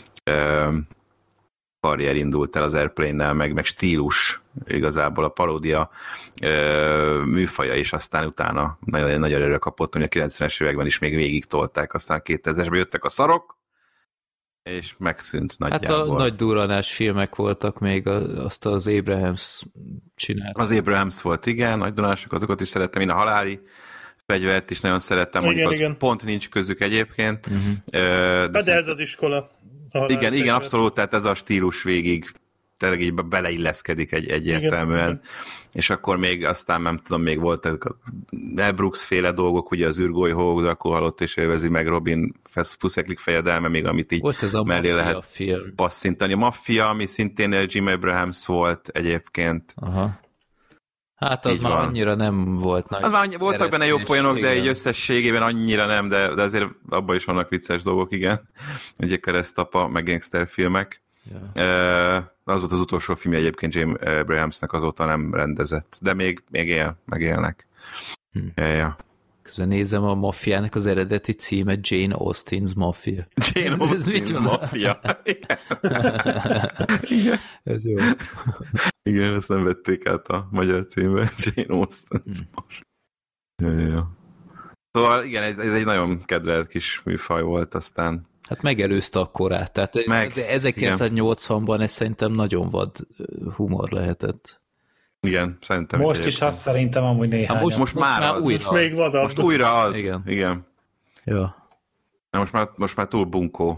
karrier indult el az Airplane-nel, meg, meg stílus igazából a paródia műfaja is aztán utána nagyon nagy erőre kapott, hogy a kilencvenes években is még végig tolták, aztán kétezresben jöttek a szarok, és megszűnt nagyjából. Hát a nagy durranás filmek voltak még, azt az Abrahams csinált. Az Abrahams volt, igen, nagy durranások, azokat is szerettem, én a haláli fegyvert is nagyon szerettem, igen, mondjuk igen. az pont nincs közük egyébként. Uh-huh. De, de, de ez az iskola. Igen, igen, fegyvert. Abszolút, tehát ez a stílus végig tényleg így beleilleszkedik egy, egyértelműen, igen. És akkor még aztán nem tudom, még volt a Mel Brooks féle dolgok, ugye az űrgolyhó, de akkor halott és élvezi meg Robin fuszeklik fejedelme, még amit így mellé lehet film. passzintani. A Maffia, ami szintén Jim Abrahams volt egyébként. Aha. Hát az így már van. Annyira nem volt nagy. Az már voltak benne jó poénok, de így összességében annyira nem, de, de azért abban is vannak vicces dolgok, igen. Ugye keresztapa, meg gangster filmek. Yeah. Az volt az utolsó film, egyébként Jim Abrahamsnek azóta nem rendezett, de még, még él, megélnek. Hm. Ja, ja. Közben nézem a Maffiának az eredeti címe, Jane Austen's Mafia. Jane Austen's Mafia. Igen. Ez jó. Igen, ezt nem vették át a magyar címbe, Jane Austen's Mafia. Ja, ja, ja. Szóval igen, ez, ez egy nagyon kedvelt kis műfaj volt aztán. Hát megelőzte a korát, tehát Meg, ezerkilencszáznyolcvanban ez szerintem nagyon vad humor lehetett. Igen, szerintem most is, is azt szerintem amúgy néhány. Most, most, most már, már az. Újra még vadabb. Most újra az. Igen. Igen. Ja. Na most már, most már túl bunkó.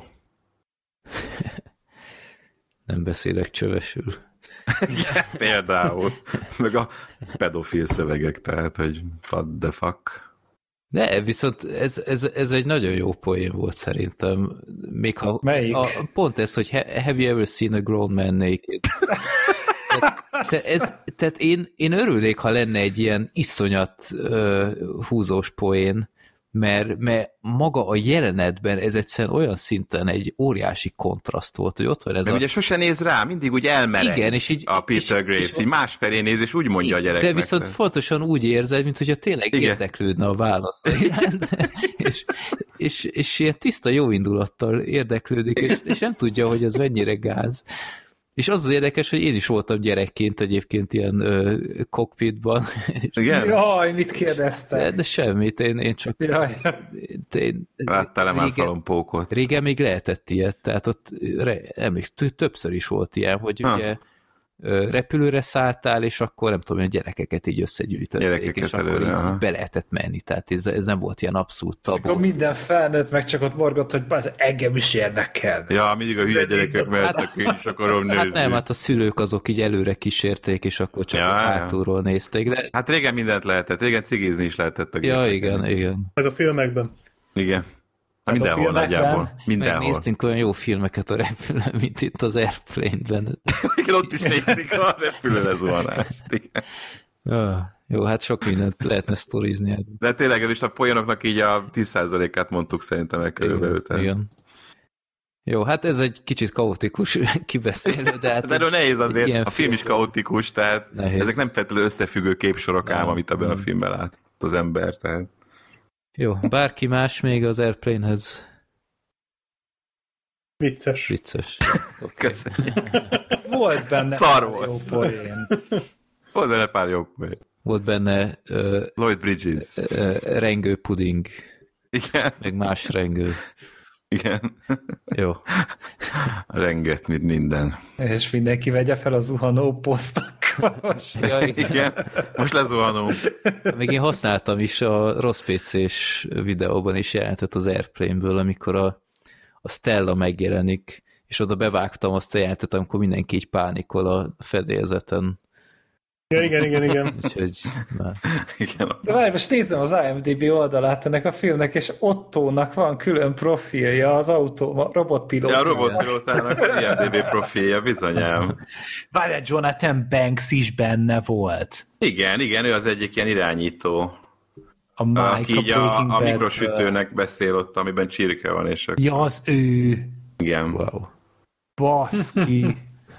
Nem beszélek csövesül. Igen, például. Meg a pedofil szövegek, tehát, hogy what the fuck. De viszont ez, ez, ez egy nagyon jó poén volt szerintem. Még ha, Melyik? A, pont ez, hogy have you ever seen a grown man naked? Tehát, te ez, tehát én, én örülnék, ha lenne egy ilyen iszonyat uh, húzós poén, mert, mert maga a jelenetben ez egyszerűen olyan szinten egy óriási kontraszt volt, hogy ott van ez de a... ugye sose néz rá, mindig úgy elmereng. Igen, és így, a Peter és, Graves, és, így másfelé néz, és úgy mondja igen, a gyereknek. De viszont tehát. Fontosan úgy érzed, mint hogyha tényleg igen. Érdeklődne a válasz. és, és, és ilyen tiszta jó indulattal érdeklődik, és, és nem tudja, hogy az mennyire gáz. És az az érdekes, hogy én is voltam gyerekként egyébként ilyen ö, cockpitban. Igen? Jaj, mit kérdeztek? De, de semmit, én, én csak... Jaj. Én, Láttál-e már falompókot? Régen még lehetett ilyet, tehát ott emlékszem, többször is volt ilyen, hogy ha. ugye repülőre szálltál, és akkor nem tudom, hogy a gyerekeket így összegyűjtötték, gyerekeket és előre, akkor így aha. be lehetett menni, tehát ez, ez nem volt ilyen abszolút tabu. És akkor minden felnőtt meg csak ott morgott, hogy az engem is érdekel. Ja, mindig a hülye gyerekek mehetnek, én is akarom nézni. Hát nem, hát a szülők azok így előre kísérték, és akkor csak Ja, a ja. hátulról nézték, de... Hát régen mindent lehetett, régen cigizni is lehetett a Ja, gépeken. igen, igen. Meg a filmekben. Igen. Hát Mindenhol filmekben nagyjából. Mindenhol. Megnéztünk olyan jó filmeket a repülőn, mint itt az Airplane-ben. Igen, ott is nézik a repülőlezuhanást. Igen. Ja, jó, hát sok mindent lehetne sztorizni. De tényleg is a poénoknak így a tíz százalékát mondtuk szerintem el körülbelül. Igen, igen. Jó, hát ez egy kicsit kaotikus kibeszélő, de hát... De erről nehéz azért, ilyen a film is kaotikus, tehát nehéz. ezek nem feltétlenül összefüggő képsorok ám, amit ebben a filmben lát az ember, tehát... Jó, bárki más még az Airplane-hez? Vicces. Vicces. Köszönjük. Volt benne Szar volt. jó poén. Volt benne pár jobb poén. Volt benne uh, Lloyd Bridges. uh, rengő puding, Igen. meg más rengő. Igen. Jó. Renget, mint minden. És mindenki vegye fel a zuhanó posztokkal. Ja, igen. Igen. Most lezuhanunk. Még én használtam is a rossz pé cés videóban is jelentet az Airplane-ből, amikor a, a Stella megjelenik, és oda bevágtam azt a jelentet, amikor mindenki így pánikol a fedélzeten. Ja, igen, igen, igen. Úgyhogy, na. Igen. De várj, most nézem az I M D B oldalát ennek a filmnek, és Ottónak van külön profilja az autó, robotpilótának. Ja, a robotpilótának van I M D B profilja, bizonyám. Várj, Jonathan Banks is benne volt. Igen, igen, ő az egyik ilyen irányító, A Mike, aki így a, a, Breaking a Bad-ből. mikrosütőnek beszél ott, amiben csirke van, és akkor... Ja, az ő. Igen. Wow. Baszki.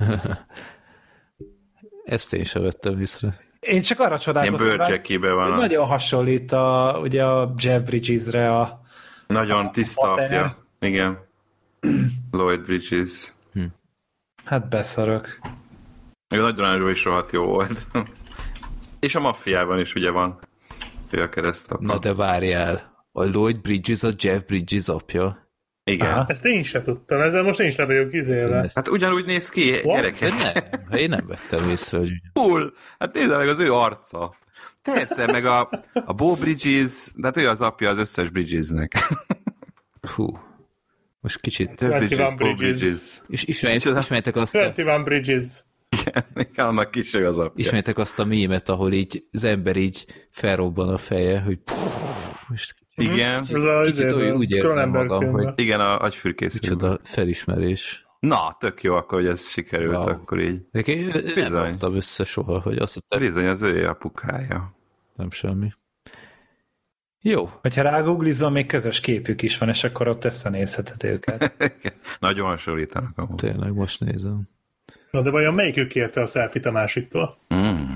Ezt én sem vettem észre. Én csak arra Ilyen csodálkoztam, bőrcsekibe van. A... nagyon hasonlít a, ugye a Jeff Bridgesre a... Nagyon tiszta a apja. Igen. Lloyd Bridges. Hát beszarok. Ő nagyránról is rohadt jó volt. És a maffiában is ugye van. Ő a keresztapa. Na de várjál, a Lloyd Bridges a Jeff Bridges apja. Igen. Aha. Ezt én sem tudtam, ezzel most én is le vagyok izélve. Ezt- Hát ugyanúgy néz ki, What? De gyerekek. nem, én nem vettem észre, hogy... Cool. Hát nézd meg az ő arca. Persze, meg a, a Bo Bridges, de hát ő az apja az összes Bridgesnek. Hú, most kicsit... Jeff Bridges, Twenty-one Bo Bridges. Bridges. És ismer, Micsoda? ismertek azt a, Twenty-one Bridges. Igen, annak kis ő az apja. ismertek azt a mémet, ahol így az ember így felrobban a feje, hogy puff, és Igen. Ez a, kicsit azért, úgy, a úgy érzem Cronenberg magam, filmben. hogy Igen, a agyfürkésző. micsoda felismerés. Na, tök jó akkor, hogy ez sikerült, Wow. akkor így. De én nem Bizony. raktam össze soha, hogy azt hittem, Bizony, az ő apukája. nem semmi. Jó, Hogyha rágooglizom, még közös képük is van, és akkor ott összenézheted őket. Nagyon hasonlítanak amúgy. tényleg most nézem. Na de vajon melyikük kérte a selfie-t a másiktól? Mm.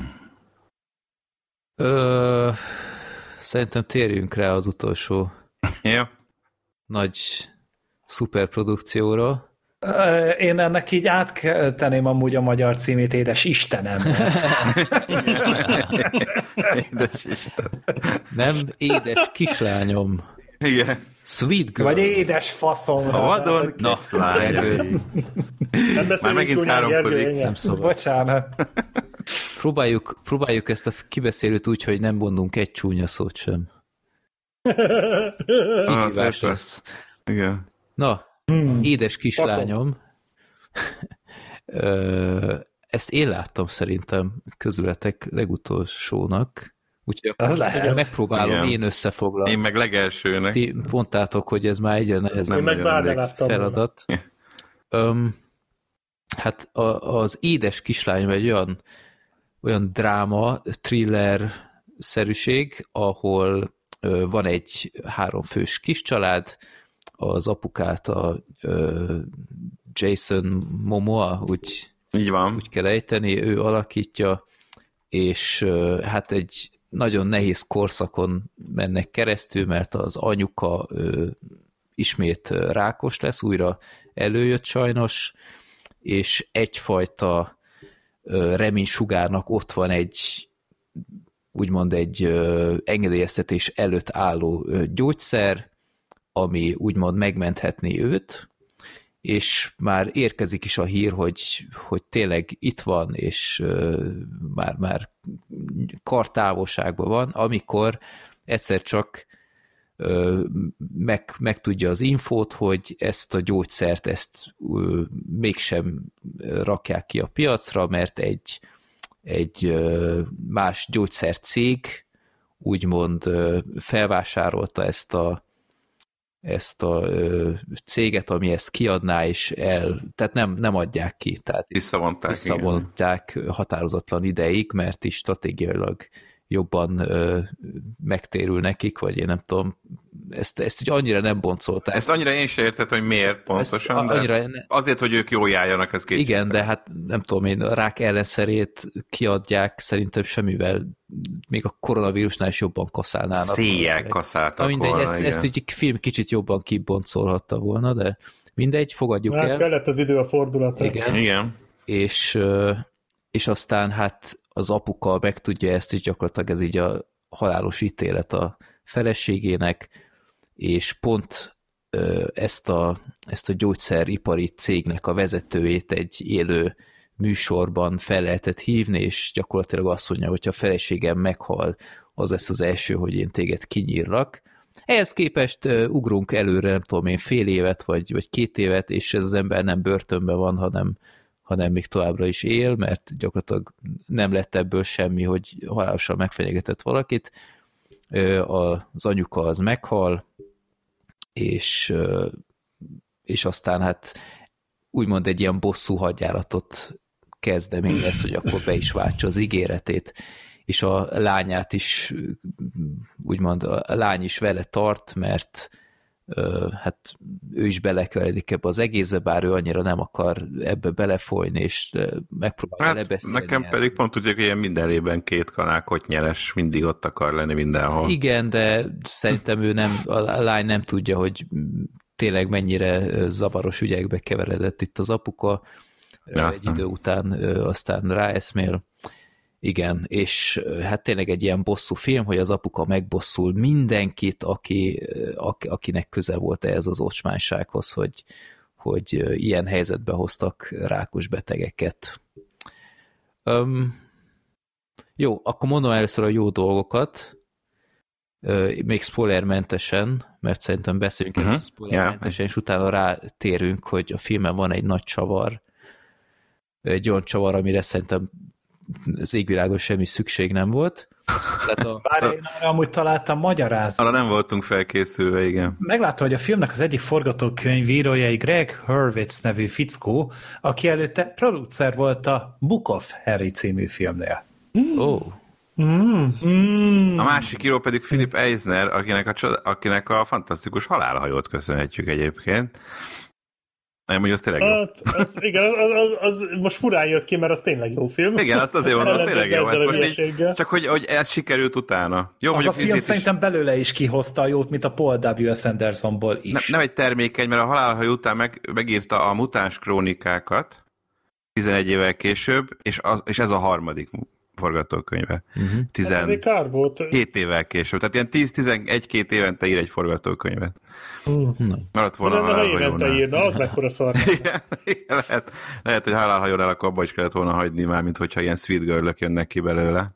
Ö, szerintem térjünk rá az utolsó Jó. nagy szuperprodukcióra. Ö, Én ennek így áttenném amúgy a magyar címét, édes Istenem. Édes Isten. Nem, édes kislányom. Igen. Sweet girl. Vagy édes faszom. A vadon Na, kislányai. Gergő, Nem Már beszélünk megint csúnyán, Gergő, káromkodik. ennyi? nem szabad. Bocsánat. Próbáljuk, próbáljuk ezt a kibeszélőt úgy, hogy nem mondunk egy csúnya szót sem. Ah, Hívás szép lesz. Igen. Na, Hmm. édes kislányom. Ö, Ezt én láttam szerintem közületek legutolsónak. Úgyhogy Az akkor lehet. megpróbálom Igen. én összefoglalni. Én meg legelsőnek. Ti mondtátok, hogy ez már egyre nehezebb Én meg nagyon bárra emlékszem. láttam. feladat. Öm, hát a, az édes kislányom egy olyan, olyan dráma, thriller-szerűség, ahol ö, van egy háromfős kis család, az apukát a ö, Jason Momoa, úgy, Így van. úgy kell ejteni, ő alakítja, és ö, hát egy nagyon nehéz korszakon mennek keresztül, mert az anyuka ö, ismét rákos lesz, újra előjött sajnos, és egyfajta reménysugárnak ott van egy úgymond egy engedélyeztetés előtt álló gyógyszer, ami úgymond megmenthetné őt, és már érkezik is a hír, hogy, hogy tényleg itt van, és már, már kartávolságban van, amikor egyszer csak meg, megtudja az infót, hogy ezt a gyógyszert ezt mégsem rakják ki a piacra, mert egy, egy más gyógyszercég úgymond felvásárolta ezt a, ezt a céget, ami ezt kiadná, és el, tehát nem, nem adják ki. Tehát visszavonták. Visszavonták határozatlan ideig, mert is stratégiailag jobban ö, megtérül nekik, vagy én nem tudom, ezt, ezt így annyira nem boncolták. Ezt annyira én sem értettem, hogy miért ezt, pontosan, ezt annyira, de azért, hogy ők jól járjanak, ez kétségtelen. Igen, de hát nem tudom én, a rák ellenszerét kiadják, szerintem semmivel, még a koronavírusnál is jobban kaszálnának. Széjjel kaszáltak mindegy, volna. Ezt, ezt így film kicsit jobban kiboncolhatta volna, de mindegy, fogadjuk hát el. Kellett az idő a fordulatra. Igen. Igen. És, és aztán hát az apuka megtudja ezt, és gyakorlatilag ez így a halálos ítélet a feleségének, és pont ezt a, ezt a gyógyszeripari cégnek a vezetőjét egy élő műsorban fel lehetett hívni, és gyakorlatilag azt mondja, hogy ha a feleségem meghal, az lesz az első, hogy én téged kinyírlak. Ehhez képest ugrunk előre, nem tudom én, fél évet, vagy, vagy két évet, és ez az ember nem börtönben van, hanem hanem még továbbra is él, mert gyakorlatilag nem lett ebből semmi, hogy halálosan megfenyegetett valakit. Az anyuka az meghal, és, és aztán hát úgymond egy ilyen bosszú hadjáratot kezdeményez, hogy akkor be is váltsa az ígéretét, és a lányát is, úgymond a lány is vele tart, mert hát ő is belekeveredik ebbe az egészbe, bár ő annyira nem akar ebbe belefolyni, és megpróbálja hát lebeszélni. Nekem el. Pedig pont tudjuk, hogy ilyen mindenében két kanál kottnyeles, mindig ott akar lenni mindenhol. Igen, de szerintem ő nem, a lány nem tudja, hogy tényleg mennyire zavaros ügyekbe keveredett itt az apuka. Ja, egy idő után aztán ráeszmél. Igen, és hát tényleg egy ilyen bosszú film, hogy az apuka megbosszul mindenkit, aki, akinek köze volt ehhez az ocsmánysághoz, hogy, hogy ilyen helyzetbe hoztak rákos betegeket. Um, jó, akkor mondom először a jó dolgokat, még spoilermentesen, mert szerintem beszélünk uh-huh. először spoilermentesen, yeah. és utána rátérünk, hogy a filmen van egy nagy csavar, egy olyan csavar, amire szerintem az égvilágon semmi szükség nem volt. A... Bár én arra amúgy találtam magyarázatot. Arra nem voltunk felkészülve, igen. Megláttam, hogy a filmnek az egyik forgatókönyvírója egy Greg Hurwitz nevű fickó, aki előtte producer volt a Book of Harry című filmnél. Mm. Oh. Mm. Mm. A másik író pedig Philip Eisner, akinek a, akinek a fantasztikus Halálhajót köszönhetjük egyébként. Nem, hogy az tényleg jó. Hát, az, igen, az, az, az most furán jött ki, mert az tényleg jó film. Igen, azt azért mondom, az tényleg jó. Ez most így, csak hogy, hogy ez sikerült utána. Jó, az a film is... szerintem belőle is kihozta a jót, mint a Paul W S. Andersonból is. Ne, nem egy termékeny, mert a Halálhajó után meg, megírta a Mutáns krónikákat tizenegy évvel később, és, az, és ez a harmadik forgatókönyve. Uh-huh. tizenkét évvel később. Tehát ilyen tíz-tizenegy-két évente ír egy forgatókönyvet. Uh-huh. Maradt volna a Halálhajónál. Írna, az mekkora szar. Igen, igen, lehet, lehet, hogy Halálhajónál akkor abba is kellett volna hagyni már, mint hogyha ilyen sweet girl-ök jönnek ki belőle.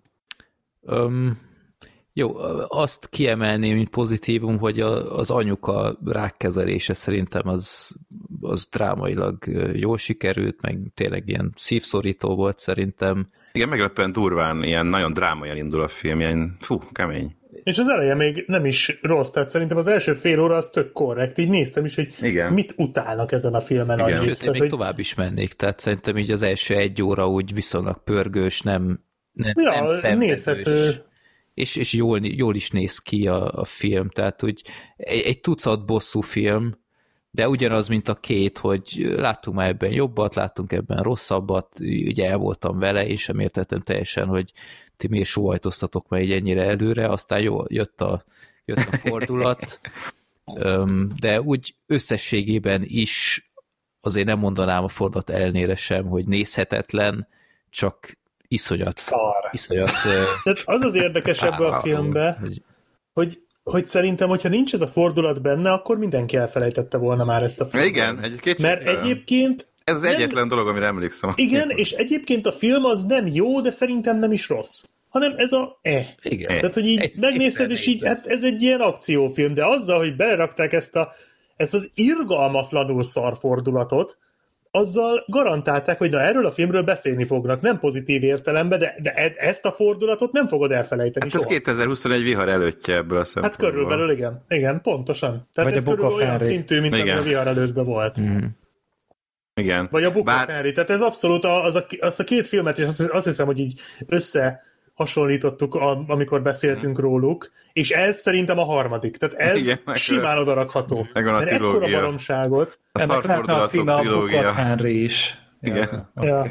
Um, jó, azt kiemelném, mint pozitívum, hogy a, az anyuka rákkezelése szerintem az, az drámailag jól sikerült, meg tényleg ilyen szívszorító volt szerintem. Igen, meglepően durván, ilyen nagyon drámaian indul a film, ilyen fú, kemény. És az eleje még nem is rossz, tehát szerintem az első fél óra az tök korrekt, így néztem is, hogy igen. Mit utálnak ezen a filmen annyit. Sőt, én tehát, még hogy... tovább is mennék, tehát szerintem így az első egy óra úgy viszonylag pörgős, nem, nem, ja, nem szenvedős. És, és jól, jól is néz ki a, a film, tehát úgy egy, egy tucat bosszú film, de ugyanaz, mint a két, hogy láttunk már ebben jobbat, láttunk ebben rosszabbat, ugye el voltam vele, és sem értettem teljesen, hogy ti miért sóhajtoztatok már így ennyire előre, aztán jó, jött a, jött a fordulat, de úgy összességében is azért nem mondanám a fordulat ellenére sem, hogy nézhetetlen, csak iszonyat. Szar. Iszonyat. Tehát az az érdekes ebben a filmben, hogy... hogy hogy szerintem, hogyha nincs ez a fordulat benne, akkor mindenki elfelejtette volna már ezt a filmet. Igen, egy Mert egyébként... Ez az nem... egyetlen dolog, amire emlékszem. Igen, és egyébként a film az nem jó, de szerintem nem is rossz. Hanem ez a eh. Igen. Tehát, hogy így egy, megnézted, és így, hát ez egy ilyen akciófilm, de azzal, hogy belerakták ezt, a, ezt az irgalmatlanul szar fordulatot, azzal garantálták, hogy na erről a filmről beszélni fognak, nem pozitív értelemben, de, de ezt a fordulatot nem fogod elfelejteni. Hát ez kétezer-huszonegy vihar előttje ebből a szempontból. Hát körülbelül igen. Igen, pontosan. Tehát vagy ez körülbelül olyan szintű, mint ami a vihar előttben volt. Mm. Igen. Vagy a Book Bár... of Henry. Tehát ez abszolút az a, azt a két filmet, és azt, azt hiszem, hogy így össze hasonlítottuk, amikor beszéltünk hmm. róluk, és ez szerintem a harmadik. Tehát ez igen, simán odarakható. Mert ekkora baromságot. A szarfordulatok trilógia. A Book of Henry is. Igen. Ja. Ja.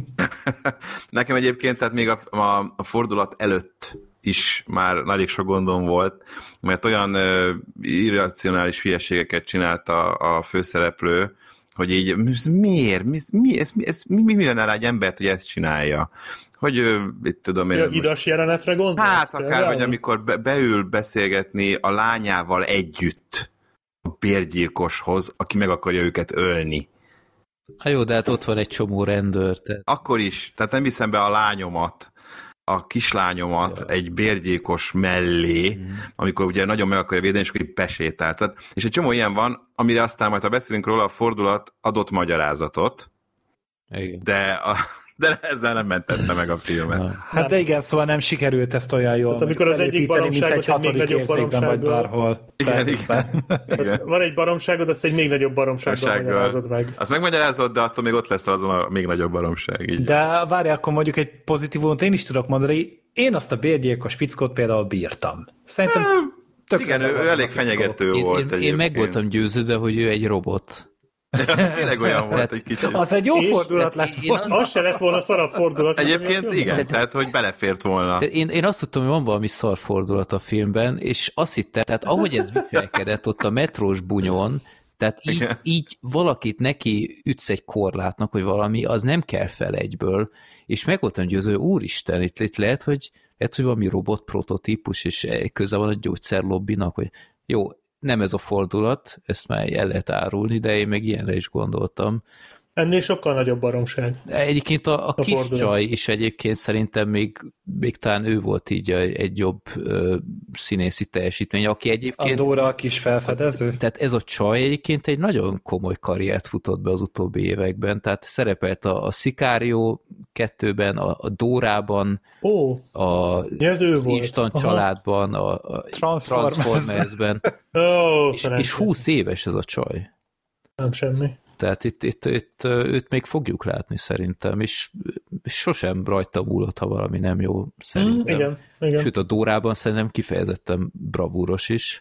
Nekem egyébként, tehát még a, a, a fordulat előtt is már elég sok gondom volt, mert olyan uh, irracionális hülyeségeket csinált a, a főszereplő, hogy így miért? Mi, mi, ez, ez, mi, mi jön rá egy embert, hogy ezt csinálja? Hogy, itt tudom én... A hidas most... jelenetre gondolsz? Hát akár, vagy amikor be, beül beszélgetni a lányával együtt a bérgyilkoshoz, aki meg akarja őket ölni. Hát jó, de hát ott van egy csomó rendőr. Tehát... Akkor is. Tehát nem viszem be a lányomat, a kislányomat ja. egy bérgyilkos mellé, mm. amikor ugye nagyon meg akarja védeni, és akkor így besétált. És egy csomó ilyen van, amire aztán majd, ha beszélünk róla, a fordulat adott magyarázatot, igen. de a... de ezzel nem mentette meg a filmet. Hát de igen, szóval nem sikerült ezt olyan jól hát, amikor az egyik baromságot egy hatodik még nagyobb baromsággal, vagy bárhol. Igen, igen. igen. Van egy baromságod, azt egy még nagyobb baromsággal magyarázod meg. Azt megmagyarázod, de attól még ott lesz azon a még nagyobb baromság. Így. De várj, akkor mondjuk egy pozitívumot én is tudok mondani, én azt a bérgyilkos fickót például bírtam. Szerintem tök igen, ő, ő elég fenyegető én, volt. Én, én meg voltam győződve, hogy ő egy robot. Tényleg olyan volt egy kicsit. Az egy jó és fordulat lett volna. Az se lett volna szarabb fordulat. Egyébként igen, tehát, tehát hogy belefért volna. Én, én azt tudtam, hogy van valami szar fordulat a filmben, és azt hittem, tehát ahogy ez viselkedett ott a metrós bunyon, tehát így, így valakit neki ütsz egy korlátnak, hogy valami, az nem kell fel egyből, és meg voltam győző, úristen, itt, itt lehet, hogy, lehet, hogy valami robot prototípus, és köze van a gyógyszerlobbinak, hogy jó, nem ez a fordulat, ezt már el lehet árulni, de én meg ilyenre is gondoltam. Ennél sokkal nagyobb baromság. Egyébként a, a, a kis fordulat. Csaj is egyébként szerintem még, még talán ő volt így egy jobb ö, színészi teljesítmény, aki egyébként... A Dóra a kis felfedező? Tehát ez a csaj egyébként egy nagyon komoly karriert futott be az utóbbi években, tehát szerepelt a, a Sicario kettőben, a, a Dórában, oh, a, az Instant Aha. Családban, a, a Transformersben, oh, és, és húsz éves ez a csaj. Nem semmi. Tehát itt, itt, itt őt még fogjuk látni szerintem, és sosem rajta múlott, ha valami nem jó szerintem. Mm, igen, igen. Sőt, a Dórában szerintem kifejezetten bravúros is,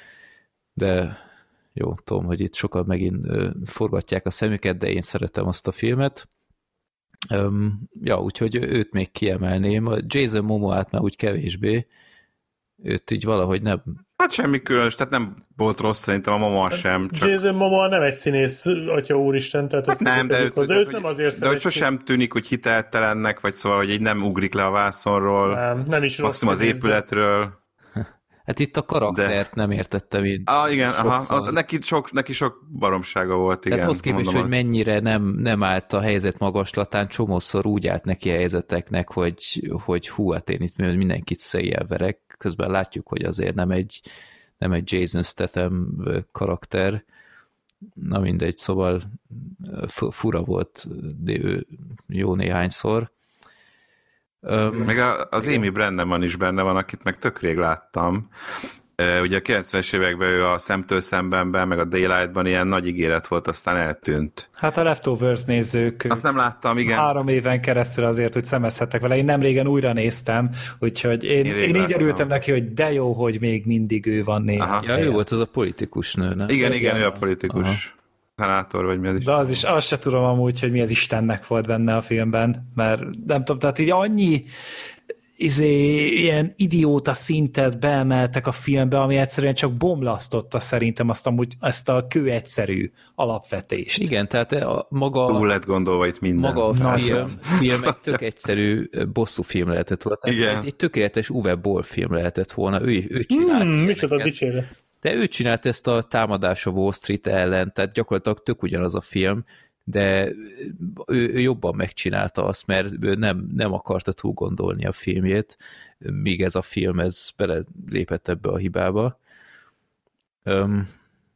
de jó, tudom, hogy itt sokan megint forgatják a szemüket, de én szeretem azt a filmet. Um, ja, úgyhogy őt még kiemelném. A Jason Momoát már úgy kevésbé, őt így valahogy nem... Hát semmi különös, tehát nem volt rossz szerintem a Momoa sem. Csak... Jason Momoa nem egy színész, atya úristen, tehát hát nem, de, őt, őt, tehát, őt nem azért de hogy sosem tűnik, hogy hiteltelennek, vagy szóval, hogy így nem ugrik le a vászonról. Nem, nem is rossz. Maximum az épületről. Hát itt a karaktert de... nem értettem így. Ah, igen, aha, neki, sok, neki sok baromsága volt, igen. Tehát azt képest, hogy mennyire nem, nem állt a helyzet magaslatán, csomószor úgy állt neki helyzeteknek, hogy, hogy hú, hát én itt mindenkit széjjel verek, közben látjuk, hogy azért nem egy, nem egy Jason Statham karakter. Na mindegy, szóval fura volt jó néhányszor. Meg az Amy Brenneman is benne van, akit meg tök rég láttam. Ugye a kilencvenes években ő a Szemtől szembenben, meg a Daylightban ilyen nagy ígéret volt, aztán eltűnt. Hát a Leftovers nézők. Azt nem láttam, igen. Három éven keresztül azért, hogy szemezhettek vele. Én nem régen újra néztem, úgyhogy én, én, én így örültem neki, hogy de jó, hogy még mindig ő van néha. Ja, ő volt az a politikus nő, ne? Igen, igen, ő a politikus. Aha. Szenátor, vagy mi az is. De az is, azt se tudom amúgy, hogy mi az Istennek volt benne a filmben, mert nem tudom, tehát így annyi izé, ilyen idióta szintet beemeltek a filmbe, ami egyszerűen csak bomlasztotta szerintem azt amúgy, ezt a kő egyszerű alapvetést. Igen, tehát a, maga... Túl lett gondolva itt minden. Maga a film, film egy tök egyszerű bosszú film lehetett volna. Igen. Egy, egy tökéletes Uwe Boll film lehetett volna. Ő, ő csinált. Hmm, micsoda dicsére. De ő csinált ezt a Támadás a Wall Street ellen, tehát gyakorlatilag tök ugyanaz a film, de ő, ő jobban megcsinálta azt, mert ő nem, nem akarta túl gondolni a filmjét, míg ez a film, ez belelépett ebbe a hibába. Öm,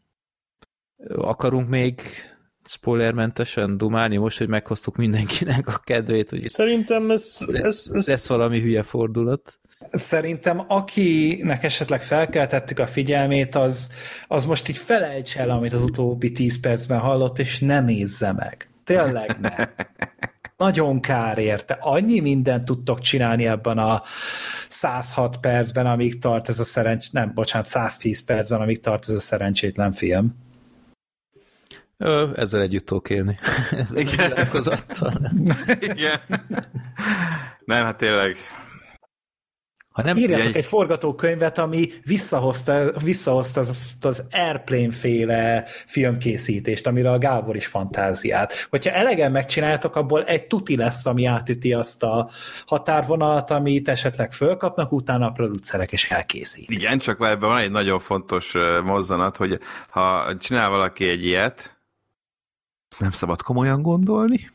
akarunk még spoilermentesen dumálni most, hogy meghoztuk mindenkinek a kedvét, hogy szerintem ez, ez, ez... lesz valami hülye fordulat. Szerintem akinek esetleg felkeltettük a figyelmét, az, az most így felejts el, amit az utóbbi tíz percben hallott, és ne nézze meg. Tényleg nem. Nagyon kár érte. Annyi mindent tudtok csinálni ebben a száz hat percben, amíg tart ez a szerencs... Nem, bocsánat, száz tíz percben, amíg tart ez a szerencsétlen film. Ö, ezzel együtt tudok élni. Ezzel Igen. a Igen. Nem, hát tényleg... Ha nem írjátok egy... egy forgatókönyvet, ami visszahozta, visszahozta azt az Airplane-féle filmkészítést, amire a Gábor is fantáziát. Hogyha elegen megcsináltok, abból egy tuti lesz, ami átüti azt a határvonalat, amit esetleg fölkapnak, utána a producerek is elkészít. Igen, csak ebben van egy nagyon fontos mozzanat, hogy ha csinál valaki egy ilyet, azt nem szabad komolyan gondolni,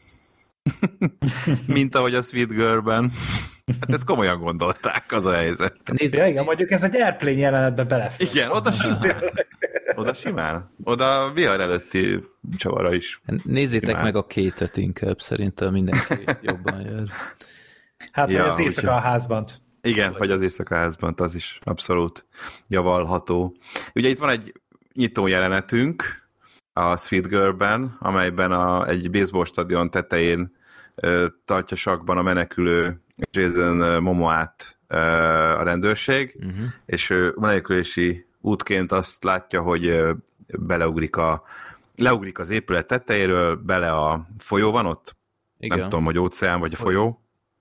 mint ahogy a Sweet Girl-ben. Hát ezt komolyan gondolták, az a helyzet. Nézd, ja, igen, mondjuk ez egy Airplane jelenetbe belefér. Igen, oda simán. Oda simán. Oda a vihar előtti csavara is. Nézzétek simán. meg a Kate-et inkább, szerintem mindenki jobban jön. Hát, ja, vagy az éjszaka úgy, a házban. Igen, vagy az éjszaka házban, az is abszolút javalható. Ugye itt van egy nyitó jelenetünk a Sweet Girl-ben, amelyben a, egy baseball stadion tetején ö, tartja sakban a menekülő Jason Momoát a rendőrség, uh-huh. és menekülési útként azt látja, hogy beleugrik a, leugrik az épület tetejéről, bele a folyó van ott, igen. Nem tudom, hogy óceán vagy a folyó,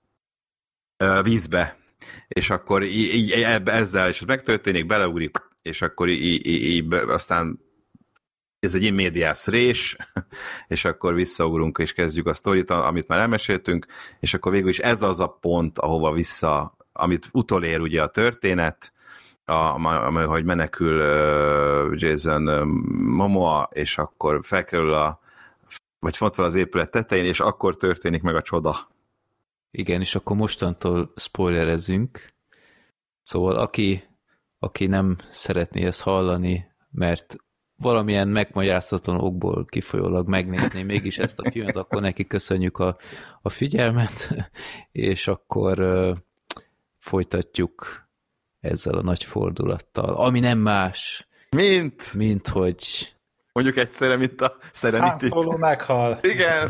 vízbe, és akkor így, így ezzel, és ez megtörténik, beleugrik, és akkor így, így, így aztán ez egy immédiás rés, és akkor visszaugrunk, és kezdjük a sztorit, amit már elmeséltünk, és akkor végül is ez az a pont, ahova vissza, amit utolér ugye a történet, a, a, hogy menekül uh, Jason Momoa, és akkor felkerül a, vagy font fel az épület tetején, és akkor történik meg a csoda. Igen, és akkor mostantól spoilerezünk. Szóval aki, aki nem szeretné ezt hallani, mert valamilyen megmagyarázatlan okból kifolyólag megnézni mégis ezt a filmet, akkor neki köszönjük a, a figyelmet, és akkor uh, folytatjuk ezzel a nagy fordulattal, ami nem más, mint, mint hogy mondjuk egyszerre, mint a Serenity. Han Solo meghal. Igen.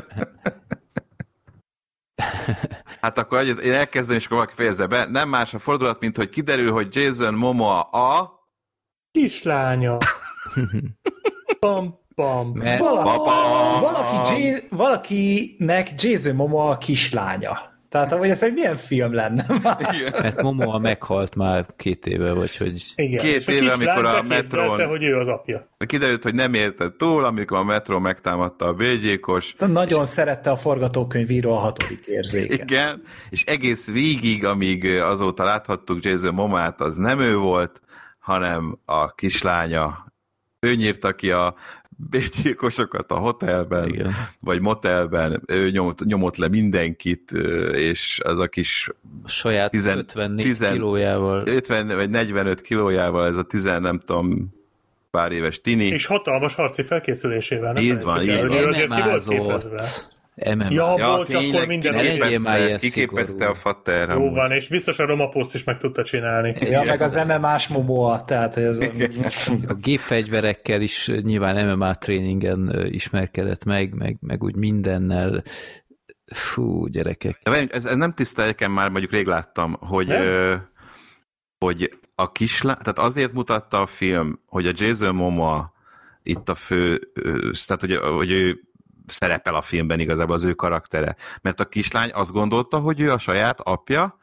Hát akkor én elkezdem, és akkor valaki fejezze be. Nem más a fordulat, mint hogy kiderül, hogy Jason Momoa a... kislánya. Pam, pam. Mert valaki, valaki J- valakinek Jason Momoa a kislánya. Tehát, hogy ez egy milyen film lenne már? Mert Momoa meghalt már két éve, vagy hogy... Igen. Két éve, amikor a metrón... hogy ő az apja. Kiderült, hogy nem érte túl, amikor a metró megtámadta a bélgyékos. Nagyon és... szerette a forgatókönyvíró a hatodik érzéke. Igen, és egész végig, amíg azóta láthattuk Jason Momoát, az nem ő volt, hanem a kislánya. Ő nyírta ki a bérgyilkosokat a hotelben, igen. Vagy motelben, ő nyomott, nyomott le mindenkit, és az a kis... A saját tizen, ötvennégy tizen, kilójával. ötven vagy negyvenöt kilójával, ez a tizen, nem tudom, pár éves tini. És hatalmas harci felkészülésével. Így van, így van. em em á-zott. em em á. Ja, ja, bocs, tényleg, akkor minden kiképezte, kiképezte a fater. Jó van, és biztos a Roma Post is meg tudta csinálni. Ja, meg az em em á-s Momoa, tehát ez a... a gépfegyverekkel is nyilván em em á tréningen ismerkedett meg, meg, meg úgy mindennel. Fú, gyerekek. Ez, ez nem tiszteljeken már, mondjuk rég láttam, hogy, ö, hogy a kislány, tehát azért mutatta a film, hogy a Jason Momoa itt a fő, ö, tehát hogy, hogy ő szerepel a filmben igazából az ő karaktere. Mert a kislány azt gondolta, hogy ő a saját apja,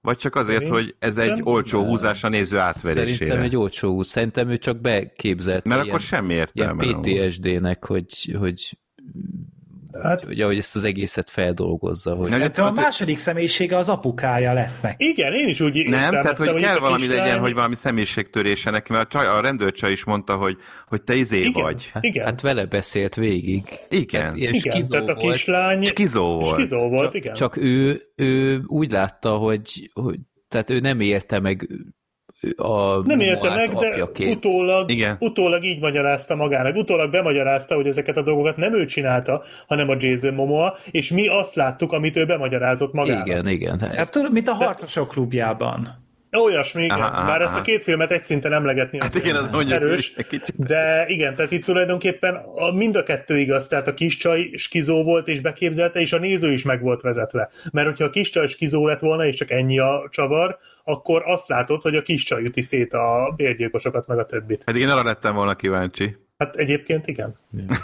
vagy csak azért, Szerint, hogy ez egy olcsó húzásra néző átverésére? Szerintem egy olcsó húz. Szerintem ő csak beképzelt. Mert ilyen, akkor semmi értelme. Ilyen pé té es dé-nek, hogy, hogy Hát, hogy ahogy ezt az egészet feldolgozza. Hogy... Szerintem a második személyisége az apukája lett neki. Igen, én is úgy Nem, tehát hogy kell valami kislány... legyen, hogy valami személyiségtörése neki, mert a, csaj, a rendőrcsaj is mondta, hogy, hogy te izé igen, vagy. Hát, igen. hát vele beszélt végig. Igen. Hát, ilyen igen, tehát a kislány... Skizó volt. Skizó volt, csak, igen. Csak ő, ő úgy látta, hogy, hogy tehát ő nem élte meg a nem érte meg, de utólag, utólag így magyarázta magának. Utólag bemagyarázta, hogy ezeket a dolgokat nem ő csinálta, hanem a Jason Momoa, és mi azt láttuk, amit ő bemagyarázott magának. Igen, igen. Hát tudod, mint a Harcosok klubjában. Olyasmi, igen. Aha, Bár aha. ezt a két filmet egy szinten emlegetni hát igen, az mondjuk erős, de igen, tehát itt tulajdonképpen a, mind a kettő igaz, tehát a kis csaj skizó volt és beképzelte, és a néző is meg volt vezetve. Mert hogyha a kis csaj skizó lett volna, és csak ennyi a csavar, akkor azt látod, hogy a kis csaj üti szét a bérgyilkosokat, meg a többit. Hát én arra lettem volna kíváncsi. Hát egyébként igen.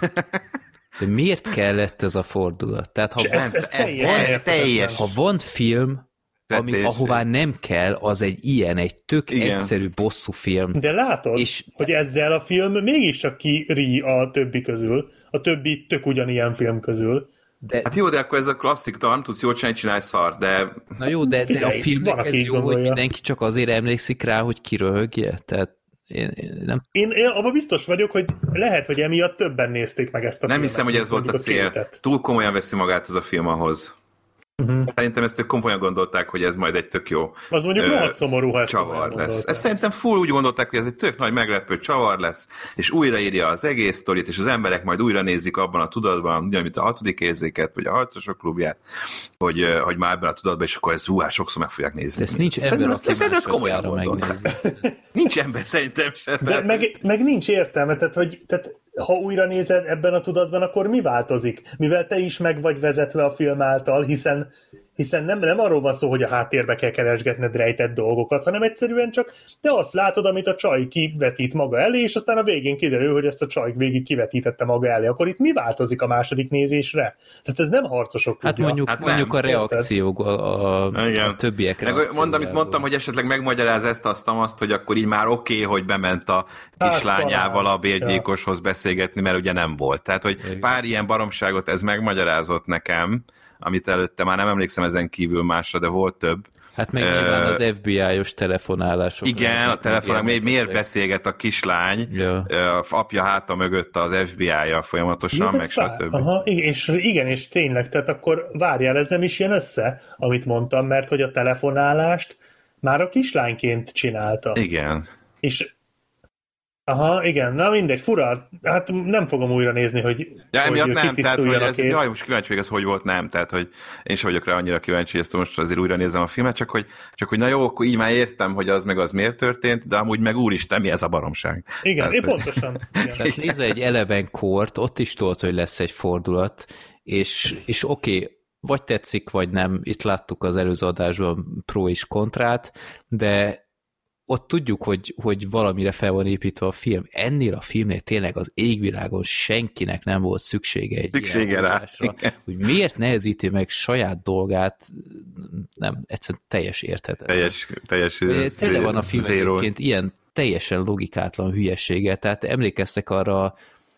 De miért kellett ez a fordulat? Tehát ha, ez, van, ez teljes, teljes. ha van film, ami, ahová nem kell, az egy ilyen, egy tök igen. egyszerű bosszúfilm. De látod, és... hogy ezzel a film mégiscsak kirí a többi közül, a többi tök ugyanilyen film közül. De... Hát jó, de akkor ez a klasszik, nem tudsz jól csinálni, csinálj szar, de... Na jó, de, de a filmnek ez jó, gondolja. Hogy mindenki csak azért emlékszik rá, hogy kiröhögje, tehát én, én nem... Én, én abban biztos vagyok, hogy lehet, hogy emiatt többen nézték meg ezt a nem filmet. Nem hiszem, hogy ez volt a cél. Kétet. Túl komolyan veszi magát ez a film ahhoz. Uh-huh. Szerintem ezt ők komolyan gondolták, hogy ez majd egy tök jó az mondjuk ö, rohadt szomorú, ha csavar lesz. Ezt szerintem full úgy gondolták, hogy ez egy tök nagy meglepő csavar lesz, és újraírja az egész sztorit, és az emberek majd újra nézik abban a tudatban, mint a hatodik érzéket, vagy a Harcosok klubját, hogy, hogy már ebben a tudatban, és akkor ez hú, hát sokszor meg fogják nézni. Ez nincs ember, aki másodjára megnézi. Nincs ember szerintem se. De meg, meg nincs értelme, tehát, hogy tehát, ha újra nézed ebben a tudatban, akkor mi változik? Mivel te is meg vagy vezetve a film által, hiszen, hiszen nem, nem arról van szó, hogy a háttérbe kell keresgetned rejtett dolgokat, hanem egyszerűen csak te azt látod, amit a csaj kivetít maga elé, és aztán a végén kiderül, hogy ezt a csaj végig kivetítette maga elé. Akkor itt mi változik a második nézésre? Tehát ez nem Harcosok hát mondjuk, hát mondjuk a reakciók, a, a, a többiek reakciójából. Mondom, amit mondtam, hogy esetleg megmagyaráz ezt, azt, azt, hogy akkor így már oké, okay, hogy bement a kislányával a bérgyilkoshoz beszélgetni, mert ugye nem volt. Tehát, hogy igen. Pár ilyen baromságot ez megmagyarázott nekem, amit előtte már nem emlékszem ezen kívül másra, de volt több. Hát meg nyilván uh, az ef bé i-os telefonálások. Igen, a telefonálások, miért, miért beszélget a kislány, ja. uh, apja háta mögött az ef bé i-jal folyamatosan, ja, meg stb. Aha, és igen, és tényleg, tehát akkor várjál, ez nem is jön össze, amit mondtam, mert hogy a telefonálást már a kislányként csinálta. Igen. És aha, igen, na mindegy, fura, hát nem fogom újra nézni, hogy ja, emiatt nem, tehát hogy ez, jaj, most kíváncsi vagyok, ez hogy volt, nem, tehát hogy én sem vagyok rá annyira kíváncsi, hogy ezt most azért újra nézem a filmet, csak hogy, csak hogy na jó, akkor így már értem, hogy az meg az miért történt, de amúgy meg úristen, mi ez a baromság. Igen, tehát, én pontosan. Igen. Tehát nézze egy eleven kort, ott is tudod, hogy lesz egy fordulat, és, és oké, okay, vagy tetszik, vagy nem, itt láttuk az előző adásban pro és kontrát, de ott tudjuk, hogy, hogy valamire fel van építve a film. Ennél a filmnél tényleg az égvilágon senkinek nem volt szüksége egy szüksége ilyen rá. Hogy miért nehezíti meg saját dolgát, nem, egyszerűen teljes érthetetlen. Teljes, teljes tele van a film egyébként ilyen teljesen logikátlan hülyesége, tehát emlékeztek arra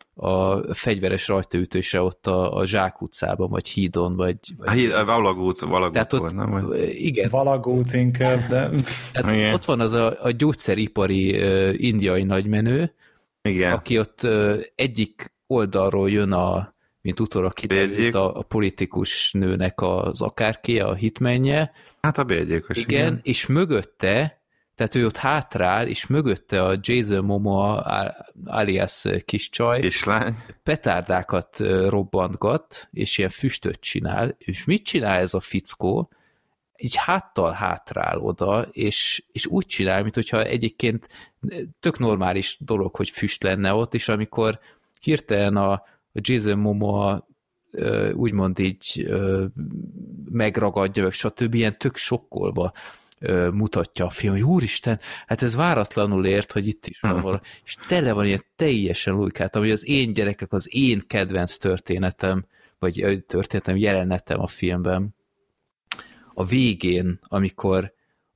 a fegyveres rajtaütésre ott a, a Zsák utcában, vagy hídon, vagy... vagy a híd, a Valagút, Valagút volt, nem? Igen. Valagút inkább, de... Ott van az a, a gyógyszeripari uh, indiai nagymenő, igen. Aki ott uh, egyik oldalról jön a, mint utólag kiderült, a, a politikus nőnek az akárki, a hitmenje. Hát a bérgyilkos. Igen, igen, és mögötte, tehát ő ott hátrál, és mögötte a Jason Momoa alias kis csaj kislány petárdákat robbantgat, és ilyen füstöt csinál, és mit csinál ez a fickó? Így háttal hátrál oda, és, és úgy csinál, mint hogyha egyébként tök normális dolog, hogy füst lenne ott, és amikor hirtelen a, a Jason Momoa úgymond így megragadja, stb. Ilyen tök sokkolva mutatja a film, hogy úristen, hát ez váratlanul ért, hogy itt is van valami, és tele van ilyen teljesen logikát, ami az én gyerekek, az én kedvenc történetem, vagy történetem, jelenetem a filmben. A végén, amikor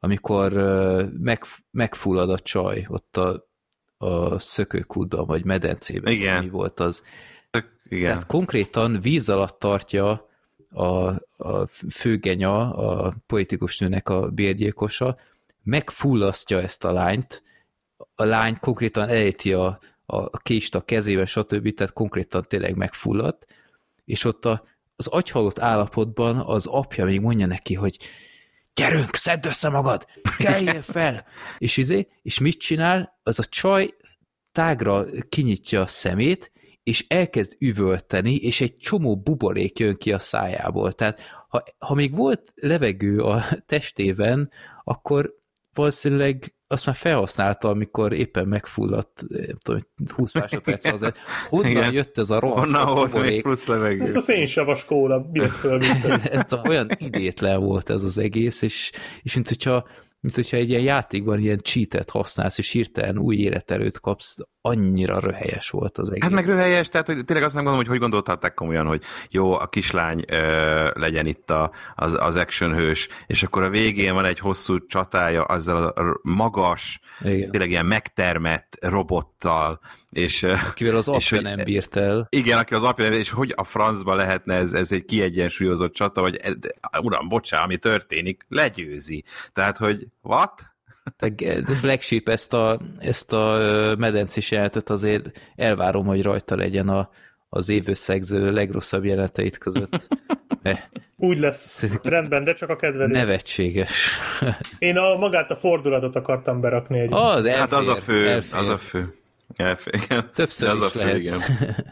amikor meg, megfullad a csaj ott a, a szökőkútban, vagy medencében, igen. mi volt az. Igen. Tehát konkrétan víz alatt tartja a, a főgenya, a politikus nőnek a bérgyilkosa, megfullasztja ezt a lányt, a lány konkrétan elejti a, a kést a kezébe, stb., tehát konkrétan tényleg megfulladt, és ott a, az agyhalott állapotban az apja még mondja neki, hogy gyerünk, szedd össze magad, keljél fel! és, izé, és mit csinál? Az a csaj tágra kinyitja a szemét, és elkezd üvölteni, és egy csomó buborék jön ki a szájából. Tehát ha, ha még volt levegő a testében, akkor valószínűleg azt már felhasználta, amikor éppen megfulladt, nem tudom, húsz másodperc az. Honnan igen. jött ez a rohadt? Honnan volt még plusz levegő? Hát a szénsavas kóla, miért fölvizsgálni? Olyan idétlen volt ez az egész, és, és mint hogyha mint hogyha egy ilyen játékban ilyen cheatet használsz, és hirtelen új életerőt kapsz, annyira röhelyes volt az egész. Hát meg röhelyes, tehát hogy tényleg azt nem gondolom, hogy hogy gondoltatták komolyan, hogy jó, a kislány ö, legyen itt a, az, az action hős, és akkor a végén van egy hosszú csatája azzal a magas, igen. tényleg ilyen megtermett robottal, és akivel az apja nem bírt el. Igen, aki az apja nem bírt, és hogy a francba lehetne ez, ez egy kiegyensúlyozott csata, vagy uram, bocsá, ami történik, legyőzi. Tehát, hogy what? Black Sheep ezt a, ezt a medencés jelenetet azért elvárom, hogy rajta legyen a, az évösszegző legrosszabb jeleneteit között. De úgy lesz. Rendben, de csak a kedvelő. Nevetséges. Én a, magát a fordulatot akartam berakni. Egy az elfér, hát az a fő. Elfér. Az a fő. Elfér, igen. Többször az is a fő, lehet. Igen.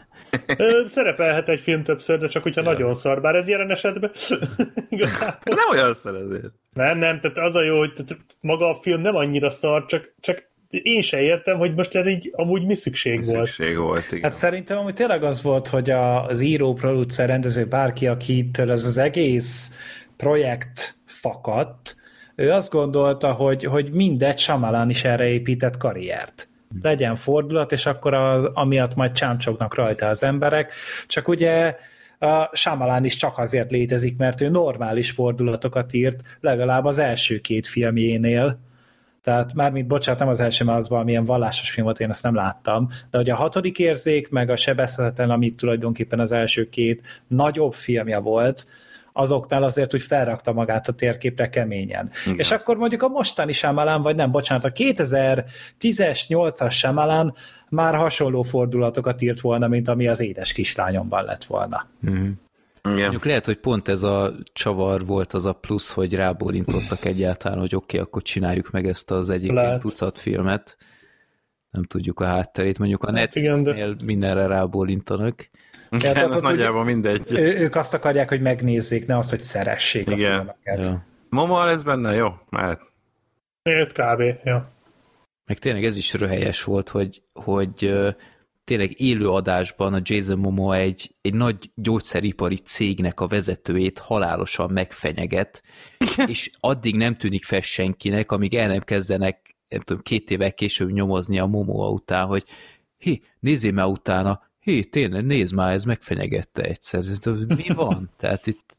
Szerepelhet egy film többször, de csak hogyha ja. nagyon szar, bár ez jelen esetben. Igazából. Nem olyan szar ezért. Nem, nem, tehát az a jó, hogy maga a film nem annyira szar, csak, csak én se értem, hogy most erre így amúgy mi szükség mi volt. Szükség volt, igen. Hát szerintem amúgy tényleg az volt, hogy a, az író, producer, rendező, bárki, akitől ez az egész projekt fakadt, ő azt gondolta, hogy, hogy mindegy, Shyamalan is erre épített karriert. Legyen fordulat, és akkor az, amiatt majd csámcsognak rajta az emberek. Csak ugye a Shyamalan is csak azért létezik, mert ő normális fordulatokat írt, legalább az első két filmjénél. Tehát mármint, bocsánat, nem az első, mert az valamilyen vallásos film volt, én ezt nem láttam, de hogy a hatodik érzék, meg a Sebezhetetlen, amit tulajdonképpen az első két nagyobb filmje volt, azoknál azért úgy felrakta magát a térképre keményen. Igen. És akkor mondjuk a mostani Shyamalan, vagy nem, bocsánat, a kétezer-tízes, nyolcas Shyamalan már hasonló fordulatokat írt volna, mint ami az Édes kislányomban lett volna. Mm-hmm. Igen. Mondjuk lehet, hogy pont ez a csavar volt az a plusz, hogy rábólintottak egyáltalán, hogy oké, okay, akkor csináljuk meg ezt az egyébként tucat filmet. Nem tudjuk a hátterét. Mondjuk a Netflixnél de... mindenre rábólintanak. Igen, tehát, nagyjából ugye, mindegy. Ő, ők azt akarják, hogy megnézzék, ne azt, hogy szeressék igen. a filmeket. Ja. Momoa lesz benne? Jó, mehet. öt kb. Jó. Meg tényleg ez is röhelyes volt, hogy, hogy uh, tényleg élő adásban a Jason Momoa egy, egy nagy gyógyszeripari cégnek a vezetőjét halálosan megfenyeget, és addig nem tűnik fel senkinek, amíg el nem kezdenek, nem tudom, két évvel később nyomozni a Momoa után, hogy hé, nézzél már utána, hé, tényleg, nézd már, ez megfenyegette egyszer. Mi van? Tehát itt,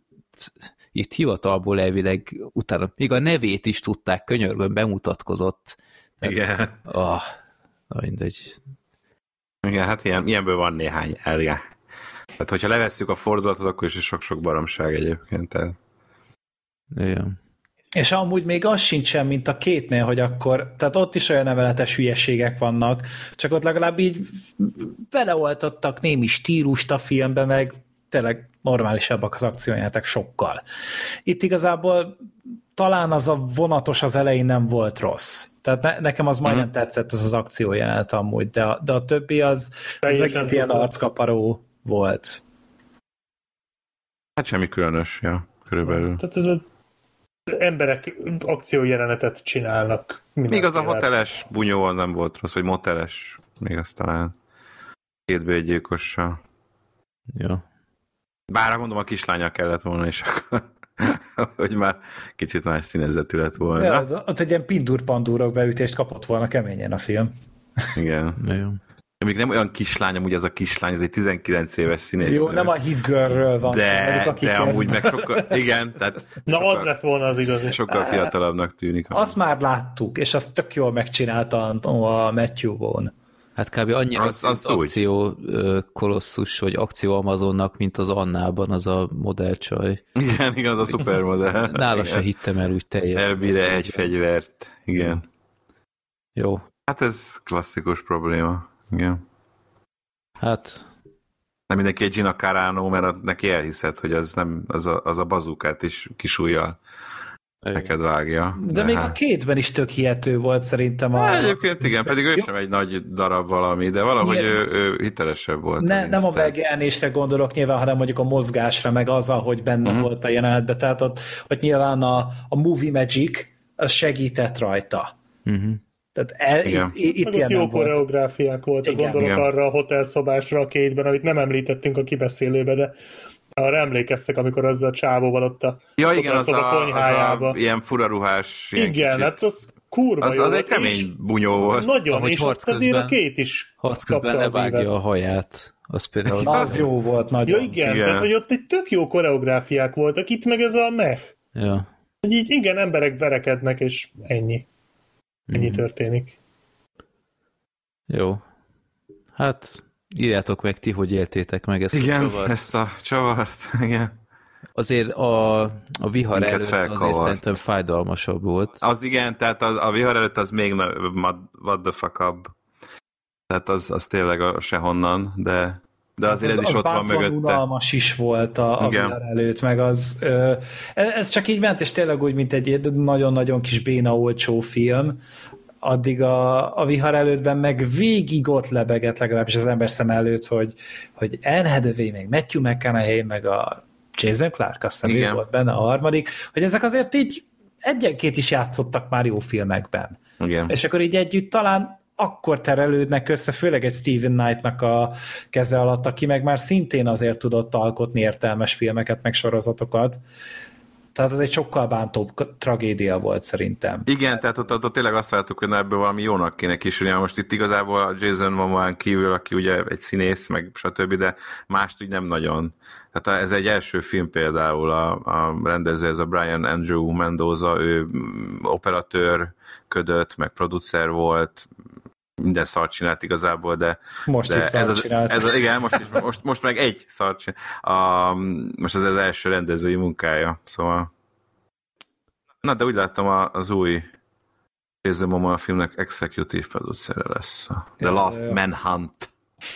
itt hivatalból elvileg utána, még a nevét is tudták, könyörgön bemutatkozott. Igen. Ah, na mindegy. Igen, hát ilyen, ilyenből van néhány elge. Tehát, hogyha levesszük a fordulatot, akkor is sok-sok baromság egyébként. Tehát. Igen. És amúgy még az sincsen, mint a kétnél, hogy akkor, tehát ott is olyan emeletes hülyeségek vannak, csak ott legalább így beleoltottak némi stílust a filmbe, meg tényleg normálisabbak az akciójátek sokkal. Itt igazából talán az a vonatos az elején nem volt rossz. Tehát ne, nekem az majdnem mm-hmm. tetszett az az akciójelenet amúgy, de a, de a többi az, az megint ilyen arckaparó volt. Hát semmi különös, ja, körülbelül. Tehát ez a emberek akciójelenetet csinálnak. Még az a hoteles bunyó nem volt rossz, vagy moteles, még az talán két bőgyilkossal. Jó. Bár mondom, a kislányal kellett volna, és akkor hogy már kicsit más színezetű lett volna. Ja, ott egy ilyen pindur-pandúrok beütést kapott volna keményen a film. Igen. Jó. Még nem olyan kislány, amúgy az a kislány, ez egy tizenkilenc éves színésznő. Jó, nem a Hit Girlről van de, szó, akik de amúgy ezt... meg sokkal, igen, tehát Na sokkal, az lett volna az igazi. sokkal fiatalabbnak tűnik. Azt már láttuk, és azt tök jól megcsinálta a Matthew Vaughn. Hát kb. Annyira az, az akció kolosszus, vagy akció Amazonnak, mint az Annában az a modellcsaj. Igen, igen, az a szupermodell. Nála igen. se hittem el úgy teljesen. Elbír egy fegyvert, igen. Jó. Hát ez klasszikus probléma, igen. Hát... Nem mindenki egy Gina Carano, mert neki elhiszed, hogy az, nem, az, a, az a bazukát is kisújjal neked vágja. De, de még hát... a kétben is tök hihető volt szerintem. A... Hát, egyébként igen, pedig ő jó. sem egy nagy darab valami, de valahogy ő, ő hitelesebb volt. Ne, a nem a megjelenésre gondolok nyilván, hanem mondjuk a mozgásra, meg az, ahogy benne uh-huh. volt a jelenetben. Tehát ott, ott nyilván a, a Movie Magic az segített rajta. Uh-huh. Tehát el, itt, itt ilyen jó koreográfiák voltak, igen. gondolok igen. arra a hotelszobásra a kétben, amit nem említettünk a kibeszélőbe, de arra emlékeztek, amikor azzal a csávóval ott a ja, igen, az a, konyhájába. Az a ilyen furaruhás. Ilyen igen, kicsit. Hát az kurva az, jó. Az egy kemény bunyó volt. Nagyon, ahogy és ott azért a két is harc közben levágja a haját. Az például... Na, az jó volt nagyon. Ja, igen, igen. tehát hogy ott egy tök jó koreográfiák voltak, itt meg ez a meh. Ja. Hogy így igen, emberek verekednek, és ennyi. Ennyi mm. történik. Jó. Hát írjátok meg ti, hogy éltétek meg ezt igen, a csavart. ezt a csavart, igen. Azért a, a vihar Minket előtt felkavart. azért szerintem fájdalmasabb volt. Az igen, tehát a, a vihar előtt az még what the fuck up. Tehát az, az tényleg a sehonnan, de, de azért az, ez is az ott van mögötte. Az unalmas is volt a, a vihar előtt, meg az ö, ez csak így ment, és tényleg úgy, mint egy nagyon-nagyon kis béna olcsó film, addig a, a vihar előttben meg végig ott lebegett legalábbis az ember szem előtt, hogy, hogy Anne Hathaway, meg Matthew McConaughey, meg a Jason Clarke, azt hiszem ő volt benne a harmadik, hogy ezek azért így egyenként is játszottak már jó filmekben. Igen. És akkor így együtt talán akkor terelődnek össze, főleg egy Steven Knight-nak a keze alatt, aki meg már szintén azért tudott alkotni értelmes filmeket, meg sorozatokat. Tehát ez egy sokkal bántóbb tragédia volt szerintem. Igen, tehát ott, ott tényleg azt láttuk, hogy ebből valami jónak kéne kisülni. Most itt igazából a Jason Momoa kívül, aki ugye egy színész, meg stb., de mást úgy nem nagyon. Tehát ez egy első film például, a, a rendező, ez a Brian Andrew Mendoza, ő operatőr ködött, meg producer volt, minden szart csinált igazából, de... Most de is szart ez csinált. Ez a, igen, most, is, most, most meg egy szart csinált. A, most ez az első rendezői munkája, szóval... Na, de úgy láttam, az új Jason Momoa filmnek executive producere lesz. The Last ja, ja. Manhunt.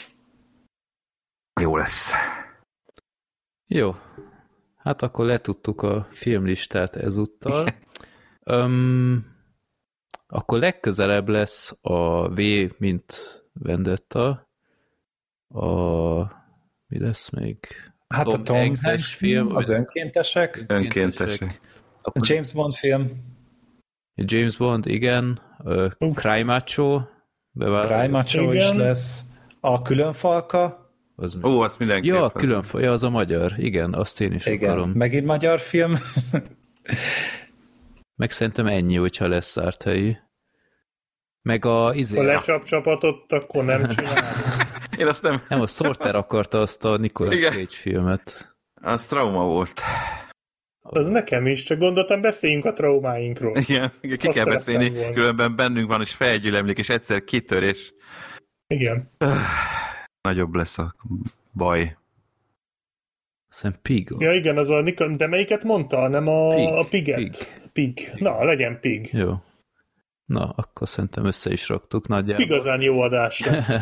Jó lesz. Jó. Hát akkor letudtuk a filmlistát ezúttal. um, akkor legközelebb lesz a V, mint Vendetta. A... Mi lesz még? Hát Tom a Tom Hanks film, az önkéntesek. Önkéntesek. A James Bond film. James Bond, igen. Uh, Cry Macho. Cry Macho is lesz. A Különfalka. Az Ó, azt mindenképp. Ja, a Különfalka, ja, az a magyar. Igen, azt én is igen. akarom. Megint magyar film. Meg szerintem ennyi, hogyha lesz Szárthelyi. Meg a... Izé... Ha lecsap csapatot, akkor nem csinálom. Én azt nem... Nem, a Sorter akarta azt a Nicolas igen. Cage filmet. Az trauma volt. Az nekem is, csak gondoltam, beszéljünk a traumáinkról. Igen, ki azt kell beszélni, volna. Különben bennünk van, és felgyülemlik, és egyszer kitör, és... Igen. Nagyobb lesz a baj. Aztán Pig. Ja igen, az a Nikol... de melyiket mondta? Nem a, Pig. a Piget? Pig. Pig. Na, legyen Pig. Jó. Na, akkor szerintem össze is raktuk nagyjából. Igazán jó adás lesz.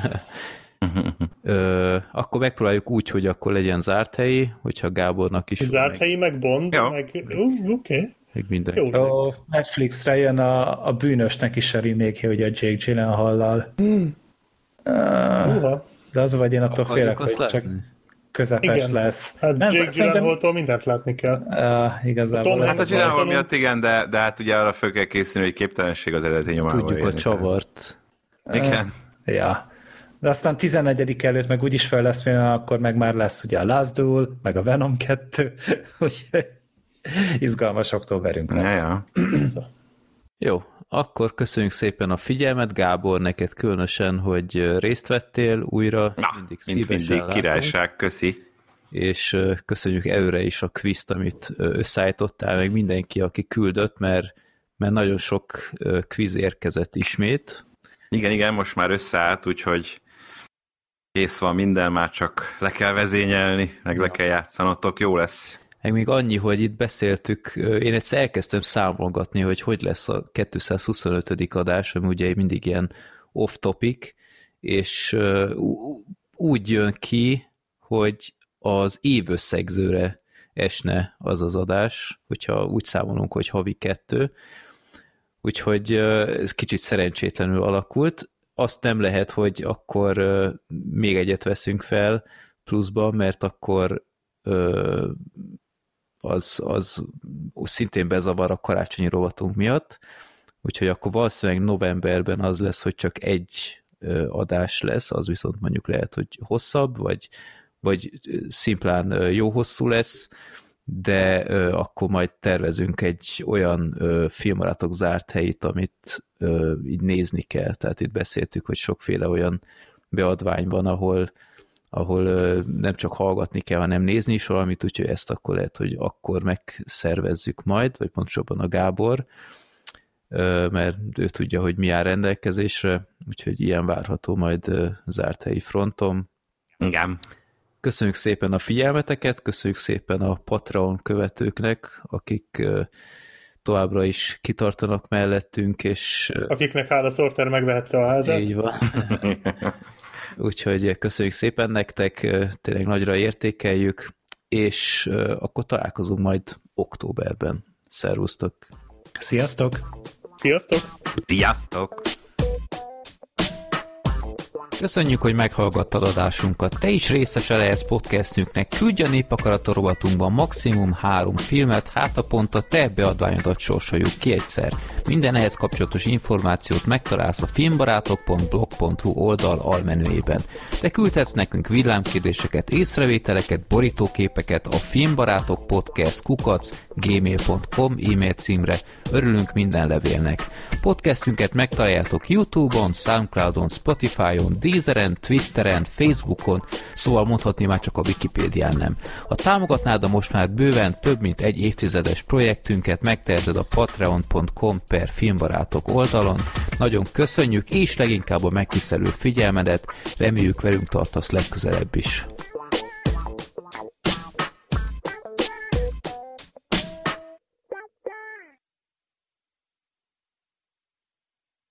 Ö, akkor megpróbáljuk úgy, hogy akkor legyen zárt helyi, hogyha Gábornak is... Zárt helyi, meg Bond, ja. meg... Uh, oké. Okay. Meg minden. Jó, Netflixre jön a, a bűnösnek is a remake, hogy a Jake Gyllenhaal-lal. Hmm. Uh, de az vagy én attól félek, hogy csak közepes igen. lesz. Hát nem, Jake Gyllenhaaltól mindent látni kell. Uh, igazából. Hát a Gyllenhaal miatt igen, de, de hát ugye arra föl kell készülni, hogy képtelenség az eredeti nyomában. Tudjuk a csavart. Igen. Uh, ja. De aztán tizennegyedik előtt meg úgyis fel lesz, mert akkor meg már lesz ugye a Last Duel, meg a Venom kettő, úgyhogy izgalmas októberünk lesz. Ja, ja. Jó, akkor köszönjük szépen a figyelmet, Gábor, neked különösen, hogy részt vettél újra. Na, mindig szívesen mindig királyság, köszi. És köszönjük előre is a quizt, amit összeállítottál, meg mindenki, aki küldött, mert, mert nagyon sok quiz érkezett ismét. Igen, igen, most már összeállt, úgyhogy kész van minden, már csak le kell vezényelni, meg le kell játszanotok, jó lesz. Meg még annyi, hogy itt beszéltük, én egyszer elkezdtem számolgatni, hogy hogy lesz a kétszázhuszonötödik adás, ami ugye mindig ilyen off-topic, és úgy jön ki, hogy az évösszegzőre esne az az adás, hogyha úgy számolunk, hogy havi kettő, úgyhogy ez kicsit szerencsétlenül alakult. Azt nem lehet, hogy akkor még egyet veszünk fel pluszba, mert akkor az, az szintén bezavar a karácsonyi rovatunk miatt, úgyhogy akkor valószínűleg novemberben az lesz, hogy csak egy adás lesz, az viszont mondjuk lehet, hogy hosszabb, vagy, vagy szimplán jó hosszú lesz, de akkor majd tervezünk egy olyan filmbarátok zárt helyit, amit így nézni kell, tehát itt beszéltük, hogy sokféle olyan beadvány van, ahol ahol nem csak hallgatni kell, hanem nézni is valamit, úgyhogy ezt akkor lehet, hogy akkor megszervezzük majd, vagy pontosabban a Gábor, mert ő tudja, hogy mi áll rendelkezésre, úgyhogy ilyen várható majd zárt helyi fronton. Igen. Köszönjük szépen a figyelmeteket, köszönjük szépen a Patreon követőknek, akik továbbra is kitartanak mellettünk, és... Akiknek Hála Sorter megvehette a házat. Így van. Úgyhogy köszönjük szépen nektek, tényleg nagyra értékeljük, és akkor találkozunk majd októberben. Szervusztok! Sziasztok! Sziasztok! Sziasztok! Köszönjük, hogy meghallgattad adásunkat. Te is részese lehetsz podcastünknek. Küldj a Népakaraton rovatunkban maximum három filmet, hát a pont a te beadványodat sorsoljuk ki egyszer. Minden ehhez kapcsolatos információt megtalálsz a filmbarátok pont blog pont hu oldal almenüjében. Te küldhetsz nekünk villámkérdéseket, észrevételeket, borítóképeket a filmbarátok podcast kukac gmail pont com e-mail címre. Örülünk minden levélnek. Podcastünket megtaláljátok YouTube-on, Soundcloudon, Spotify-on, Deezeren, Twitteren, Facebookon, szóval mondhatni már csak a Wikipédián nem. Ha támogatnád a most már bőven több mint egy évtizedes projektünket, megteheted a patreon pont com per filmbarátok oldalon. Nagyon köszönjük, és leginkább a megtisztelő figyelmedet, reméljük velünk tartasz legközelebb is.